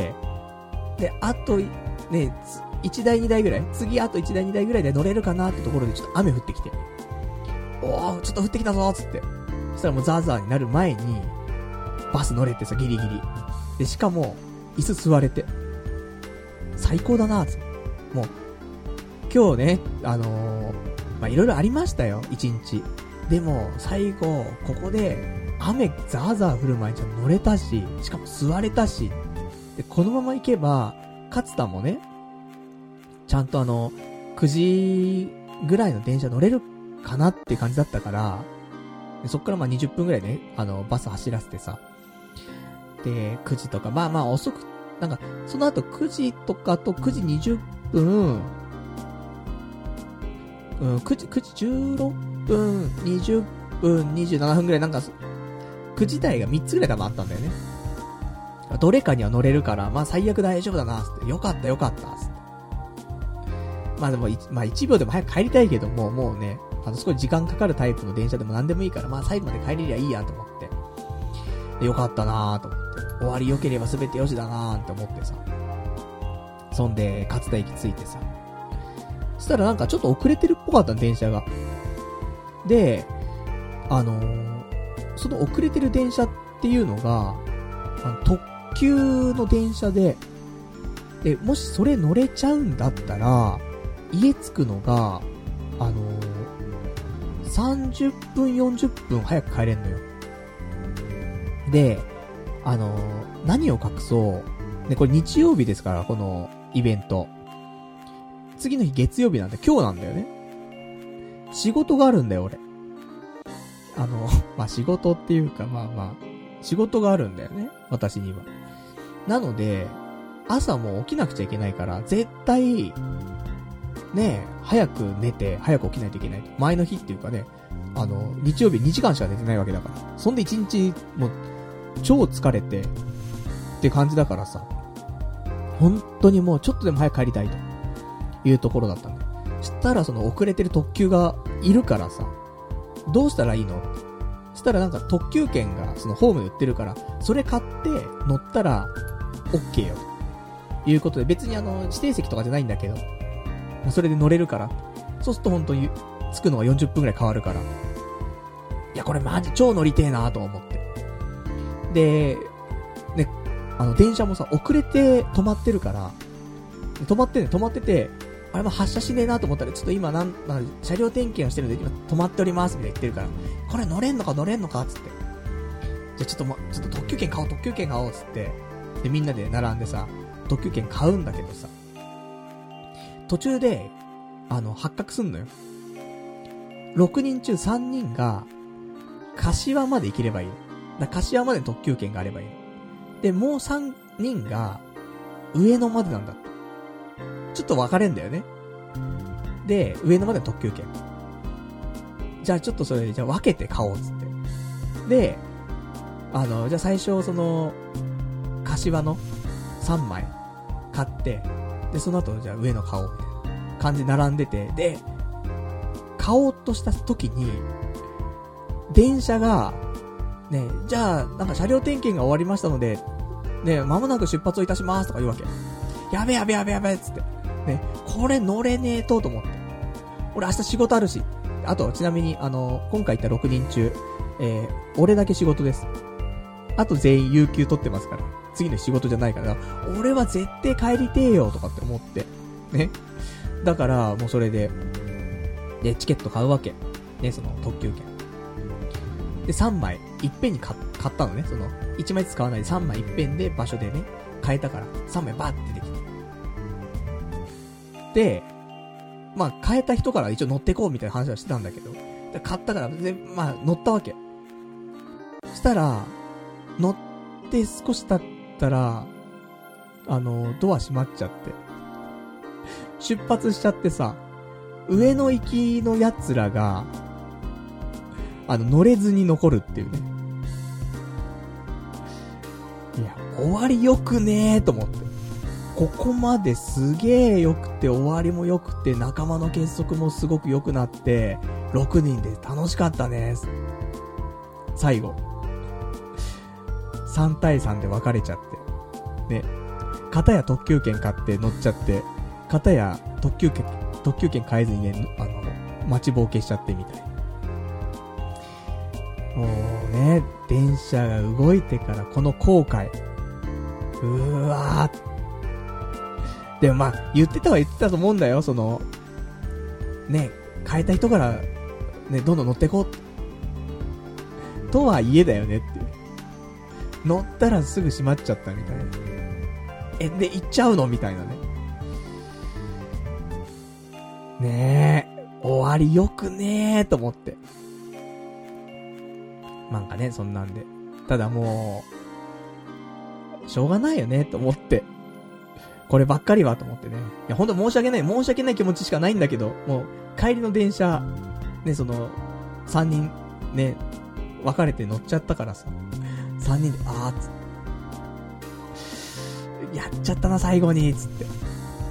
であとねいちだいにだいぐらい、次あといちだいにだいぐらいで乗れるかなってところでちょっと雨降ってきて、おーちょっと降ってきたぞーつって、そしたらもうザーザーになる前にバス乗れてさ、ギリギリで、しかも椅子座れて最高だなーつって、もう今日ね、あのー、まあ、いろいろありましたよ一日。でも最後ここで雨ザーザー降る前にちゃんと乗れたし、しかも座れたし、でこのまま行けば勝田もねちゃんとあのくじぐらいの電車乗れるかなって感じだったから、でそっからまあにじゅっぷんぐらいね、あのバス走らせてさ、でくじとかまあまあ遅く、なんかその後くじとかとくじにじゅっぷん、うん、くじ、くじじゅうろっぷん、にじゅっぷん、にじゅうななふんぐらい、なんかくじ台がみっつぐらい多分あったんだよね。どれかには乗れるから、まあ最悪大丈夫だなつって、よかったよかったつって。 まあでも、まあいちびょうでも早く帰りたいけども、もうね、あの、少し時間かかるタイプの電車でも何でもいいから、まあ最後まで帰れりゃいいやと思って。で、よかったなーと思って。終わり良ければ全てよしだなーって思ってさ。そんで、勝田駅着いてさ。そしたらなんかちょっと遅れてるっぽかったの、電車が。で、あのー、その遅れてる電車っていうのが、あの特急の電車で、で、もしそれ乗れちゃうんだったら、家着くのが、あのー、さんじゅっぷん、よんじゅっぷん早く帰れんのよ。で、あのー、何を隠そう。で、これ日曜日ですから、このイベント。次の日月曜日なんで、今日なんだよね。仕事があるんだよ、俺。あの、まあ、仕事っていうか、まあまあ、仕事があるんだよね、私には。なので、朝もう起きなくちゃいけないから、絶対、ねえ、早く寝て、早く起きないといけない。前の日っていうかね、あの、日曜日にじかんしか寝てないわけだから。そんでいちにち、もう、超疲れて、って感じだからさ、本当にもうちょっとでも早く帰りたいというところだったんだよ。したらその遅れてる特急がいるからさ、どうしたらいいの？したらなんか特急券がそのホームで売ってるから、それ買って乗ったら OK よということで、別にあの指定席とかじゃないんだけど、それで乗れるから、そうすると本当に着くのがよんじゅっぷんくらい変わるから、いやこれマジ超乗りてえなと思って。で、ね、あの電車もさ遅れて止まってるから、止まってね止まってて。あれも発車しねえなと思ったら、ちょっと今なん、なんか車両点検をしてるので今止まっておりますみたいな言ってるから、これ乗れんのか乗れんのかつって。じゃあちょっとま、ちょっと特急券買おう特急券買おうつって。で、みんなで並んでさ、特急券買うんだけどさ、途中で、あの、発覚すんのよ。ろくにん中さんにんが、柏まで行ければいい。だ柏まで特急券があればいい。で、もうさんにんが、上野までなんだって。ちょっと分かれんだよね。で、上野までの特急券。じゃあちょっとそれ、じゃあ分けて買おうつって。で、あの、じゃあ最初その、柏のさんまい買って、で、その後じゃあ上野買おうみたいな感じで並んでて、で、買おうとした時に、電車が、ね、じゃあ、なんか車両点検が終わりましたので、ね、間もなく出発をいたしますとか言うわけ。やべやべやべやべつって。ね、これ乗れねえとと思って。俺明日仕事あるし。あと、ちなみに、あの、今回行ったろくにん中、えー、俺だけ仕事です。あと全員有給取ってますから。次の仕事じゃないから、俺は絶対帰りてえよとかって思って。ね。だから、もうそれで、で、チケット買うわけ。ね、その特急券。で、さんまい、いっぺんに買買ったのね。その、いちまいずつ買わないでさんまいいっぺんで場所でね、買えたから、さんまいバーって出てきて。で、まあ、買えた人から一応乗ってこうみたいな話はしてたんだけど、で買ったから、で、まあ、乗ったわけ。したら、乗って少し経ったら、あの、ドア閉まっちゃって、出発しちゃってさ、上野行きの奴らが、あの、乗れずに残るっていうね。いや、終わり良くねーと思って。ここまですげー良くて、終わりも良くて、仲間の結束もすごく良くなって、ろくにんで楽しかったねー。最後。さんたいさんで分かれちゃって。ね。片や特急券買って乗っちゃって、片や特急券、特急券買えずにね、あの、待ちぼうけしちゃってみたい。もうね、電車が動いてからこの後悔。うーわー。でもまあ、言ってたは言ってたと思うんだよ、その、ね、変えた人から、ね、どんどん乗ってこう。とはいえだよねっていう。乗ったらすぐ閉まっちゃったみたいな。え、で、行っちゃうのみたいなね。ねえ、終わりよくねえと思って。なんかね、そんなんで。ただもう、しょうがないよねと思って。こればっかりはと思ってね。いや、ほんと申し訳ない、申し訳ない気持ちしかないんだけど、もう、帰りの電車、ね、その、三人、ね、分かれて乗っちゃったからさ。三人で、あーつって。やっちゃったな、最後に、つって。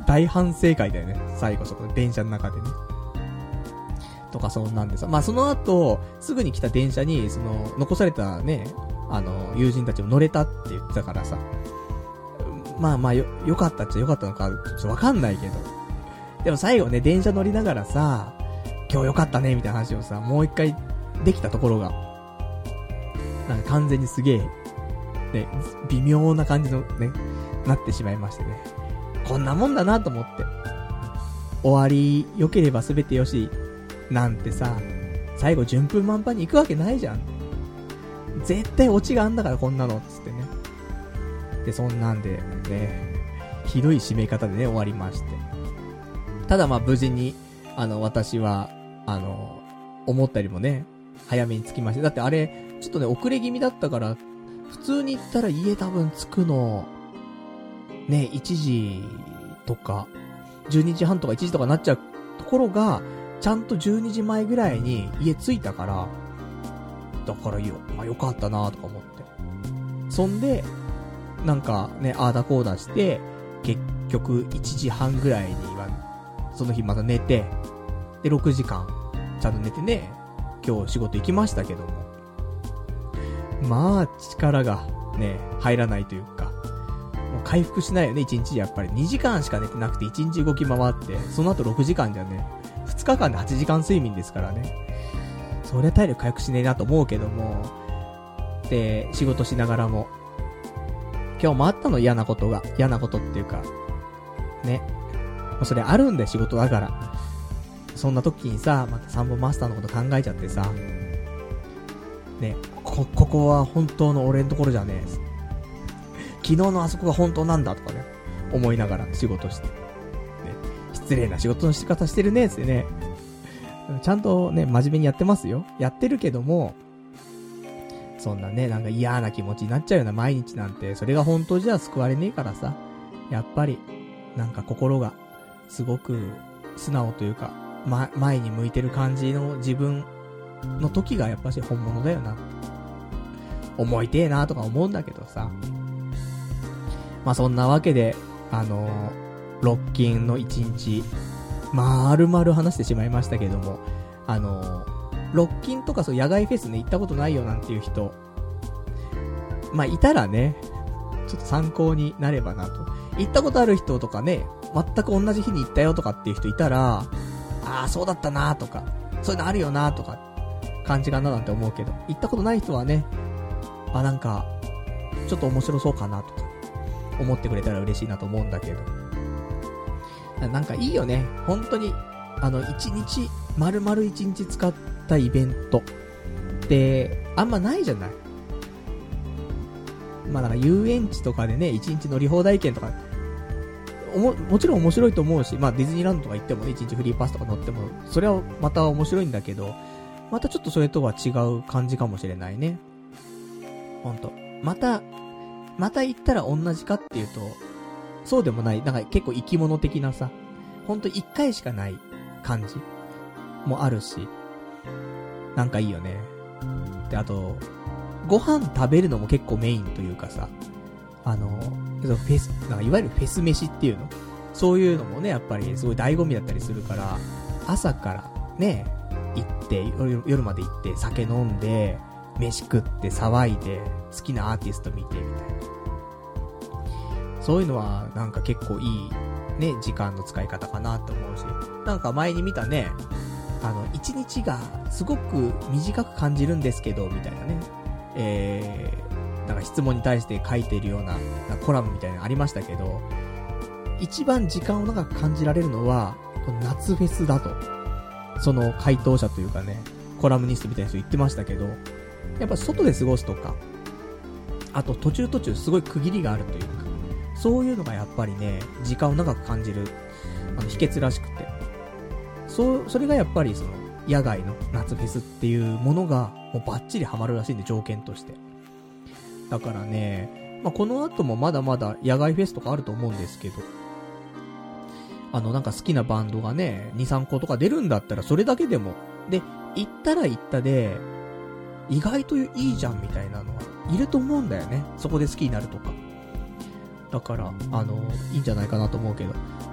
大反省会だよね。最後そこ電車の中でね。とかそんなんでさ。まあその後、すぐに来た電車に、その、残されたね、あの、友人たちも乗れたって言ってたからさ。まあまあよ、よかったっちゃよかったのか、ちょっとわかんないけど。でも最後ね、電車乗りながらさ、今日よかったね、みたいな話をさ、もう一回できたところが、なんか完全にすげえ、ね、微妙な感じのね、なってしまいましてね。こんなもんだなと思って。終わり、良ければ全てよし、なんてさ、最後順風満帆に行くわけないじゃん。絶対オチがあんだからこんなの、つってね。で、そんなんで、ね、ひどい締め方でね、終わりまして。ただまあ無事に、あの、私は、あの、思ったよりもね、早めに着きました。だってあれ、ちょっとね、遅れ気味だったから、普通に行ったら家多分着くの、ね、いちじとか、じゅうにじはんとかいちじとかなっちゃうところが、ちゃんとじゅうにじまえぐらいに家着いたから、だからよ、まあ、よかったなとか思って。そんで、なんかね、あーだこーだして、結局いちじはんぐらいには、その日また寝て、で、ろくじかん、ちゃんと寝てね、今日仕事行きましたけども。まあ、力がね、入らないというか、もう回復しないよね、いちにちやっぱり。にじかんしか寝てなくていちにち動き回って、その後ろくじかんじゃね、ふつかかんではちじかん睡眠ですからね。そりゃ体力回復しねえなと思うけども、で、仕事しながらも、今日もあったの嫌なことが、嫌なことっていうか、ね。それあるんだよ、仕事だから。そんな時にさ、またサンボマスターのこと考えちゃってさ、ね、こ、ここは本当の俺のところじゃねえ。昨日のあそこが本当なんだとかね、思いながら仕事して。ね、失礼な仕事の仕方してるね、ってね。ちゃんとね、真面目にやってますよ。やってるけども、そんなね、なんか嫌な気持ちになっちゃうような毎日なんて、それが本当じゃ救われねえからさ、やっぱり、なんか心が、すごく、素直というか、ま、前に向いてる感じの自分の時がやっぱし本物だよな。思いてえなとか思うんだけどさ。まあそんなわけで、あのー、ロッキンの一日、まるまる話してしまいましたけども、あのー、ロッキンとかそう野外フェスね行ったことないよなんていう人、まあいたらね、ちょっと参考になればなと。行ったことある人とかね、全く同じ日に行ったよとかっていう人いたら、ああそうだったなとか、そういうのあるよなとか感じかななんて思うけど、行ったことない人はね、あなんかちょっと面白そうかなとか思ってくれたら嬉しいなと思うんだけど、なんかいいよね、本当にあの一日丸々一日使ったイベントってあんまないじゃない。まあなんか遊園地とかでね、一日乗り放題券とかおも、もちろん面白いと思うし、まあディズニーランドとか行ってもね、一日フリーパスとか乗っても、それはまた面白いんだけど、またちょっとそれとは違う感じかもしれないね。ほんと。また、また行ったら同じかっていうと、そうでもない。なんか結構生き物的なさ、ほんと一回しかない感じもあるし、なんかいいよね。で、あと、ご飯食べるのも結構メインというかさ、あの、フェス、なんかいわゆるフェス飯っていうの、そういうのもね、やっぱりすごい醍醐味だったりするから、朝からね、行って、夜、夜まで行って、酒飲んで、飯食って騒いで、好きなアーティスト見て、みたいな。そういうのは、なんか結構いい、ね、時間の使い方かなと思うし、なんか前に見たね、あの、一日がすごく短く感じるんですけど、みたいなね、えー、なんか質問に対して書いているような、なコラムみたいなのありましたけど、一番時間を長く感じられるのは、夏フェスだと。その回答者というかね、コラムニストみたいな人言ってましたけど、やっぱ外で過ごすとか、あと途中途中すごい区切りがあるというか、そういうのがやっぱりね、時間を長く感じる、あの、秘訣らしくて。そう、それがやっぱりその、野外の夏フェスっていうものが、もうバッチリハマるらしいんで、条件として。だからね、まあ、この後もまだまだ野外フェスとかあると思うんですけど、あの、なんか好きなバンドがね、に、さんことか出るんだったらそれだけでも、で、行ったら行ったで、意外といいじゃんみたいなのはいると思うんだよね。そこで好きになるとか。だから、あの、いいんじゃないかなと思うけど。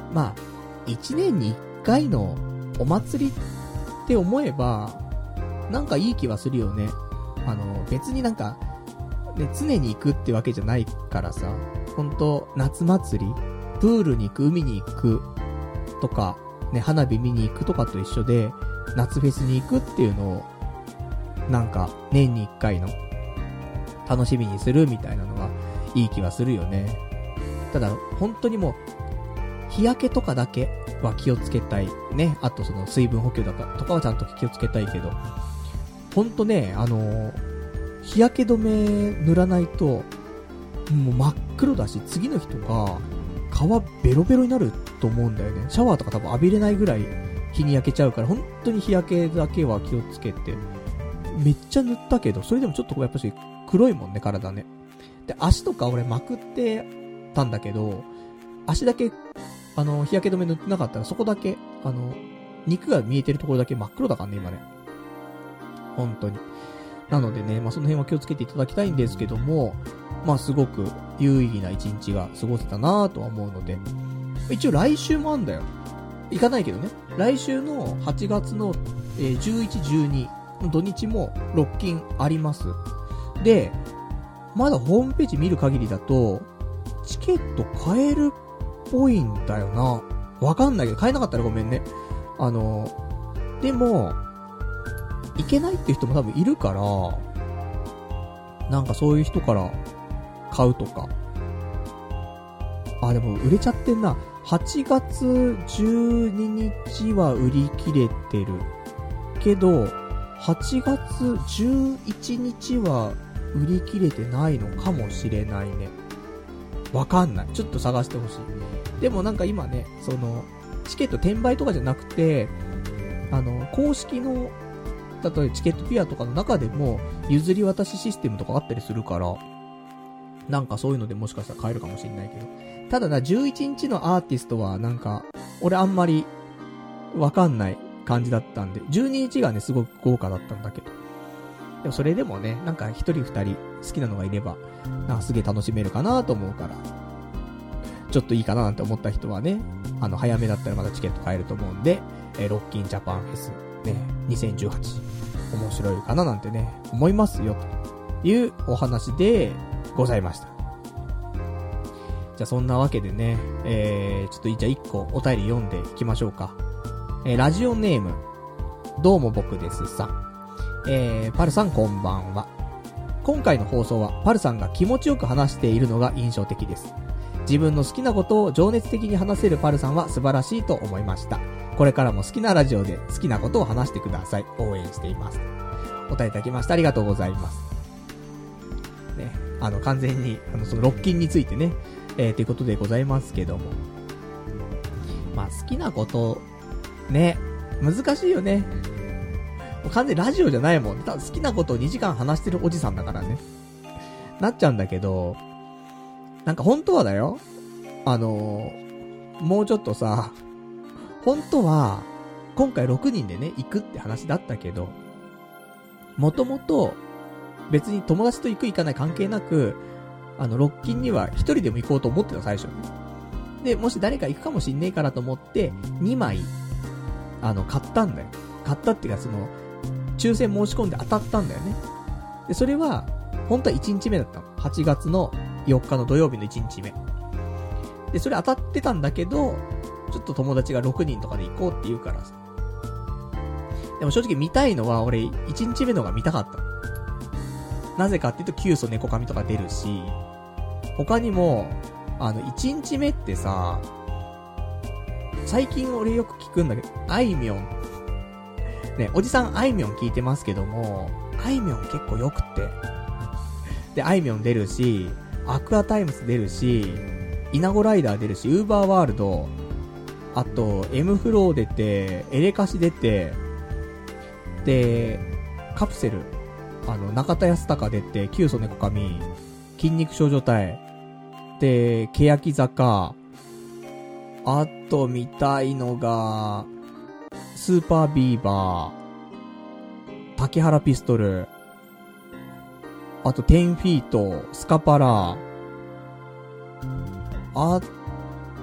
まあ、一年に一回のお祭りって思えば、なんかいい気はするよね。あの、別になんか、ね、常に行くってわけじゃないからさ、ほんと、夏祭り、プールに行く、海に行く、とか、ね、花火見に行くとかと一緒で、夏フェスに行くっていうのを、なんか、年に一回の、楽しみにするみたいなのは、いい気はするよね。ただ、本当にもう、日焼けとかだけは気をつけたい。ね。あとその水分補給とか、とかはちゃんと気をつけたいけど、ほんとね、あのー、日焼け止め塗らないと、もう真っ黒だし、次の日とか、皮ベロベロになると思うんだよね。シャワーとか多分浴びれないぐらい日に焼けちゃうから、本当に日焼けだけは気をつけて。めっちゃ塗ったけど、それでもちょっとやっぱし黒いもんね、体ね。で、足とか俺まくってたんだけど、足だけ、あの、日焼け止め塗ってなかったらそこだけ、あの、肉が見えてるところだけ真っ黒だからね、今ね。本当に。なのでね、まあ、その辺は気をつけていただきたいんですけども、まあ、すごく有意義な一日が過ごせたなぁとは思うので、一応来週もあんだよ。行かないけどね。来週のはちがつの、えー、じゅういち、じゅうにの土日もロッキンあります。で、まだホームページ見る限りだと、チケット買えるっぽいんだよな。わかんないけど、買えなかったらごめんね。あの、でも、行けないっていう人も多分いるから、なんかそういう人から買うとか。あ、でも売れちゃってんな。はちがつじゅうににちは売り切れてる。けど、はちがつじゅういちにちは売り切れてないのかもしれないね。わかんない。ちょっと探してほしい。でもなんか今ね、その、チケット転売とかじゃなくて、あの、公式の、例えばチケットピアとかの中でも、譲り渡しシステムとかあったりするから、なんかそういうのでもしかしたら買えるかもしれないけど。ただな、じゅういちにちのアーティストはなんか、俺あんまり、わかんない感じだったんで、じゅうににちがね、すごく豪華だったんだけど。でもそれでもね、なんか一人二人好きなのがいれば、なんかすげえ楽しめるかなと思うから、ちょっといいかななんて思った人はね、あの、早めだったらまだチケット買えると思うんで、えー、ロッキンジャパンフェス、ね、にせんじゅうはち、面白いかななんてね、思いますよ、というお話でございました。じゃあそんなわけでね、えー、ちょっとじゃあ一個お便り読んでいきましょうか。えー、ラジオネーム、どうも僕ですさん。えー、パルさんこんばんは。今回の放送はパルさんが気持ちよく話しているのが印象的です。自分の好きなことを情熱的に話せるパルさんは素晴らしいと思いました。これからも好きなラジオで好きなことを話してください。応援しています。お便りいただきましてありがとうございます。ね、あの完全にあのそのロッキンについてね、えー、ということでございますけども、まあ好きなことね、難しいよね。完全にラジオじゃないもん。ただ好きなことをにじかん話してるおじさんだからね。なっちゃうんだけど、なんか本当はだよ。あのー、もうちょっとさ、本当は、今回ろくにんでね、行くって話だったけど、もともと、別に友達と行く行かない関係なく、あの、ロッキンには一人でも行こうと思ってた最初に。で、もし誰か行くかもしんねえからと思って、にまい、あの、買ったんだよ。買ったっていうか、その、抽選申し込んで当たったんだよね。で、それは、本当はいちにちめだったの。はちがつのよっかの土曜日のいちにちめ。で、それ当たってたんだけど、ちょっと友達がろくにんとかで行こうって言うからさ。でも正直見たいのは、俺、いちにちめのが見たかった。なぜかっていうと、キュウソネコカミとか出るし、他にも、あの、いちにちめってさ、最近俺よく聞くんだけど、あいみょん。ね、おじさんあいみょん聞いてますけども、あいみょん結構よくって。で、あいみょん出るし、アクアタイムス出るし、イナゴライダー出るし、ウーバーワールド、あと、M フロー出て、エレカシ出て、で、カプセル、あの、中田康隆出て、キュウソネコカミ、筋肉少女隊、で、欅坂、あと見たいのが、スーパービーバー、竹原ピストル、あとテンフィート、スカパラ、あ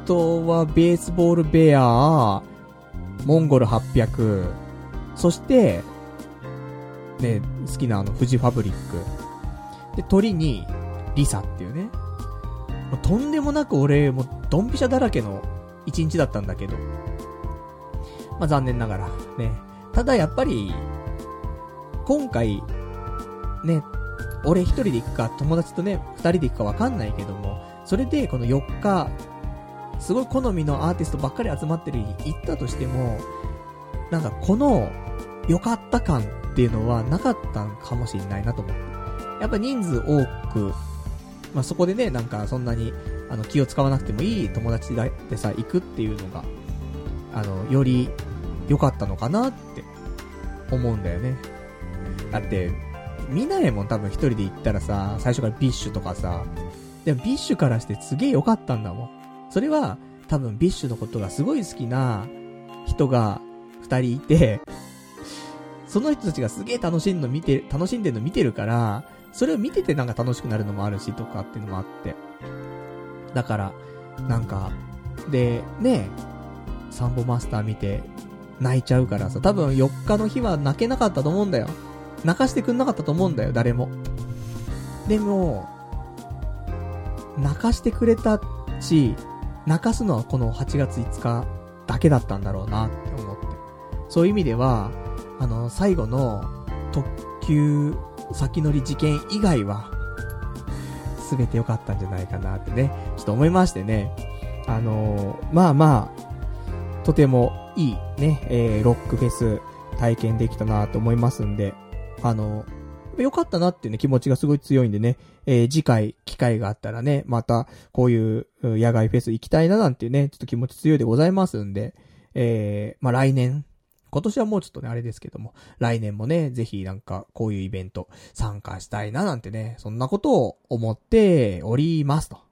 とはベースボールベア、モンゴルはっぴゃく、そして、ね、好きなあの、フジファブリック。で、鳥に、リサっていうね。もうとんでもなく俺、もう、ドンピシャだらけの一日だったんだけど。まあ、残念ながら、ね。ただやっぱり、今回、ね、俺一人で行くか、友達とね、二人で行くかわかんないけども、それでこのよっか、すごい好みのアーティストばっかり集まってるに行ったとしても、なんかこの、良かった感っていうのはなかったんかもしれないなと思って。やっぱ人数多く、まあ、そこでね、なんかそんなに、あの、気を使わなくてもいい友達でさ、行くっていうのが、あの、より良かったのかなって思うんだよね。だって、見ないもん多分一人で行ったらさ、最初からビッシュとかさ、でもビッシュからしてすげえ良かったんだもん。それは、多分ビッシュのことがすごい好きな人が二人いて、その人たちがすげえ楽しんの見て、楽しんでるの見てるから、それを見ててなんか楽しくなるのもあるしとかっていうのもあって。だから、なんか、で、ね、サンボマスター見て泣いちゃうからさ、多分よっかの日は泣けなかったと思うんだよ。泣かしてくんなかったと思うんだよ、誰も。でも、泣かしてくれたし、泣かすのはこのはちがついつかだけだったんだろうなって思って。そういう意味では、あの、最後の特急先乗り事件以外は、すべて良かったんじゃないかなってね、ちょっと思いましてね。あのー、まあまあ、とてもいいね、えー、ロックフェス体験できたなと思いますんで、あのー、良かったなっていうね、気持ちがすごい強いんでね、えー、次回機会があったらね、またこういう野外フェス行きたいななんていうね、ちょっと気持ち強いでございますんで、えー、まあ来年、今年はもうちょっとね、あれですけども、来年もね、ぜひなんか、こういうイベント参加したいななんてね、そんなことを思っておりますと。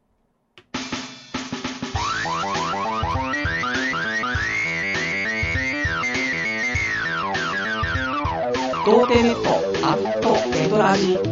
童貞ネットアットネトラジ。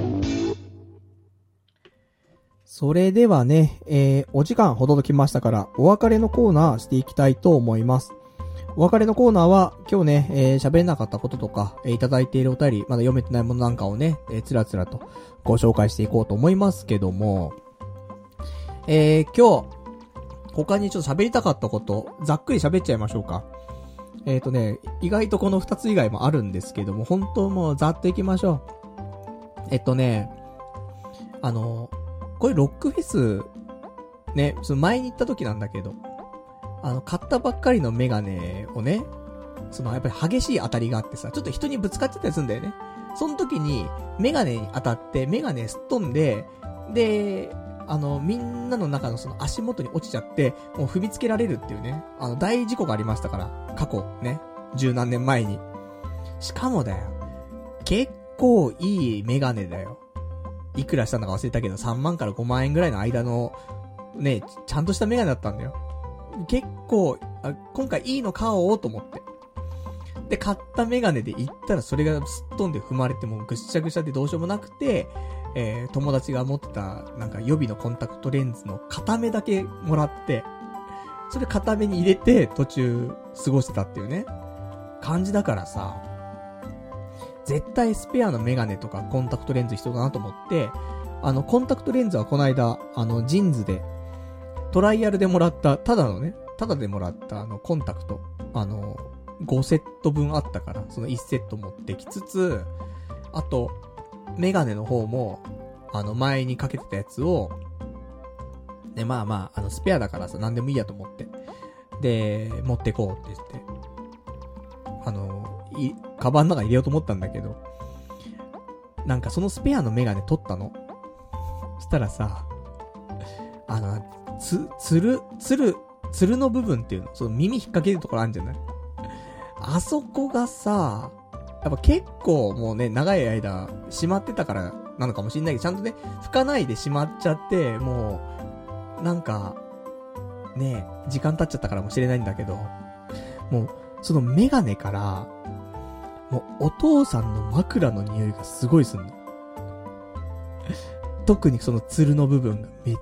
それではね、えー、お時間ほどときましたから、お別れのコーナーしていきたいと思います。お別れのコーナーは、今日ね、えー、喋れなかったこととか、えー、いただいているお便り、まだ読めてないものなんかをね、えー、つらつらとご紹介していこうと思いますけども、えー、今日、他にちょっと喋りたかったこと、ざっくり喋っちゃいましょうか。えーとね、意外とこの二つ以外もあるんですけども、本当もうざっといきましょう。えっとね、あの、これロックフェス、ね、その前に行った時なんだけど、あの、買ったばっかりのメガネをね、そのやっぱり激しい当たりがあってさ、ちょっと人にぶつかっちゃったりするんだよね。その時に、メガネに当たって、メガネすっ飛んで、で、あの、みんなの中のその足元に落ちちゃって、もう踏みつけられるっていうね、あの、大事故がありましたから、過去、ね、十何年前に。しかもだよ、結構いいメガネだよ。いくらしたのか忘れたけど、さんまんからごまんえんぐらいの間の、ね、ちゃんとしたメガネだったんだよ。結構、あ、今回いいの買おうと思って。で、買ったメガネで行ったらそれがすっ飛んで踏まれてもうぐっしゃぐしゃでどうしようもなくて、えー、友達が持ってたなんか予備のコンタクトレンズの片目だけもらって、それ片目に入れて途中過ごしてたっていうね、感じだからさ、絶対スペアのメガネとかコンタクトレンズ必要だなと思って、あの、コンタクトレンズはこの間、あの、ジンズで、トライアルでもらった、ただのね、ただでもらったあの、コンタクト、あの、ごセット分あったから、そのいちセット持ってきつつ、あと、メガネの方も、あの、前にかけてたやつを、で、まあまあ、あの、スペアだからさ、なんでもいいやと思って。で、持ってこうって言って、あの、い、カバンの中に入れようと思ったんだけど、なんかそのスペアのメガネ取ったの。そしたらさ、あの、つ、つる、つる、つるの部分っていうの、その耳引っ掛けるところあるんじゃない？あそこがさ、やっぱ結構もうね、長い間、しまってたからなのかもしんないけど、ちゃんとね、拭かないでしまっちゃって、もう、なんか、ね、時間経っちゃったからもしれないんだけど、もう、そのメガネから、もうお父さんの枕の匂いがすごいすんの。特にそのつるの部分がめっ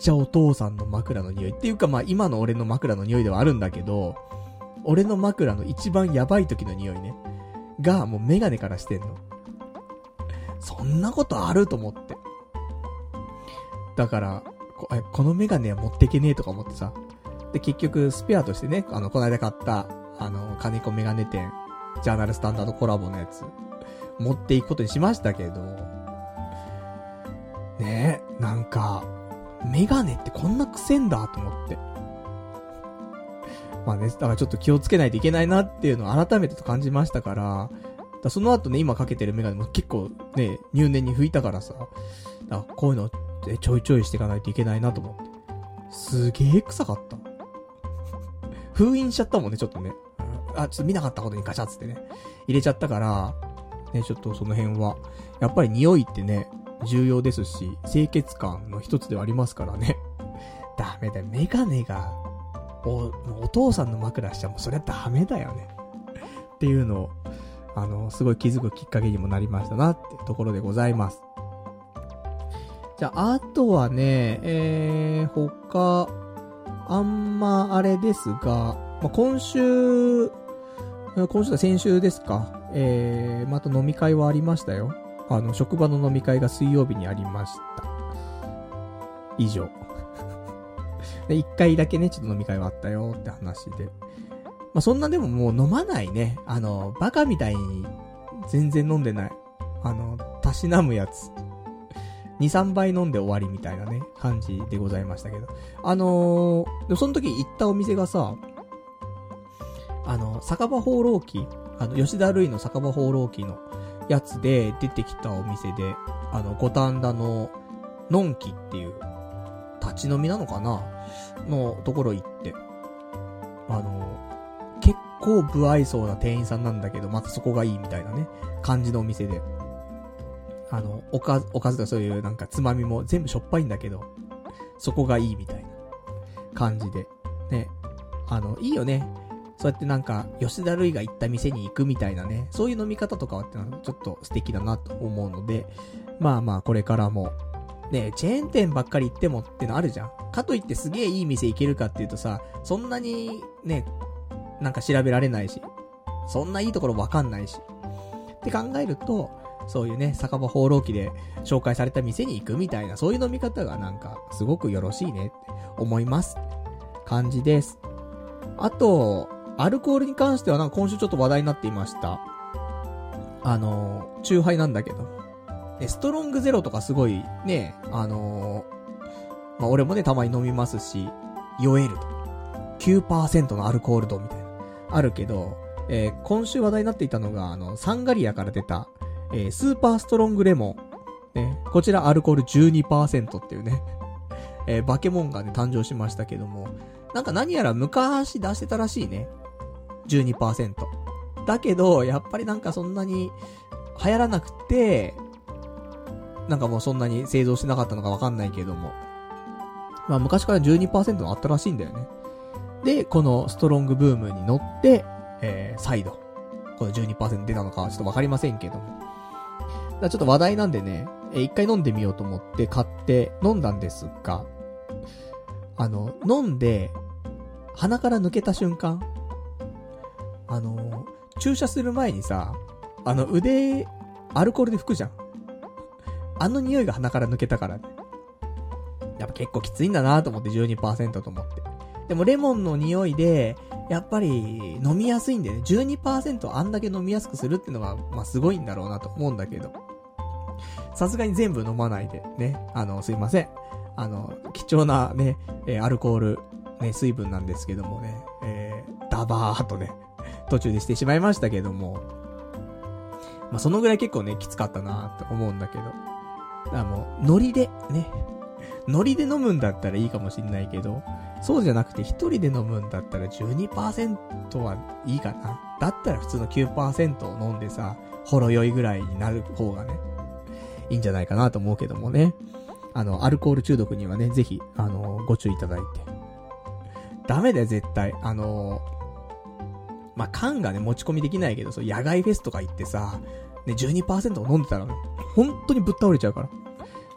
ちゃお父さんの枕の匂いっていうか、まあ今の俺の枕の匂いではあるんだけど、俺の枕の一番やばい時の匂いねがもうメガネからしてんの。そんなことあると思って。だからこ, このメガネは持ってけねえとか思ってさ、で結局スペアとしてね、あのこの間買ったあの金子メガネ店ジャーナルスタンダードコラボのやつ持っていくことにしましたけどねえ、なんかメガネってこんな癖んだと思って。まあね、だからちょっと気をつけないといけないなっていうのを改めてと感じましたから、だその後ね、今かけてるメガネも結構ね、入念に拭いたからさ、だからこういうのってちょいちょいしていかないといけないなと思って。すげえ臭かった。封印しちゃったもんね、ちょっとね。あ、ちょっと見なかったことにガチャつってね、入れちゃったから、ね、ちょっとその辺は、やっぱり匂いってね、重要ですし、清潔感の一つではありますからね。ダメだよ、メガネが、お、お父さんの枕しちゃもうそれはダメだよね。っていうのを、あの、すごい気づくきっかけにもなりましたなってところでございます。じゃあ、あとはね、えー、他、あんまあれですが、まあ、今週、今週だ、先週ですか、えー、また飲み会はありましたよ。あの、職場の飲み会が水曜日にありました。以上。で、一回だけね、ちょっと飲み会はあったよって話で。まあ、そんなでももう飲まないね。あの、バカみたいに全然飲んでない。あの、たしなむやつ。に、さんばい飲んで終わりみたいなね、感じでございましたけど。あのー、でもその時行ったお店がさ、あの、酒場放浪記、あの、吉田類の酒場放浪記のやつで出てきたお店で、あの、五反田の、のんきっていう、立ち飲みなのかなのところ行って、あの、結構不愛想な店員さんなんだけど、またそこがいいみたいなね、感じのお店で、あの、おかず、おかずとかそういうなんかつまみも全部しょっぱいんだけど、そこがいいみたいな感じで、ね、あの、いいよね。そうやってなんか、吉田類が行った店に行くみたいなね、そういう飲み方とかはってのはちょっと素敵だなと思うので、まあまあこれからも、ね、チェーン店ばっかり行ってもってのあるじゃん。かといってすげえいい店行けるかっていうとさ、そんなにね、なんか調べられないし、そんないいところわかんないし。って考えると、そういうね、酒場放浪記で紹介された店に行くみたいな、そういう飲み方がなんか、すごくよろしいねって思います。感じです。あと、アルコールに関してはなんか今週ちょっと話題になっていました。あの、チューハイなんだけど。ストロングゼロとかすごいね、あのまあ、俺もね、たまに飲みますし、酔えると。きゅうパーセント のアルコール度みたいな。あるけど、えー、今週話題になっていたのが、あの、サンガリアから出た、えー、スーパーストロングレモン。ね、こちらアルコール じゅうにパーセント っていうね、えー、バケモンがね、誕生しましたけども、なんか何やら昔出してたらしいね。じゅうにパーセント。だけど、やっぱりなんかそんなに流行らなくて、なんかもうそんなに製造してなかったのかわかんないけども。まあ昔から じゅうにパーセント あったらしいんだよね。で、このストロングブームに乗って、えー、再度、この じゅうにパーセント 出たのかはちょっとわかりませんけども。だからちょっと話題なんでね、えー、一回飲んでみようと思って買って飲んだんですが、あの、飲んで、鼻から抜けた瞬間、あの、注射する前にさ、あの腕、アルコールで拭くじゃん。あの匂いが鼻から抜けたからね。やっぱ結構きついんだなと思って じゅうにパーセント と思って。でもレモンの匂いで、やっぱり飲みやすいんでね、じゅうにパーセント あんだけ飲みやすくするっていうのは、まあすごいんだろうなと思うんだけど。さすがに全部飲まないでね、あの、すいません。あの、貴重なね、えー、アルコール、ね、水分なんですけどもね、えー、ダバーっとね、途中でしてしまいましたけども、まあそのぐらい結構ね、きつかったなと思うんだけど。だからもう、ノリで、ね。ノリで飲むんだったらいいかもしんないけど、そうじゃなくて一人で飲むんだったら じゅうにパーセント はいいかな。だったら普通の きゅうパーセント を飲んでさ、ほろ酔いぐらいになる方がね、いいんじゃないかなと思うけどもね。あの、アルコール中毒にはね、ぜひ、あの、ご注意いただいて。ダメだよ、絶対。あの、まあ、缶がね、持ち込みできないけど、そう、野外フェスとか行ってさ、ね、じゅうにパーセント を飲んでたら、本当にぶっ倒れちゃうから。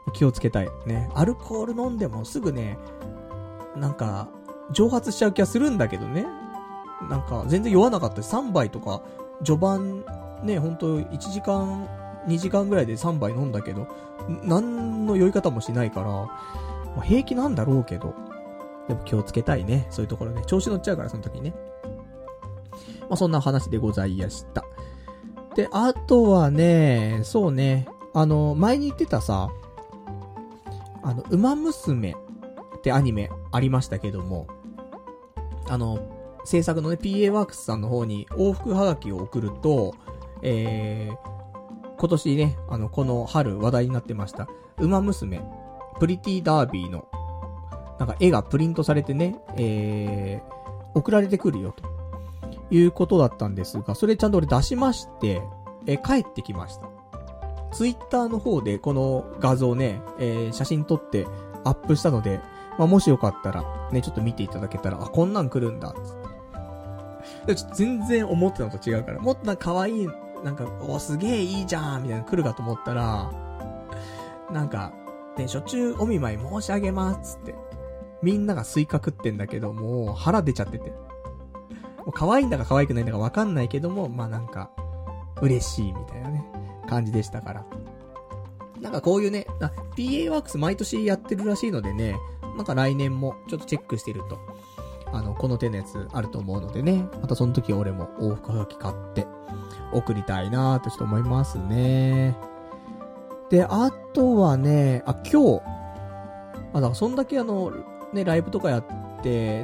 気をつけたい。ね。アルコール飲んでもすぐね、なんか、蒸発しちゃう気がするんだけどね。なんか、全然酔わなかった。さんばいとか、序盤、ね、ほんといちじかん、にじかんぐらいでさんばい飲んだけど、なんの酔い方もしないから、まあ、平気なんだろうけど、でも気をつけたいね。そういうところね。調子乗っちゃうから、その時にね。まあ、そんな話でございやした。で、あとはね、そうね、あの、前に言ってたさ、あの、ウマ娘ってアニメありましたけども、あの、制作のね、ピーエー ワークスさんの方に往復はがきを送ると、えー、今年ね、あの、この春話題になってました、ウマ娘、プリティダービーの、なんか絵がプリントされてね、えー、送られてくるよ、ということだったんですが、それちゃんと俺出しまして、えー、帰ってきました。ツイッターの方でこの画像ね、えー、写真撮ってアップしたので、まあ、もしよかったら、ね、ちょっと見ていただけたら、あ、こんなん来るんだ、つって。でちょっと全然思ってたのと違うから、もっとなんか可愛い、なんか、お、すげえいいじゃん、みたいなの来るかと思ったら、なんか、ね、初中お見舞い申し上げます、つって。みんながスイカ食ってんだけど、もう腹出ちゃってて。もう可愛いんだか可愛くないんだかわかんないけども、まあなんか、嬉しいみたいなね、感じでしたから。なんかこういうね、ピーエー ワークス毎年やってるらしいのでね、なんか来年もちょっとチェックしてると、あの、この手のやつあると思うのでね、またその時俺も往復はがき買って送りたいなーとちょっと思いますね。で、あとはね、あ、今日、あ、だからそんだけあの、ね、ライブとかやって、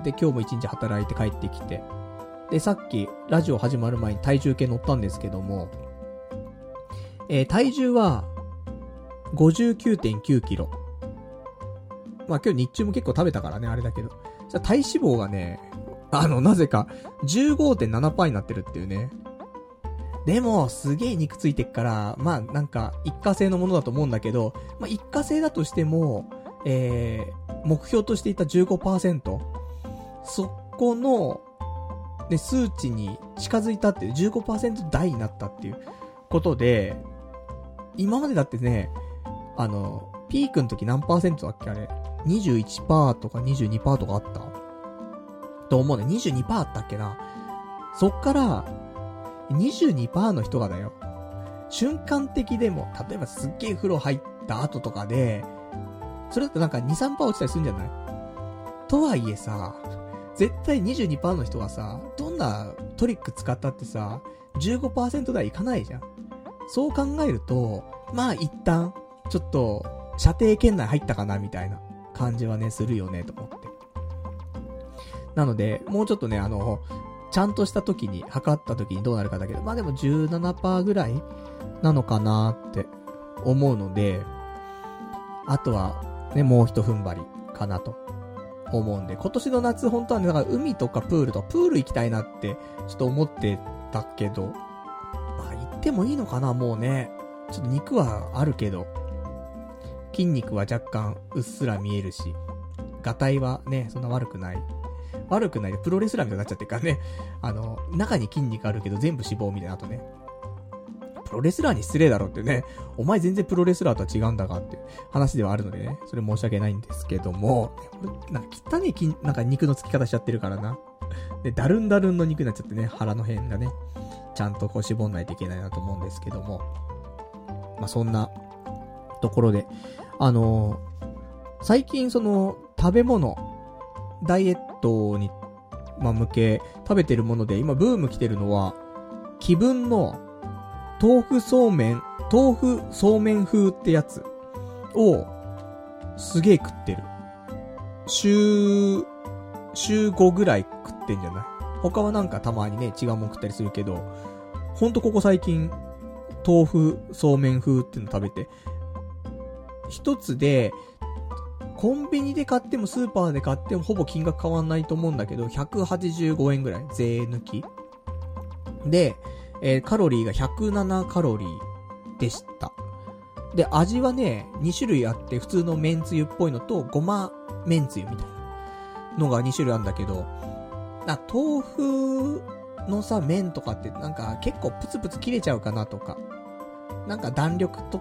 で、今日も一日働いて帰ってきて、で、さっき、ラジオ始まる前に体重計乗ったんですけども、えー、体重は、ごじゅうきゅうてんきゅうキロ。まあ今日日中も結構食べたからね、あれだけど。じゃ体脂肪がね、あの、なぜか、じゅうごてんななパーセント になってるっていうね。でも、すげえ肉ついてっから、まあなんか、一過性のものだと思うんだけど、まあ一過性だとしても、えー、目標としていた じゅうごパーセント、そこの、ね、数値に近づいたっていう、じゅうごパーセント 台になったっていうことで、今までだってね、あの、ピークの時何パーセントだっけあれ ?にじゅういちパーセント とか にじゅうにパーセント とかあったと思うね。にじゅうにパーセント あったっけな。そっから、にじゅうにパーセント の人がだよ。瞬間的でも、例えばすっげえ風呂入った後とかで、それだとなんかに、さんパーセント 落ちたりするんじゃないとはいえさ、絶対 にじゅうにパーセント の人がさ、どんなトリック使ったってさ、じゅうごパーセント 台いかないじゃん。そう考えると、まあ一旦、ちょっと、射程圏内入ったかなみたいな感じはね、するよね、と思って。なので、もうちょっとね、あの、ちゃんとした時に、測った時にどうなるかだけど、まあでも じゅうななパーセント ぐらいなのかなって思うので、あとは、ね、もう一踏ん張りかなと思うんで、今年の夏本当はね、だから海とかプールとか、プール行きたいなって、ちょっと思ってたけど、まあ行ってもいいのかな、もうね。ちょっと肉はあるけど、筋肉は若干うっすら見えるし、ガタイはね、そんな悪くない。悪くないで、プロレスラーみたいになっちゃってるからね。あの、中に筋肉あるけど全部脂肪みたいな、あとね。プロレスラーに失礼だろってね。お前全然プロレスラーとは違うんだがって話ではあるのでね。それ申し訳ないんですけども、なんか汚ね筋、なんか肉のつき方しちゃってるからな。で、だるんだるんの肉になっちゃってね、腹の辺がね。ちゃんとこう絞んないといけないなと思うんですけども。まあ、そんなところで、あのー、最近その食べ物、ダイエットに、まあ、向け食べてるもので今ブーム来てるのは、気分の豆腐そうめん、豆腐そうめん風ってやつをすげえ食ってる。週、週ごぐらい食ってんじゃない？他はなんかたまにね違うもん食ったりするけど、ほんとここ最近豆腐そうめん風っていうの食べて、一つでコンビニで買ってもスーパーで買ってもほぼ金額変わんないと思うんだけど、ひゃくはちじゅうごえんぐらい税抜きで、えー、カロリーがひゃくななカロリーでした。で、味はねに種類あって、普通のめんつゆっぽいのとごまめんつゆみたいなのがに種類あるんだけど、あ、豆腐のさ麺とかってなんか結構プツプツ切れちゃうかなとか、なんか弾力とか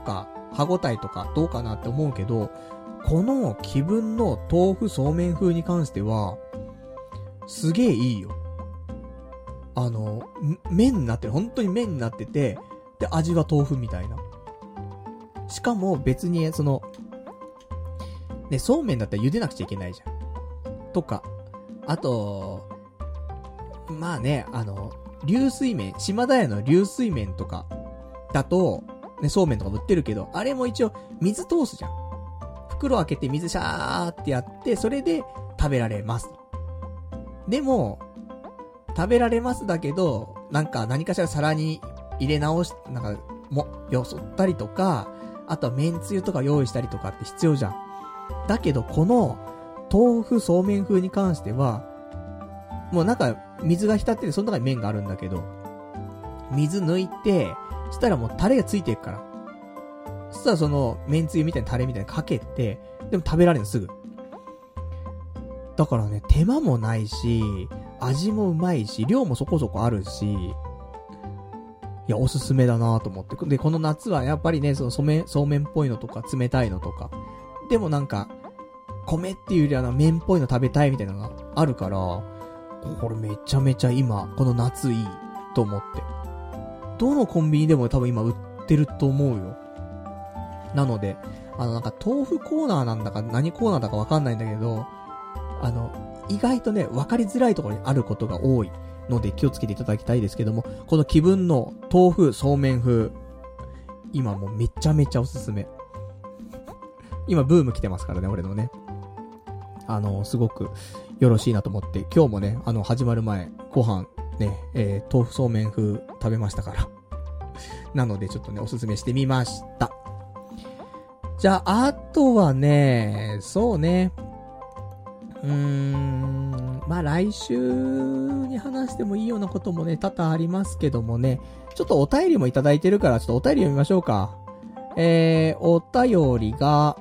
歯ごたえとかどうかなって思うけど、この気分の豆腐そうめん風に関しては、すげえいいよ。あの、麺になってる。本当に麺になってて、で、味は豆腐みたいな。しかも別に、その、ね、そうめんだったら茹でなくちゃいけないじゃん。とか、あと、まあね、あの、流水麺、島田屋の流水麺とか、だと、ね、そうめんとか売ってるけど、あれも一応、水通すじゃん。袋開けて水シャーってやって、それで食べられます。でも、食べられますだけど、なんか何かしら皿に入れ直し、なんか、も、よそったりとか、あとは麺つゆとか用意したりとかって必要じゃん。だけど、この、豆腐そうめん風に関しては、もうなんか、水が浸ってて、その中に麺があるんだけど、水抜いて、そしたらもうタレがついてるから。そしたらその、麺つゆみたいなタレみたいにかけて、でも食べられるのすぐ。だからね、手間もないし、味もうまいし、量もそこそこあるし、いや、おすすめだなと思って。で、この夏はやっぱりね、そのそうめん、そうめんっぽいのとか、冷たいのとか。でもなんか、米っていうよりは麺っぽいの食べたいみたいなのがあるから、これめちゃめちゃ今、この夏いいと思って。どのコンビニでも多分今売ってると思うよ。なので、あのなんか豆腐コーナーなんだか何コーナーだかわかんないんだけど、あの、意外とね、わかりづらいところにあることが多いので気をつけていただきたいですけども、この気分の豆腐そうめん風、今もうめちゃめちゃおすすめ。今ブーム来てますからね、俺のね。あの、すごくよろしいなと思って、今日もね、あの、始まる前、ご飯、ね、えー、豆腐そうめん風食べましたから。なのでちょっとね、おすすめしてみました。じゃあ、あとはね、そうね、うーん、まあ、来週に話してもいいようなこともね、多々ありますけどもね、ちょっとお便りもいただいてるから、ちょっとお便り読みましょうか。えー、お便りが、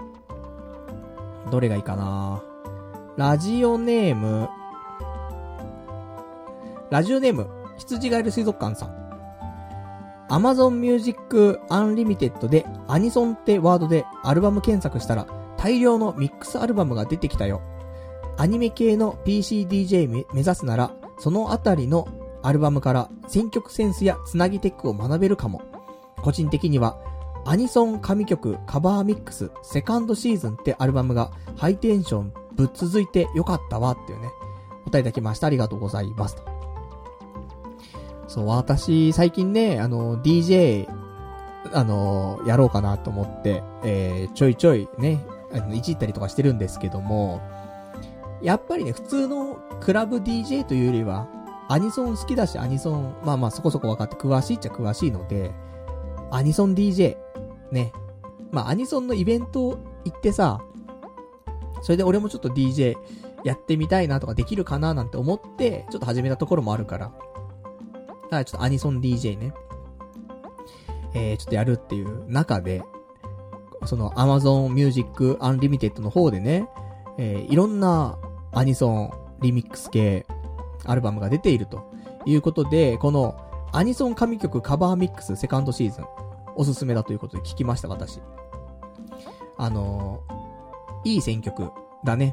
どれがいいかな。ラジオネーム、ラジオネーム、羊ガエル水族館さん。Amazon Music Unlimited でアニソンってワードでアルバム検索したら大量のミックスアルバムが出てきたよ。アニメ系の ピーシーディージェー 目指すなら、そのあたりのアルバムから選曲センスやつなぎテックを学べるかも。個人的には、アニソン神曲カバーミックスセカンドシーズンってアルバムがハイテンションぶっ続いてよかったわっていうね、お答えいただきました。ありがとうございますと。そう、私、最近ね、あの、ディージェー、あの、やろうかなと思って、えー、ちょいちょいね、あの、いじったりとかしてるんですけども、やっぱりね、普通のクラブ ディージェー というよりは、アニソン好きだし、アニソン、まあまあそこそこ分かって詳しいっちゃ詳しいので、アニソン ディージェー、ね。まあアニソンのイベント行ってさ、それで俺もちょっと ディージェー やってみたいなとかできるかななんて思って、ちょっと始めたところもあるから。だからちょっとアニソン ディージェー ね。えー、ちょっとやるっていう中で、その Amazon Music Unlimited の方でね、えー、いろんなアニソン、リミックス系、アルバムが出ているということで、このアニソン神曲カバーミックスセカンドシーズン、おすすめだということで聞きました、私。あのー、いい選曲だね。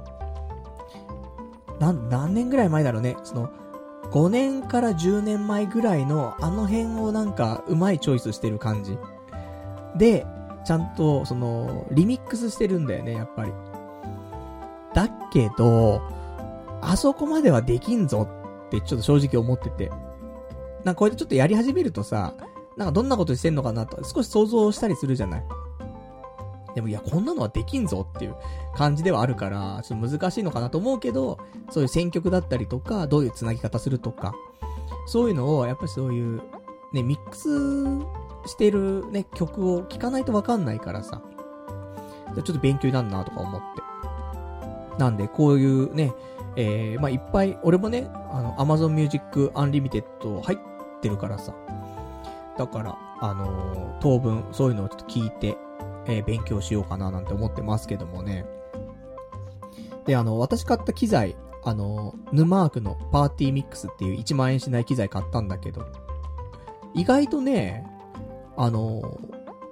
なん、何年ぐらい前だろうね。その、ごねんからじゅうねんまえぐらいのあの辺をなんかうまいチョイスしてる感じ。で、ちゃんとその、リミックスしてるんだよね、やっぱり。だけど、あそこまではできんぞってちょっと正直思ってて。なんかこうやってちょっとやり始めるとさ、なんかどんなことしてんのかなと少し想像したりするじゃない。でもいや、こんなのはできんぞっていう感じではあるから、ちょっと難しいのかなと思うけど、そういう選曲だったりとか、どういう繋ぎ方するとか、そういうのをやっぱりそういう、ね、ミックスしてるね、曲を聴かないとわかんないからさ、ちょっと勉強になるなとか思って。なんで、こういうね、えー、まあ、いっぱい、俺もね、あの、Amazon Music Unlimited 入ってるからさ。だから、あのー、当分、そういうのをちょっと聞いて、えー、勉強しようかななんて思ってますけどもね。で、あの、私買った機材、あの、ヌマークのパーティーミックスっていういちまんえんしない機材買ったんだけど、意外とね、あの、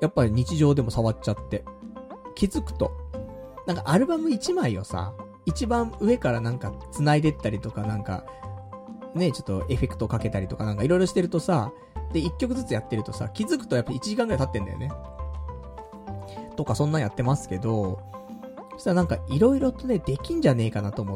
やっぱり日常でも触っちゃって、気づくと、なんかアルバムいちまいをさ、一番上からなんか繋いでったりとかなんか、ね、ちょっとエフェクトかけたりとかなんかいろいろしてるとさ、で、いっきょくずつやってるとさ、気づくとやっぱいちじかんくらい経ってんだよね。とかそんなんやってますけど、そしたらなんかいろいろとね、できんじゃねえかなと思って、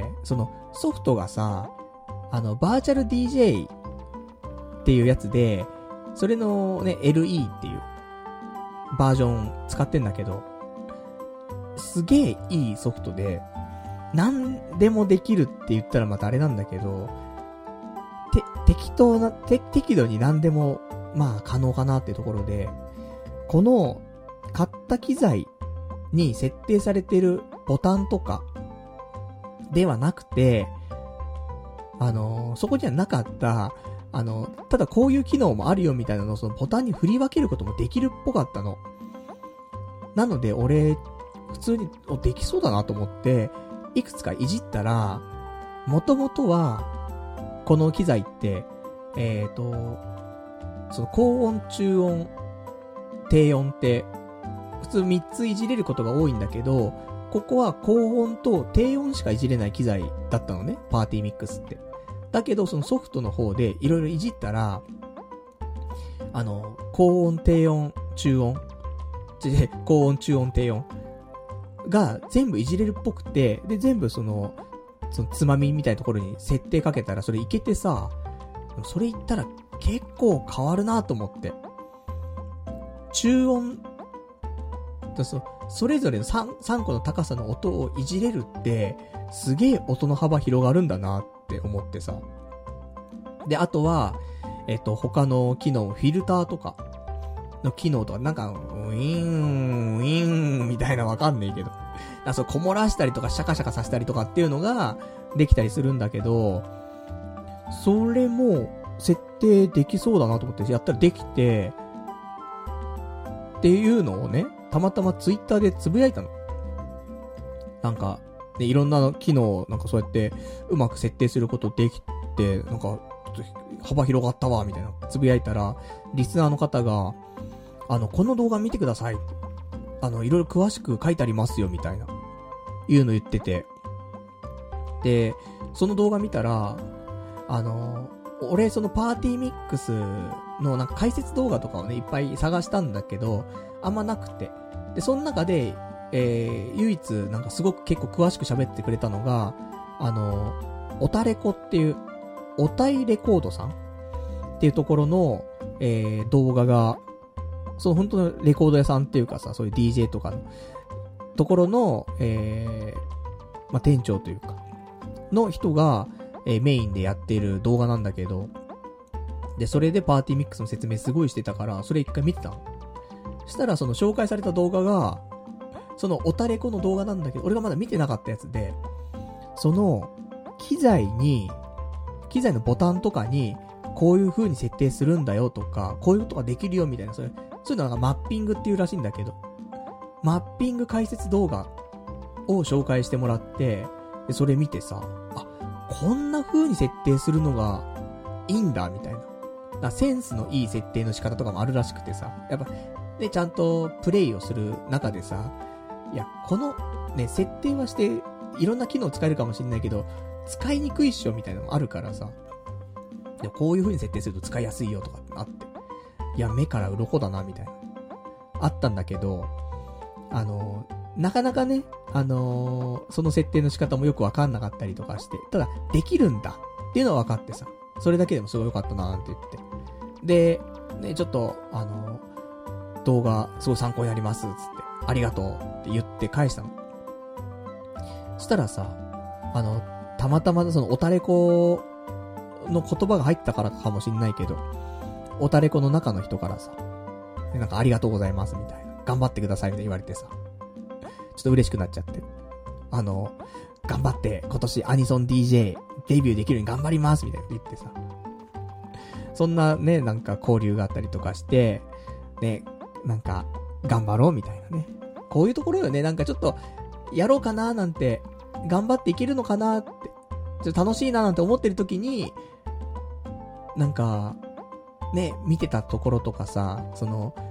そのソフトがさ、あの、バーチャル ディージェー っていうやつで、それのね、エルイー っていうバージョン使ってんだけど、すげえいいソフトで、なんでもできるって言ったらまたあれなんだけど、て、適当な、て、適度になんでも、まあ可能かなっていうところで、この、買った機材に設定されてるボタンとか、ではなくて、あのー、そこにはなかった、あの、ただこういう機能もあるよみたいなのをそのボタンに振り分けることもできるっぽかったの。なので俺、普通にできそうだなと思って、いくつかいじったら、もともとは、この機材って、えーと、その高音、中音、低音って、普通みっついじれることが多いんだけど、ここは高音と低音しかいじれない機材だったのね、パーティーミックスって。だけど、そのソフトの方でいろいろいじったら、あの、高音、低音、中音、高音、中音、低音が全部いじれるっぽくて、で、全部その、そのつまみみたいなところに設定かけたらそれいけてさ、それ言ったら結構変わるなと思って。中音、そ, それぞれの 3, 3個の高さの音をいじれるって、すげえ音の幅広がるんだなって思ってさ。で、あとは、えっと、他の機能、フィルターとかの機能とか、なんか、ウィーン、ウィーンみたいなわかんねえけど。あ、そう、こもらしたりとか、シャカシャカさせたりとかっていうのができたりするんだけど、それも設定できそうだなと思ってやったらできて、っていうのをね、たまたまツイッターでつぶやいたの。なんか、ね、いろんな機能、なんかそうやってうまく設定することできて、なんか、ちょっと幅広がったわ、みたいなつぶやいたら、リスナーの方が、あの、この動画見てください。あの、いろいろ詳しく書いてありますよ、みたいな、いうの言ってて。で、その動画見たら、あの、俺そのパーティーミックスのなんか解説動画とかをね、いっぱい探したんだけど、あんまなくて。で、その中で、えー、唯一なんかすごく結構詳しく喋ってくれたのが、あの、オタレコっていう、オタイレコードさんっていうところの、えー、動画が、その本当のレコード屋さんっていうかさ、そういう ディージェー とかのところの、えー、まあ、店長というか、の人が、えー、メインでやっている動画なんだけど、で、それでパーティーミックスの説明すごいしてたから、それ一回見てたの。そしたらその紹介された動画が、そのオタレコの動画なんだけど、俺がまだ見てなかったやつで、その、機材に、機材のボタンとかに、こういう風に設定するんだよとか、こういうことができるよみたいな、それ、そういうのがマッピングっていうらしいんだけど、マッピング解説動画を紹介してもらって、でそれ見てさ、あ、こんな風に設定するのがいいんだ、みたいな。だからセンスのいい設定の仕方とかもあるらしくてさ、やっぱ、で、ちゃんとプレイをする中でさ、いや、この、ね、設定はして、いろんな機能使えるかもしれないけど、使いにくいっしょ、みたいなのもあるからさ、でこういう風に設定すると使いやすいよとかってあって、いや、目から鱗だな、みたいな。あったんだけど、あの、なかなかね、あのー、その設定の仕方もよくわかんなかったりとかして、ただ、できるんだっていうのは分かってさ、それだけでもすごい良かったなーって言って。で、ね、ちょっと、あのー、動画、すごい参考になります、つって、ありがとうって言って返したの。そしたらさ、あの、たまたまそのオタレコの言葉が入ったからかもしんないけど、オタレコの中の人からさ、なんかありがとうございますみたいな、頑張ってくださいみたいな言われてさ、ちょっと嬉しくなっちゃって、あの、頑張って今年アニソン ディージェー デビューできるように頑張りますみたいな言ってさ、そんなね、なんか交流があったりとかして、ね、なんか頑張ろうみたいなね、こういうところよね、なんかちょっとやろうかなーなんて、頑張っていけるのかなーって、ちょっと楽しいなーなんて思ってる時に、なんかね、見てたところとかさ、その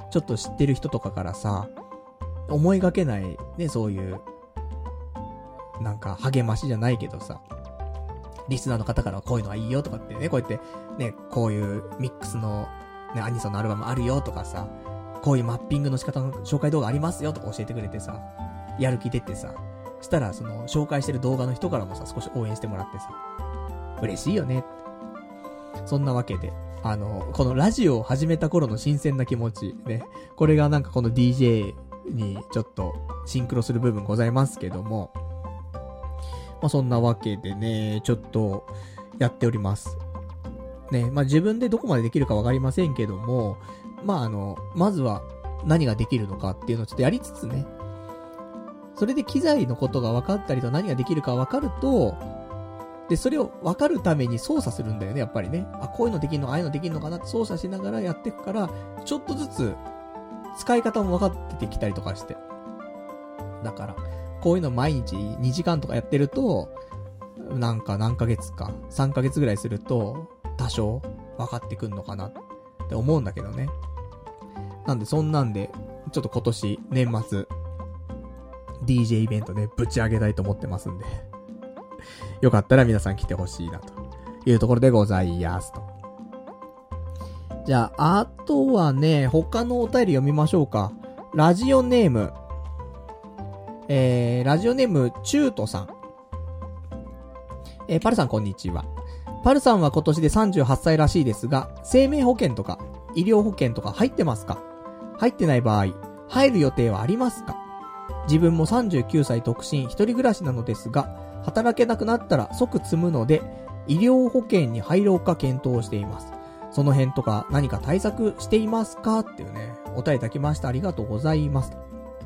ちょっと知ってる人とかからさ、思いがけない、ね、そういう、なんか励ましじゃないけどさ、リスナーの方からこういうのはいいよとかってね、こうやって、ね、こういうミックスの、ね、アニソンのアルバムあるよとかさ、こういうマッピングの仕方の紹介動画ありますよとか教えてくれてさ、やる気出てさ、したらその紹介してる動画の人からもさ、少し応援してもらってさ、嬉しいよね。そんなわけで、あの、このラジオを始めた頃の新鮮な気持ち、ね、これがなんかこの ディージェー にちょっとシンクロする部分ございますけども、まあそんなわけでね、ちょっとやっております。ね、まあ自分でどこまでできるかわかりませんけども、まああの、まずは何ができるのかっていうのをちょっとやりつつね、それで機材のことが分かったりと何ができるか分かると、で、それを分かるために操作するんだよね、やっぱりね。あ、こういうのできるの、ああいうのできるのかなって操作しながらやっていくから、ちょっとずつ使い方も分かってきたりとかして。だから、こういうの毎日にじかんとかやってると、なんか何ヶ月か、さんかげつぐらいすると、多少分かってくんのかなって思うんだけどね。なんでそんなんで、ちょっと今年年末、ディージェー イベントね、ぶち上げたいと思ってますんで。よかったら皆さん来てほしいな、というところでございますと。じゃあ、あとはね、他のお便り読みましょうか。ラジオネーム、えー、ラジオネーム、チュートさん。えー、パルさんこんにちは。パルさんは今年でさんじゅうはっさいらしいですが、生命保険とか、医療保険とか入ってますか？入ってない場合、入る予定はありますか？自分もさんじゅうきゅうさい独身一人暮らしなのですが、働けなくなったら即積むので、医療保険に入ろうか検討しています。その辺とか何か対策していますかっていうね、お便りいただきました。ありがとうございます。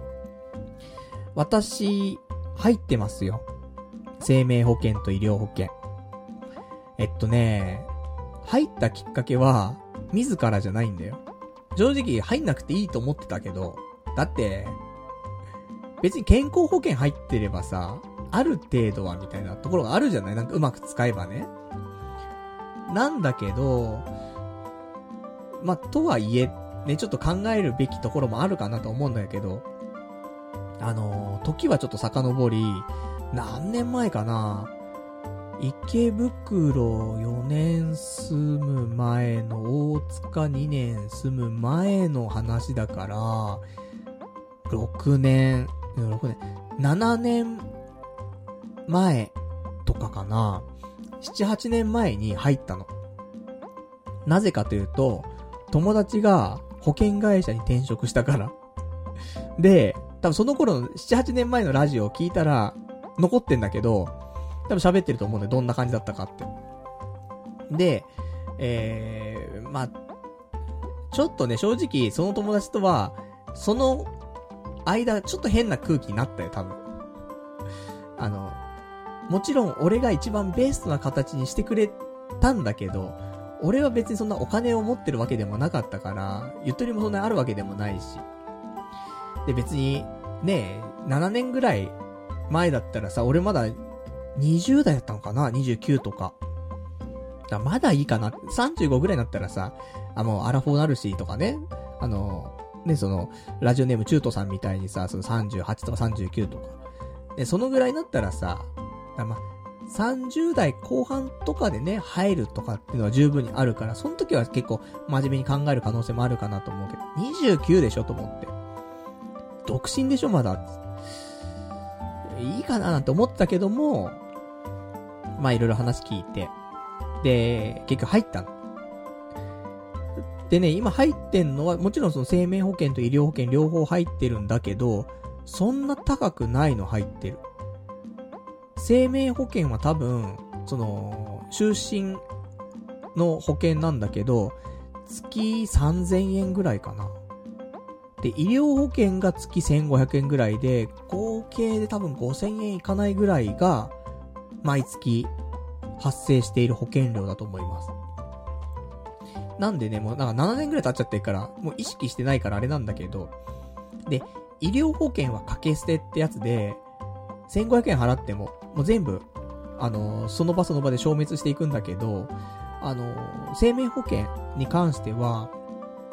私、入ってますよ。生命保険と医療保険。えっとね、入ったきっかけは、自らじゃないんだよ。正直入んなくていいと思ってたけど、だって、別に健康保険入ってればさ、ある程度はみたいなところがあるじゃない？なんかうまく使えばね。なんだけど、まあ、とはいえ、ね、ちょっと考えるべきところもあるかなと思うんだけど、あのー、時はちょっと遡り、何年前かな？池袋よねん住む前の大塚にねん住む前の話だから、ろくねん、ろくねん、ななねんまえとかかな。なな、はちねんまえに入ったの。なぜかというと、友達が保険会社に転職したから。で、多分その頃のなな、はちねんまえのラジオを聞いたら残ってんだけど、多分喋ってると思うんでどんな感じだったかって。で、えー、まあ、ちょっとね、正直その友達とは、その間、ちょっと変な空気になったよ、多分。あの、もちろん俺が一番ベストな形にしてくれたんだけど、俺は別にそんなお金を持ってるわけでもなかったから、ゆとりもそんなにあるわけでもないし。で、別に、ねえ、ななねんぐらい前だったらさ、俺まだにじゅうだいだったのかな ?にじゅうきゅう とか。だまだいいかな ?さんじゅうご ぐらいになったらさ、あ、もうアラフォーなるしとかね。あの、ね、その、ラジオネームチュートさんみたいにさ、そのさんじゅうはちとかさんじゅうきゅうとか。で、そのぐらいになったらさ、だま、さんじゅうだいこう半とかでね、入るとかっていうのは十分にあるから、その時は結構真面目に考える可能性もあるかなと思うけど、にじゅうきゅうでしょと思って。独身でしょまだ。いいかななんて思ってたけども、まあいろいろ話聞いて、で、結局入ったの。でね、今入ってんのは、もちろんその生命保険と医療保険両方入ってるんだけど、そんな高くないの入ってる。生命保険は多分、その、就寝の保険なんだけど、月さんぜんえんぐらいかな。で、医療保険が月せんごひゃくえんぐらいで、合計で多分ごせんえんいかないぐらいが、毎月発生している保険料だと思います。なんでね、もうなんかななねんぐらい経っちゃってるから、もう意識してないからあれなんだけど、で、医療保険は掛け捨てってやつで、せんごひゃくえん払っても、もう全部、あのー、その場その場で消滅していくんだけど、あのー、生命保険に関しては、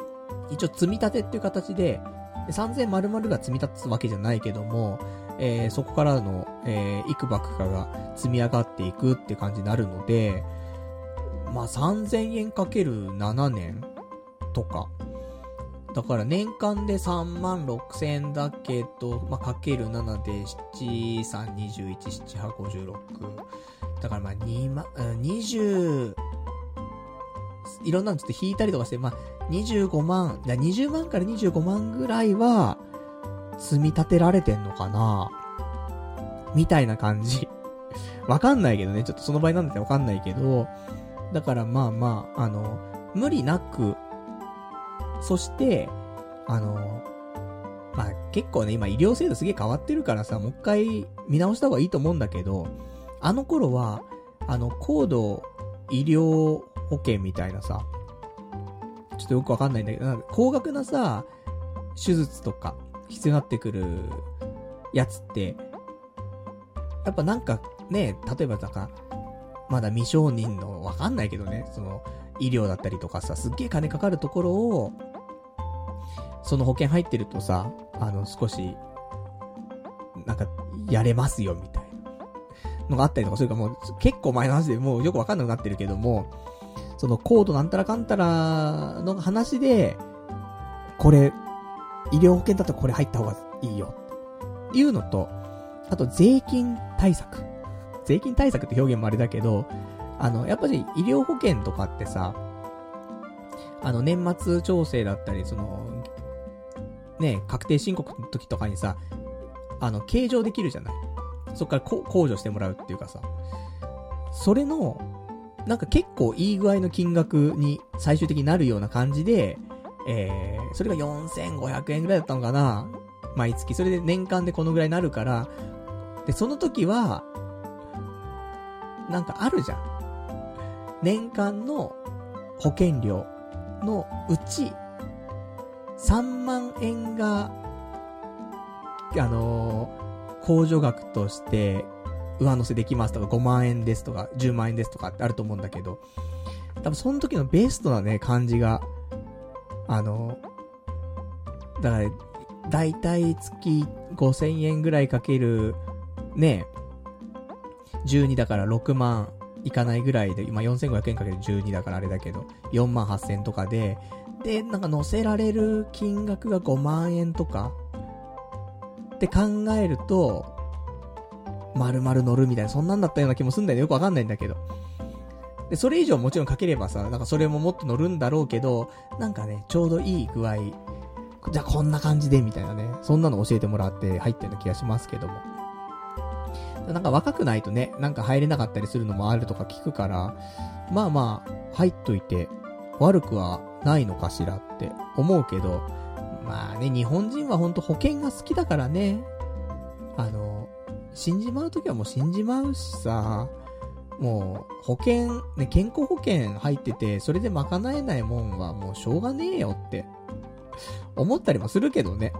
一応積み立てっていう形で、さんぜんまるまるが積み立つわけじゃないけども、えー、そこからの、えー、幾ばくかが積み上がっていくって感じになるので、まあ、さんぜんえんかけるななねんとか。だから年間でさんまんろくせんえんだけど、まあ、かけるななでなな、さん、にじゅういち、なな、はち、ごじゅうろく。だからまあ、にまん、にじゅう、いろんなのちょっと引いたりとかして、まあ、にじゅうごまん、いやにじゅうまんからにじゅうごまんぐらいは、積み立てられてんのかなみたいな感じ。わかんないけどね、ちょっとその場合なんだってわかんないけど、だからまあまあ、あの、無理なく、そして、あの、まあ結構ね、今医療制度すげえ変わってるからさ、もう一回見直した方がいいと思うんだけど、あの頃は、あの、高度医療保険みたいなさ、ちょっとよくわかんないんだけど、なんか高額なさ、手術とか必要になってくるやつって、やっぱなんかね、例えばなんか、まだ未承認のわかんないけどね、その医療だったりとかさ、すっげえ金かかるところを、その保険入ってるとさ、あの少し、なんか、やれますよみたいなのがあったりとか、それかもう結構前の話でもうよくわかんなくなってるけども、その高度なんたらかんたらの話で、これ、医療保険だとこれ入った方がいいよっていうのと、あと税金対策。税金対策って表現もあれだけど、あの、やっぱり医療保険とかってさ、あの、年末調整だったり、その、ね、確定申告の時とかにさ、あの、計上できるじゃない。そっからこ控除してもらうっていうかさ、それの、なんか結構いい具合の金額に最終的になるような感じで、えー、それがよんせんごひゃくえんぐらいだったのかな、毎月。それで年間でこのぐらいになるから、で、その時は、なんかあるじゃん。年間の保険料のうち、さんまんえんが、あのー、控除額として上乗せできますとか、ごまんえんですとか、じゅうまんえんですとかってあると思うんだけど、多分その時のベストなね、感じが、あのー、だから、だいたい月ごせんえんぐらいかける、ね、じゅうにだからろくまんいかないぐらいで、今よんせんごひゃくえんかけるじゅうにだからあれだけど、よんまんはっせんとかで、で、なんか乗せられる金額がごまんえんとかって考えると、丸々乗るみたいな、そんなんだったような気もすんだよね。よくわかんないんだけど。で、それ以上もちろんかければさ、なんかそれももっと乗るんだろうけど、なんかね、ちょうどいい具合、じゃあこんな感じでみたいなね、そんなの教えてもらって入ったような気がしますけども。なんか若くないとね、なんか入れなかったりするのもあるとか聞くから、まあまあ、入っといて、悪くはないのかしらって思うけど、まあね、日本人はほんと保険が好きだからね、あの、死んじまうときはもう死んじまうしさ、もう保険、ね、健康保険入ってて、それで賄えないもんはもうしょうがねえよって思ったりもするけどね。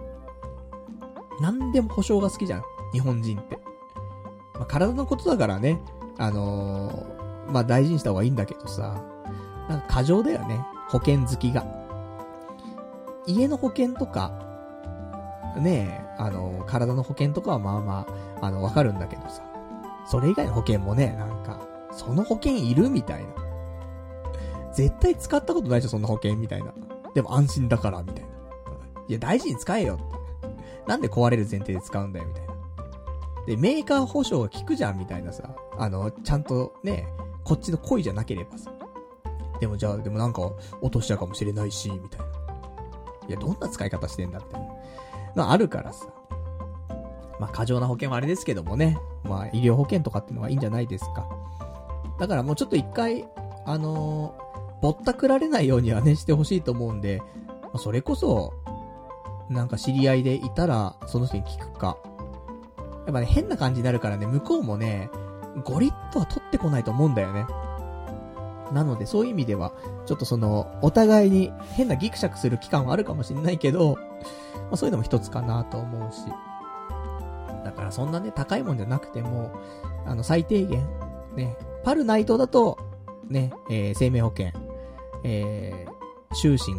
なんでも保証が好きじゃん、日本人って。まあ、体のことだからね、あのー、まあ大事にした方がいいんだけどさ、なんか過剰だよね、保険好きが。家の保険とか、ねえ、あのー、体の保険とかはまあまあ、あの、わかるんだけどさ、それ以外の保険もね、なんか、その保険いるみたいな。絶対使ったことないじゃん、そんな保険みたいな。でも安心だから、みたいな。いや、大事に使えよって。なんで壊れる前提で使うんだよ、みたいな。で、メーカー保証が効くじゃん、みたいなさ。あの、ちゃんとね、こっちの恋じゃなければさ。でもじゃあ、でもなんか、落としちゃうかもしれないし、みたいな。いや、どんな使い方してんだって。のあるからさ。まあ、過剰な保険はあれですけどもね。まあ、医療保険とかってのはいいんじゃないですか。だからもうちょっと一回、あのー、ぼったくられないようにはね、してほしいと思うんで、まあ、それこそ、なんか知り合いでいたら、その人に聞くか。やっぱね、変な感じになるからね、向こうもね、ゴリッとは取ってこないと思うんだよね。なので、そういう意味では、ちょっとその、お互いに変なギクシャクする期間はあるかもしれないけど、まあ、そういうのも一つかなと思うし。だからそんなね、高いもんじゃなくても、あの、最低限、ね、パル内藤だと、ね、えー、生命保険、えー、就寝が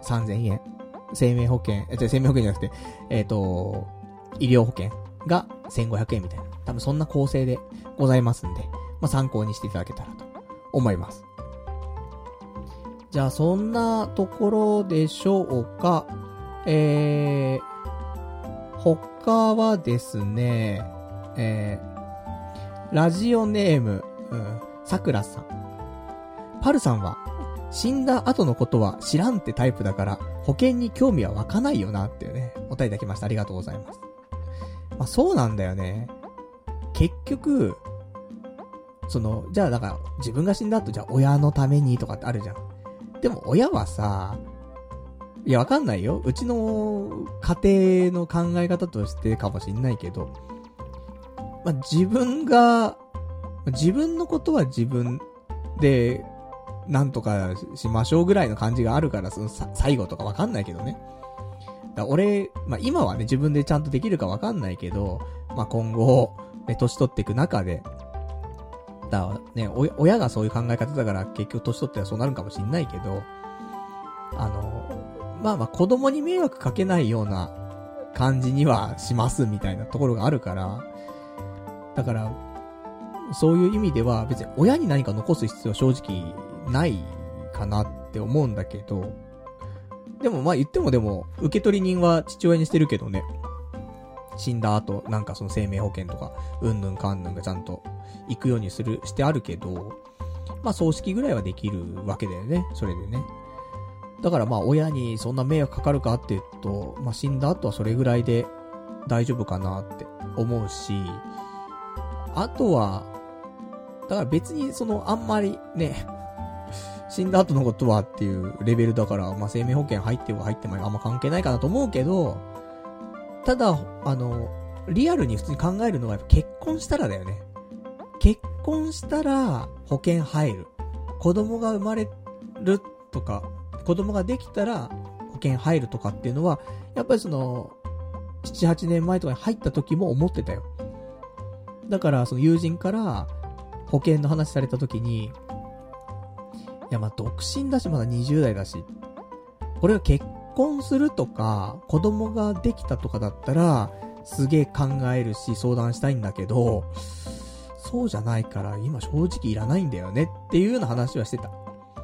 さんぜんえん。生命保険、え、じゃ生命保険じゃなくて、えっと、医療保険がせんごひゃくえんみたいな。多分そんな構成でございますんで、まあ、参考にしていただけたらと思います。じゃあそんなところでしょうか。えー、他はですね、えー、ラジオネーム、うん、さくらさん。パルさんは、死んだ後のことは知らんってタイプだから、保険に興味は湧かないよなっていうね、お便りいただきました。ありがとうございます。まあそうなんだよね。結局、その、じゃあだから自分が死んだ後じゃあ親のためにとかってあるじゃん。でも親はさ、いやわかんないよ。うちの家庭の考え方としてかもしんないけど、まあ自分が、自分のことは自分で、なんとかしましょうぐらいの感じがあるから、そのさ最後とかわかんないけどね。だ俺、まあ、今はね、自分でちゃんとできるかわかんないけど、まあ、今後、ね、年取っていく中で、だからね、親がそういう考え方だから結局年取ってはそうなるかもしんないけど、あの、まあまあ子供に迷惑かけないような感じにはしますみたいなところがあるから、だから、そういう意味では別に親に何か残す必要は正直ないかなって思うんだけど、でもまあ言ってもでも受取人は父親にしてるけどね、死んだ後なんかその生命保険とかうんぬんかんぬんがちゃんと行くようにするしてあるけど、まあ葬式ぐらいはできるわけだよね、それでね。だからまあ親にそんな迷惑かかるかって言うと、まあ死んだ後はそれぐらいで大丈夫かなって思うし、あとはだから別にそのあんまりね、死んだ後のことはっていうレベルだから、まあ生命保険入っても入ってもあんま関係ないかなと思うけど、ただ、あの、リアルに普通に考えるのはやっぱ結婚したらだよね。結婚したら保険入る。子供が生まれるとか、子供ができたら保険入るとかっていうのは、やっぱりその、なな、はちねんまえとかに入った時も思ってたよ。だからその友人から保険の話された時に、いやまあ独身だしまだにじゅう代だし、俺が結婚するとか子供ができたとかだったらすげえ考えるし相談したいんだけど、そうじゃないから今正直いらないんだよねっていうような話はしてた。い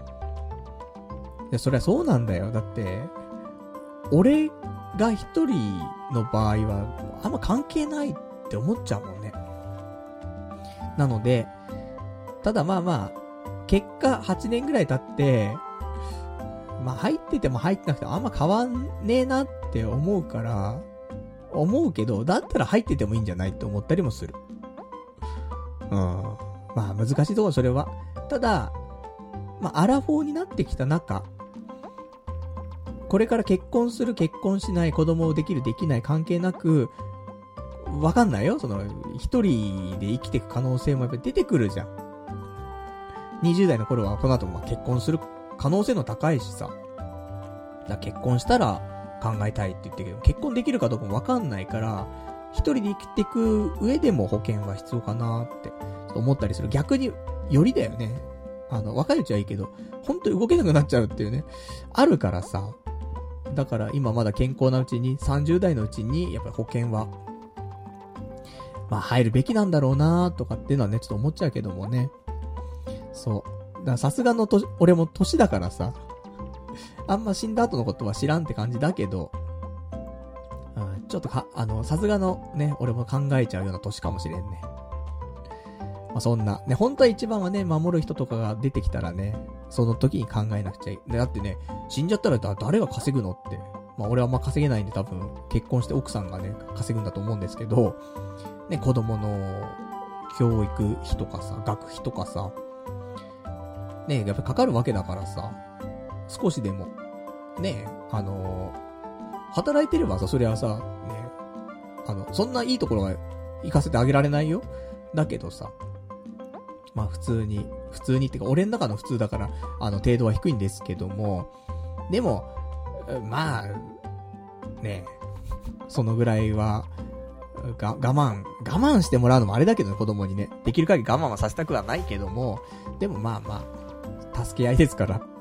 やそりゃそうなんだよ。だって俺が一人の場合はあんま関係ないって思っちゃうもんね。なのでただまあまあ結果はちねんぐらい経ってまあ入ってても入ってなくてもあんま変わんねえなって思うから思うけど、だったら入っててもいいんじゃないって思ったりもする。うん。まあ難しいところそれは。ただまあアラフォーになってきた中、これから結婚する結婚しない子供をできるできない関係なく、わかんないよ。その一人で生きていく可能性もやっぱり出てくるじゃん。にじゅう代の頃はこの後まあ結婚する可能性の高いしさ。だ結婚したら考えたいって言ってるけど、結婚できるかどうかもわかんないから、一人で生きていく上でも保険は必要かなって思ったりする。逆によりだよね。あの若いうちはいいけど、本当に動けなくなっちゃうっていうね、あるからさ。だから今まだ健康なうちにさんじゅう代のうちにやっぱり保険はまあ入るべきなんだろうなとかっていうのはねちょっと思っちゃうけどもね。そう。だからさすがのと俺も年だからさ、あんま死んだ後のことは知らんって感じだけど、うん、ちょっとかあのさすがのね俺も考えちゃうような年かもしれんね。まあそんなね、本当は一番はね守る人とかが出てきたらね、その時に考えなくちゃいい。だってね、死んじゃったら誰が稼ぐのって、まあ俺はあんま稼げないんで多分結婚して奥さんがね稼ぐんだと思うんですけど、ね子供の教育費とかさ、学費とかさ。ねえ、やっぱかかるわけだからさ、少しでも、ねえ、あのー、働いてればさ、それはさ、ねえ、あの、そんないいところが行かせてあげられないよ。だけどさ、まあ普通に、普通にってか、俺の中の普通だから、あの、程度は低いんですけども、でも、まあ、ねえ、そのぐらいは、が、我慢、我慢してもらうのもあれだけどね、子供にね。できる限り我慢はさせたくはないけども、でもまあまあ、助け合いですから、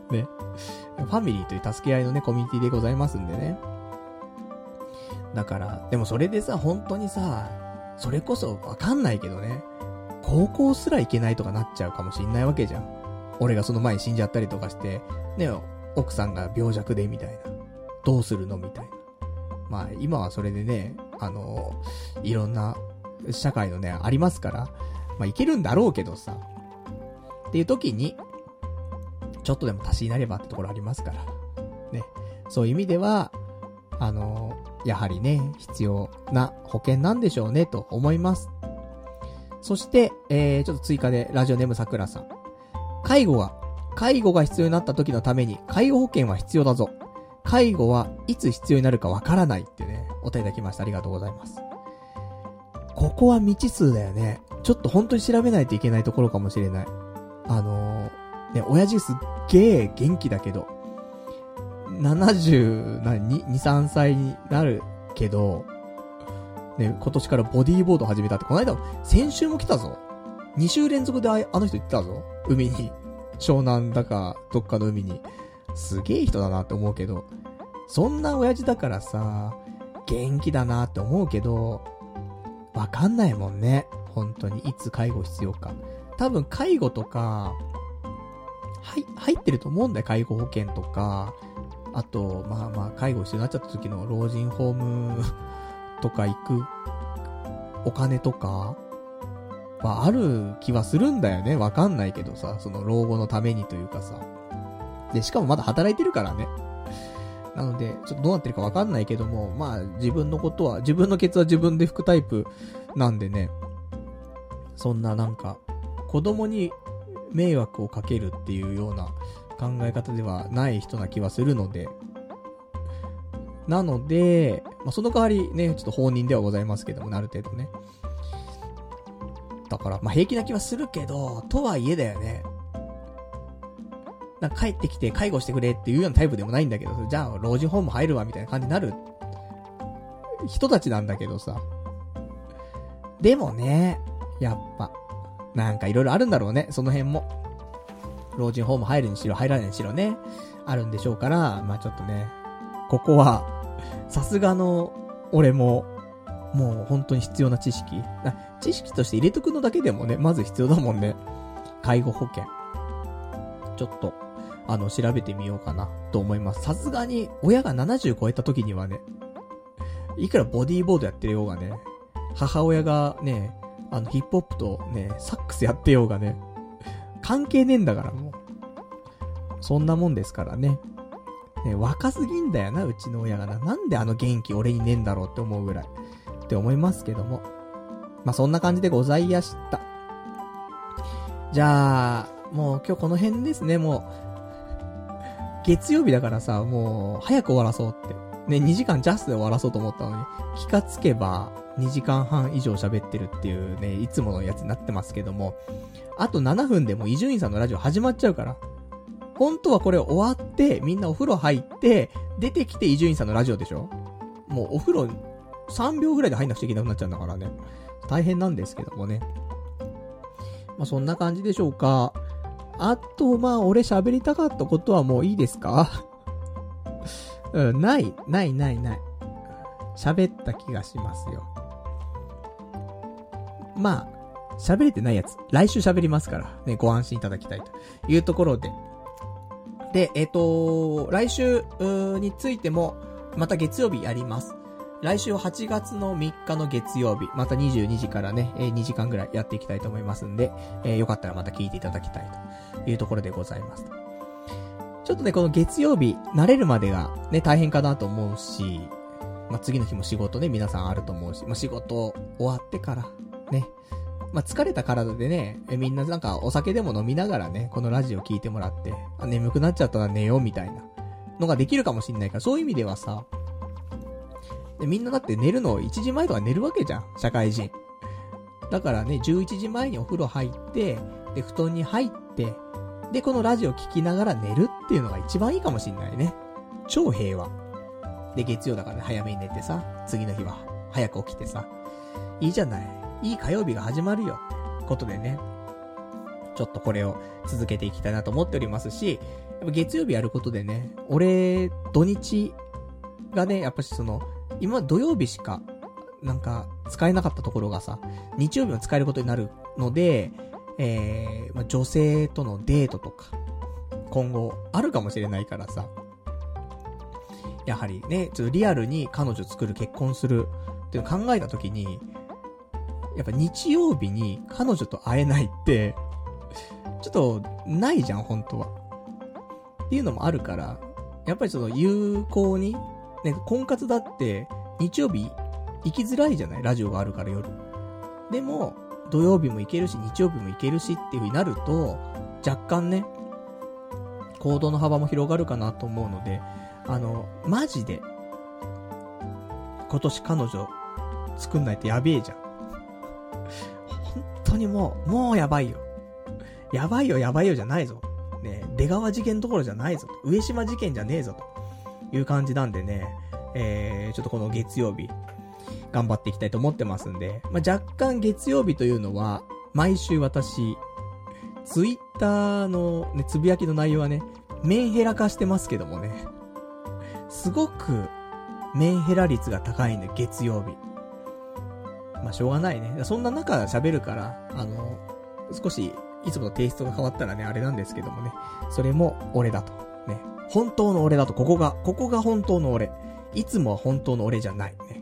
ね。ファミリーという助け合いのね、コミュニティでございますんでね。だから、でもそれでさ、本当にさ、それこそわかんないけどね、高校すら行けないとかなっちゃうかもしんないわけじゃん。俺がその前に死んじゃったりとかして、ね、奥さんが病弱でみたいな。どうするのみたいな。まあ今はそれでね、あの、いろんな社会のね、ありますから、まあいけるんだろうけどさ。っていう時に、ちょっとでも足しになればってところありますから。ね。そういう意味では、あの、やはりね、必要な保険なんでしょうね、と思います。そして、えー、ちょっと追加で、ラジオネームさくらさん。介護が、介護が必要になった時のために、介護保険は必要だぞ。介護はいつ必要になるかわからないってね、お便りいただきました。ありがとうございます。ここは未知数だよね。ちょっと本当に調べないといけないところかもしれない。あのー、ね、親父すっげー元気だけど、ななじゅうに、さんさいになるけど、ね、今年からボディーボード始めたって、この間、先週も来たぞ。に週連続であ、あの人行ったぞ。海に。湘南だか、どっかの海に。すげえ人だなって思うけど、そんな親父だからさ、元気だなって思うけど、わかんないもんね。本当に、いつ介護必要か。多分、介護とか、はい、入ってると思うんだよ。介護保険とか。あと、まあまあ、介護必要になっちゃった時の老人ホームとか行くお金とかはある気はするんだよね。わかんないけどさ、その老後のためにというかさ。で、しかもまだ働いてるからね。なので、ちょっとどうなってるかわかんないけども、まあ、自分のことは、自分のケツは自分で拭くタイプなんでね、そんななんか、子供に迷惑をかけるっていうような考え方ではない人な気はするので、なので、まあ、その代わりね、ちょっと放任ではございますけども、ある程度ね。だから、まあ、平気な気はするけど、とはいえだよね。なんか帰ってきて介護してくれっていうようなタイプでもないんだけど、じゃあ老人ホーム入るわみたいな感じになる人たちなんだけどさ。でもね、やっぱ、なんかいろいろあるんだろうね、その辺も。老人ホーム入るにしろ入らないにしろね、あるんでしょうから、まあちょっとね、ここは、さすがの俺も、もう本当に必要な知識。知識として入れとくのだけでもね、まず必要だもんね。介護保険。ちょっと、あの、調べてみようかな、と思います。さすがに、親がななじゅう超えた時にはね、いくらボディーボードやってようがね、母親がね、あの、ヒップホップとね、サックスやってようがね、関係ねえんだからもう。そんなもんですからね。ね、若すぎんだよな、うちの親がな。なんであの元気俺にねえんだろうって思うぐらい。って思いますけども。まあ、そんな感じでございやした。じゃあ、もう今日この辺ですね、もう。月曜日だからさ、もう、早く終わらそうって。ね、にじかんジャストで終わらそうと思ったのに、気がつけば、にじかんはん以上喋ってるっていうね、いつものやつになってますけども、あとななふんでも伊集院さんのラジオ始まっちゃうから。本当はこれ終わって、みんなお風呂入って、出てきて伊集院さんのラジオでしょ？もうお風呂さんびょうぐらいで入んなくちゃいけなくなっちゃうんだからね。大変なんですけどもね。まあ、そんな感じでしょうか。あと、まあ、俺喋りたかったことはもういいですか？うん、ない、ない、ない、ない。喋った気がしますよ。まあ、喋れてないやつ、来週喋りますから、ね、ご安心いただきたいというところで。で、えっと、来週についても、また月曜日やります。来週ははちがつのみっかの月曜日、またにじゅうにじからね、にじかんぐらいやっていきたいと思いますんで、えー、よかったらまた聞いていただきたいというところでございます。ちょっとね、この月曜日、慣れるまでがね、大変かなと思うし、まあ、次の日も仕事ね、皆さんあると思うし、まあ、仕事終わってから、ね、まあ、疲れた体でね、えみんななんかお酒でも飲みながらね、このラジオ聞いてもらって、あ、眠くなっちゃったら寝ようみたいなのができるかもしんないから、そういう意味ではさ、でみんなだって寝るのいちじまえとか寝るわけじゃん、社会人。だからね、じゅういちじまえにお風呂入って、で、布団に入って、で、このラジオ聞きながら寝るっていうのが一番いいかもしんないね。超平和。で、月曜だからね、早めに寝てさ、次の日は早く起きてさ、いいじゃない。いい火曜日が始まるよ。ってことでね。 ちょっとこれを続けていきたいなと思っておりますし、やっぱ月曜日やることでね、俺、土日がね、やっぱしその、今土曜日しか、なんか、使えなかったところがさ、日曜日も使えることになるので、えー、まあ、女性とのデートとか、今後、あるかもしれないからさ、やはりね、ちょっとリアルに彼女作る、結婚するっていうのを考えたときに、やっぱ日曜日に彼女と会えないって、ちょっと、ないじゃん、本当は。っていうのもあるから、やっぱりその有効に、ね、婚活だって日曜日行きづらいじゃない？ラジオがあるから夜。でも、土曜日も行けるし、日曜日も行けるしっていう風になると、若干ね、行動の幅も広がるかなと思うので、あの、マジで、今年彼女作んないとやべえじゃん。本当にもう、もうやばいよ。やばいよやばいよじゃないぞ。ね、出川事件どころじゃないぞ。上島事件じゃねえぞ。という感じなんでね、えー、ちょっとこの月曜日、頑張っていきたいと思ってますんで、まあ、若干月曜日というのは、毎週私、ツイッターの、ね、つぶやきの内容はね、メンヘラ化してますけどもね、すごく、メンヘラ率が高いんで、月曜日。まあ、しょうがないね。そんな中喋るから、あの、少し、いつものテイストが変わったらね、あれなんですけどもね、それも俺だと。ね。本当の俺だと、ここが、ここが本当の俺。いつもは本当の俺じゃない。ね。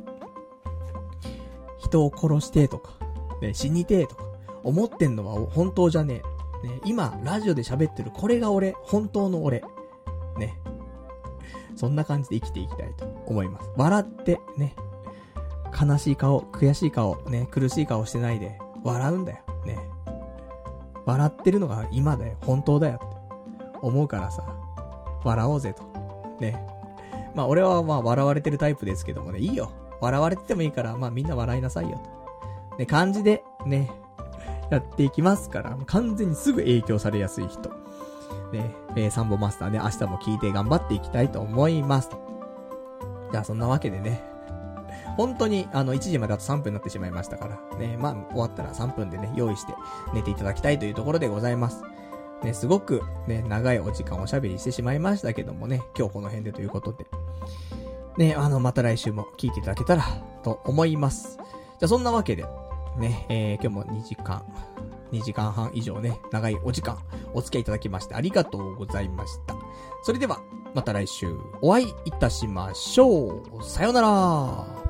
人を殺してとか、ね、死にてとか、思ってんのは本当じゃねえ。ね。今、ラジオで喋ってる、これが俺、本当の俺。ね。そんな感じで生きていきたいと思います。笑って、ね。悲しい顔、悔しい顔、ね、苦しい顔してないで、笑うんだよ。ね。笑ってるのが今だよ。本当だよ。って思うからさ。笑おうぜと。ね。まあ俺はまあ笑われてるタイプですけどもね。いいよ。笑われててもいいから、まあみんな笑いなさいよと。ね、感じで、ね。やっていきますから。完全にすぐ影響されやすい人。ね。えー、サンボマスターね。明日も聞いて頑張っていきたいと思います。じゃあそんなわけでね。本当に、あの、いちじまであとさんぷんになってしまいましたから。ね、まあ、終わったらさんぷんでね、用意して寝ていただきたいというところでございます。ね、すごく、ね、長いお時間おしゃべりしてしまいましたけどもね、今日この辺でということで。ね、あの、また来週も聞いていただけたら、と思います。じゃあ、そんなわけで、ね、えー、今日もにじかん、にじかんはん以上ね、長いお時間、お付き合いいただきましてありがとうございました。それでは、また来週、お会いいたしましょう。さよなら。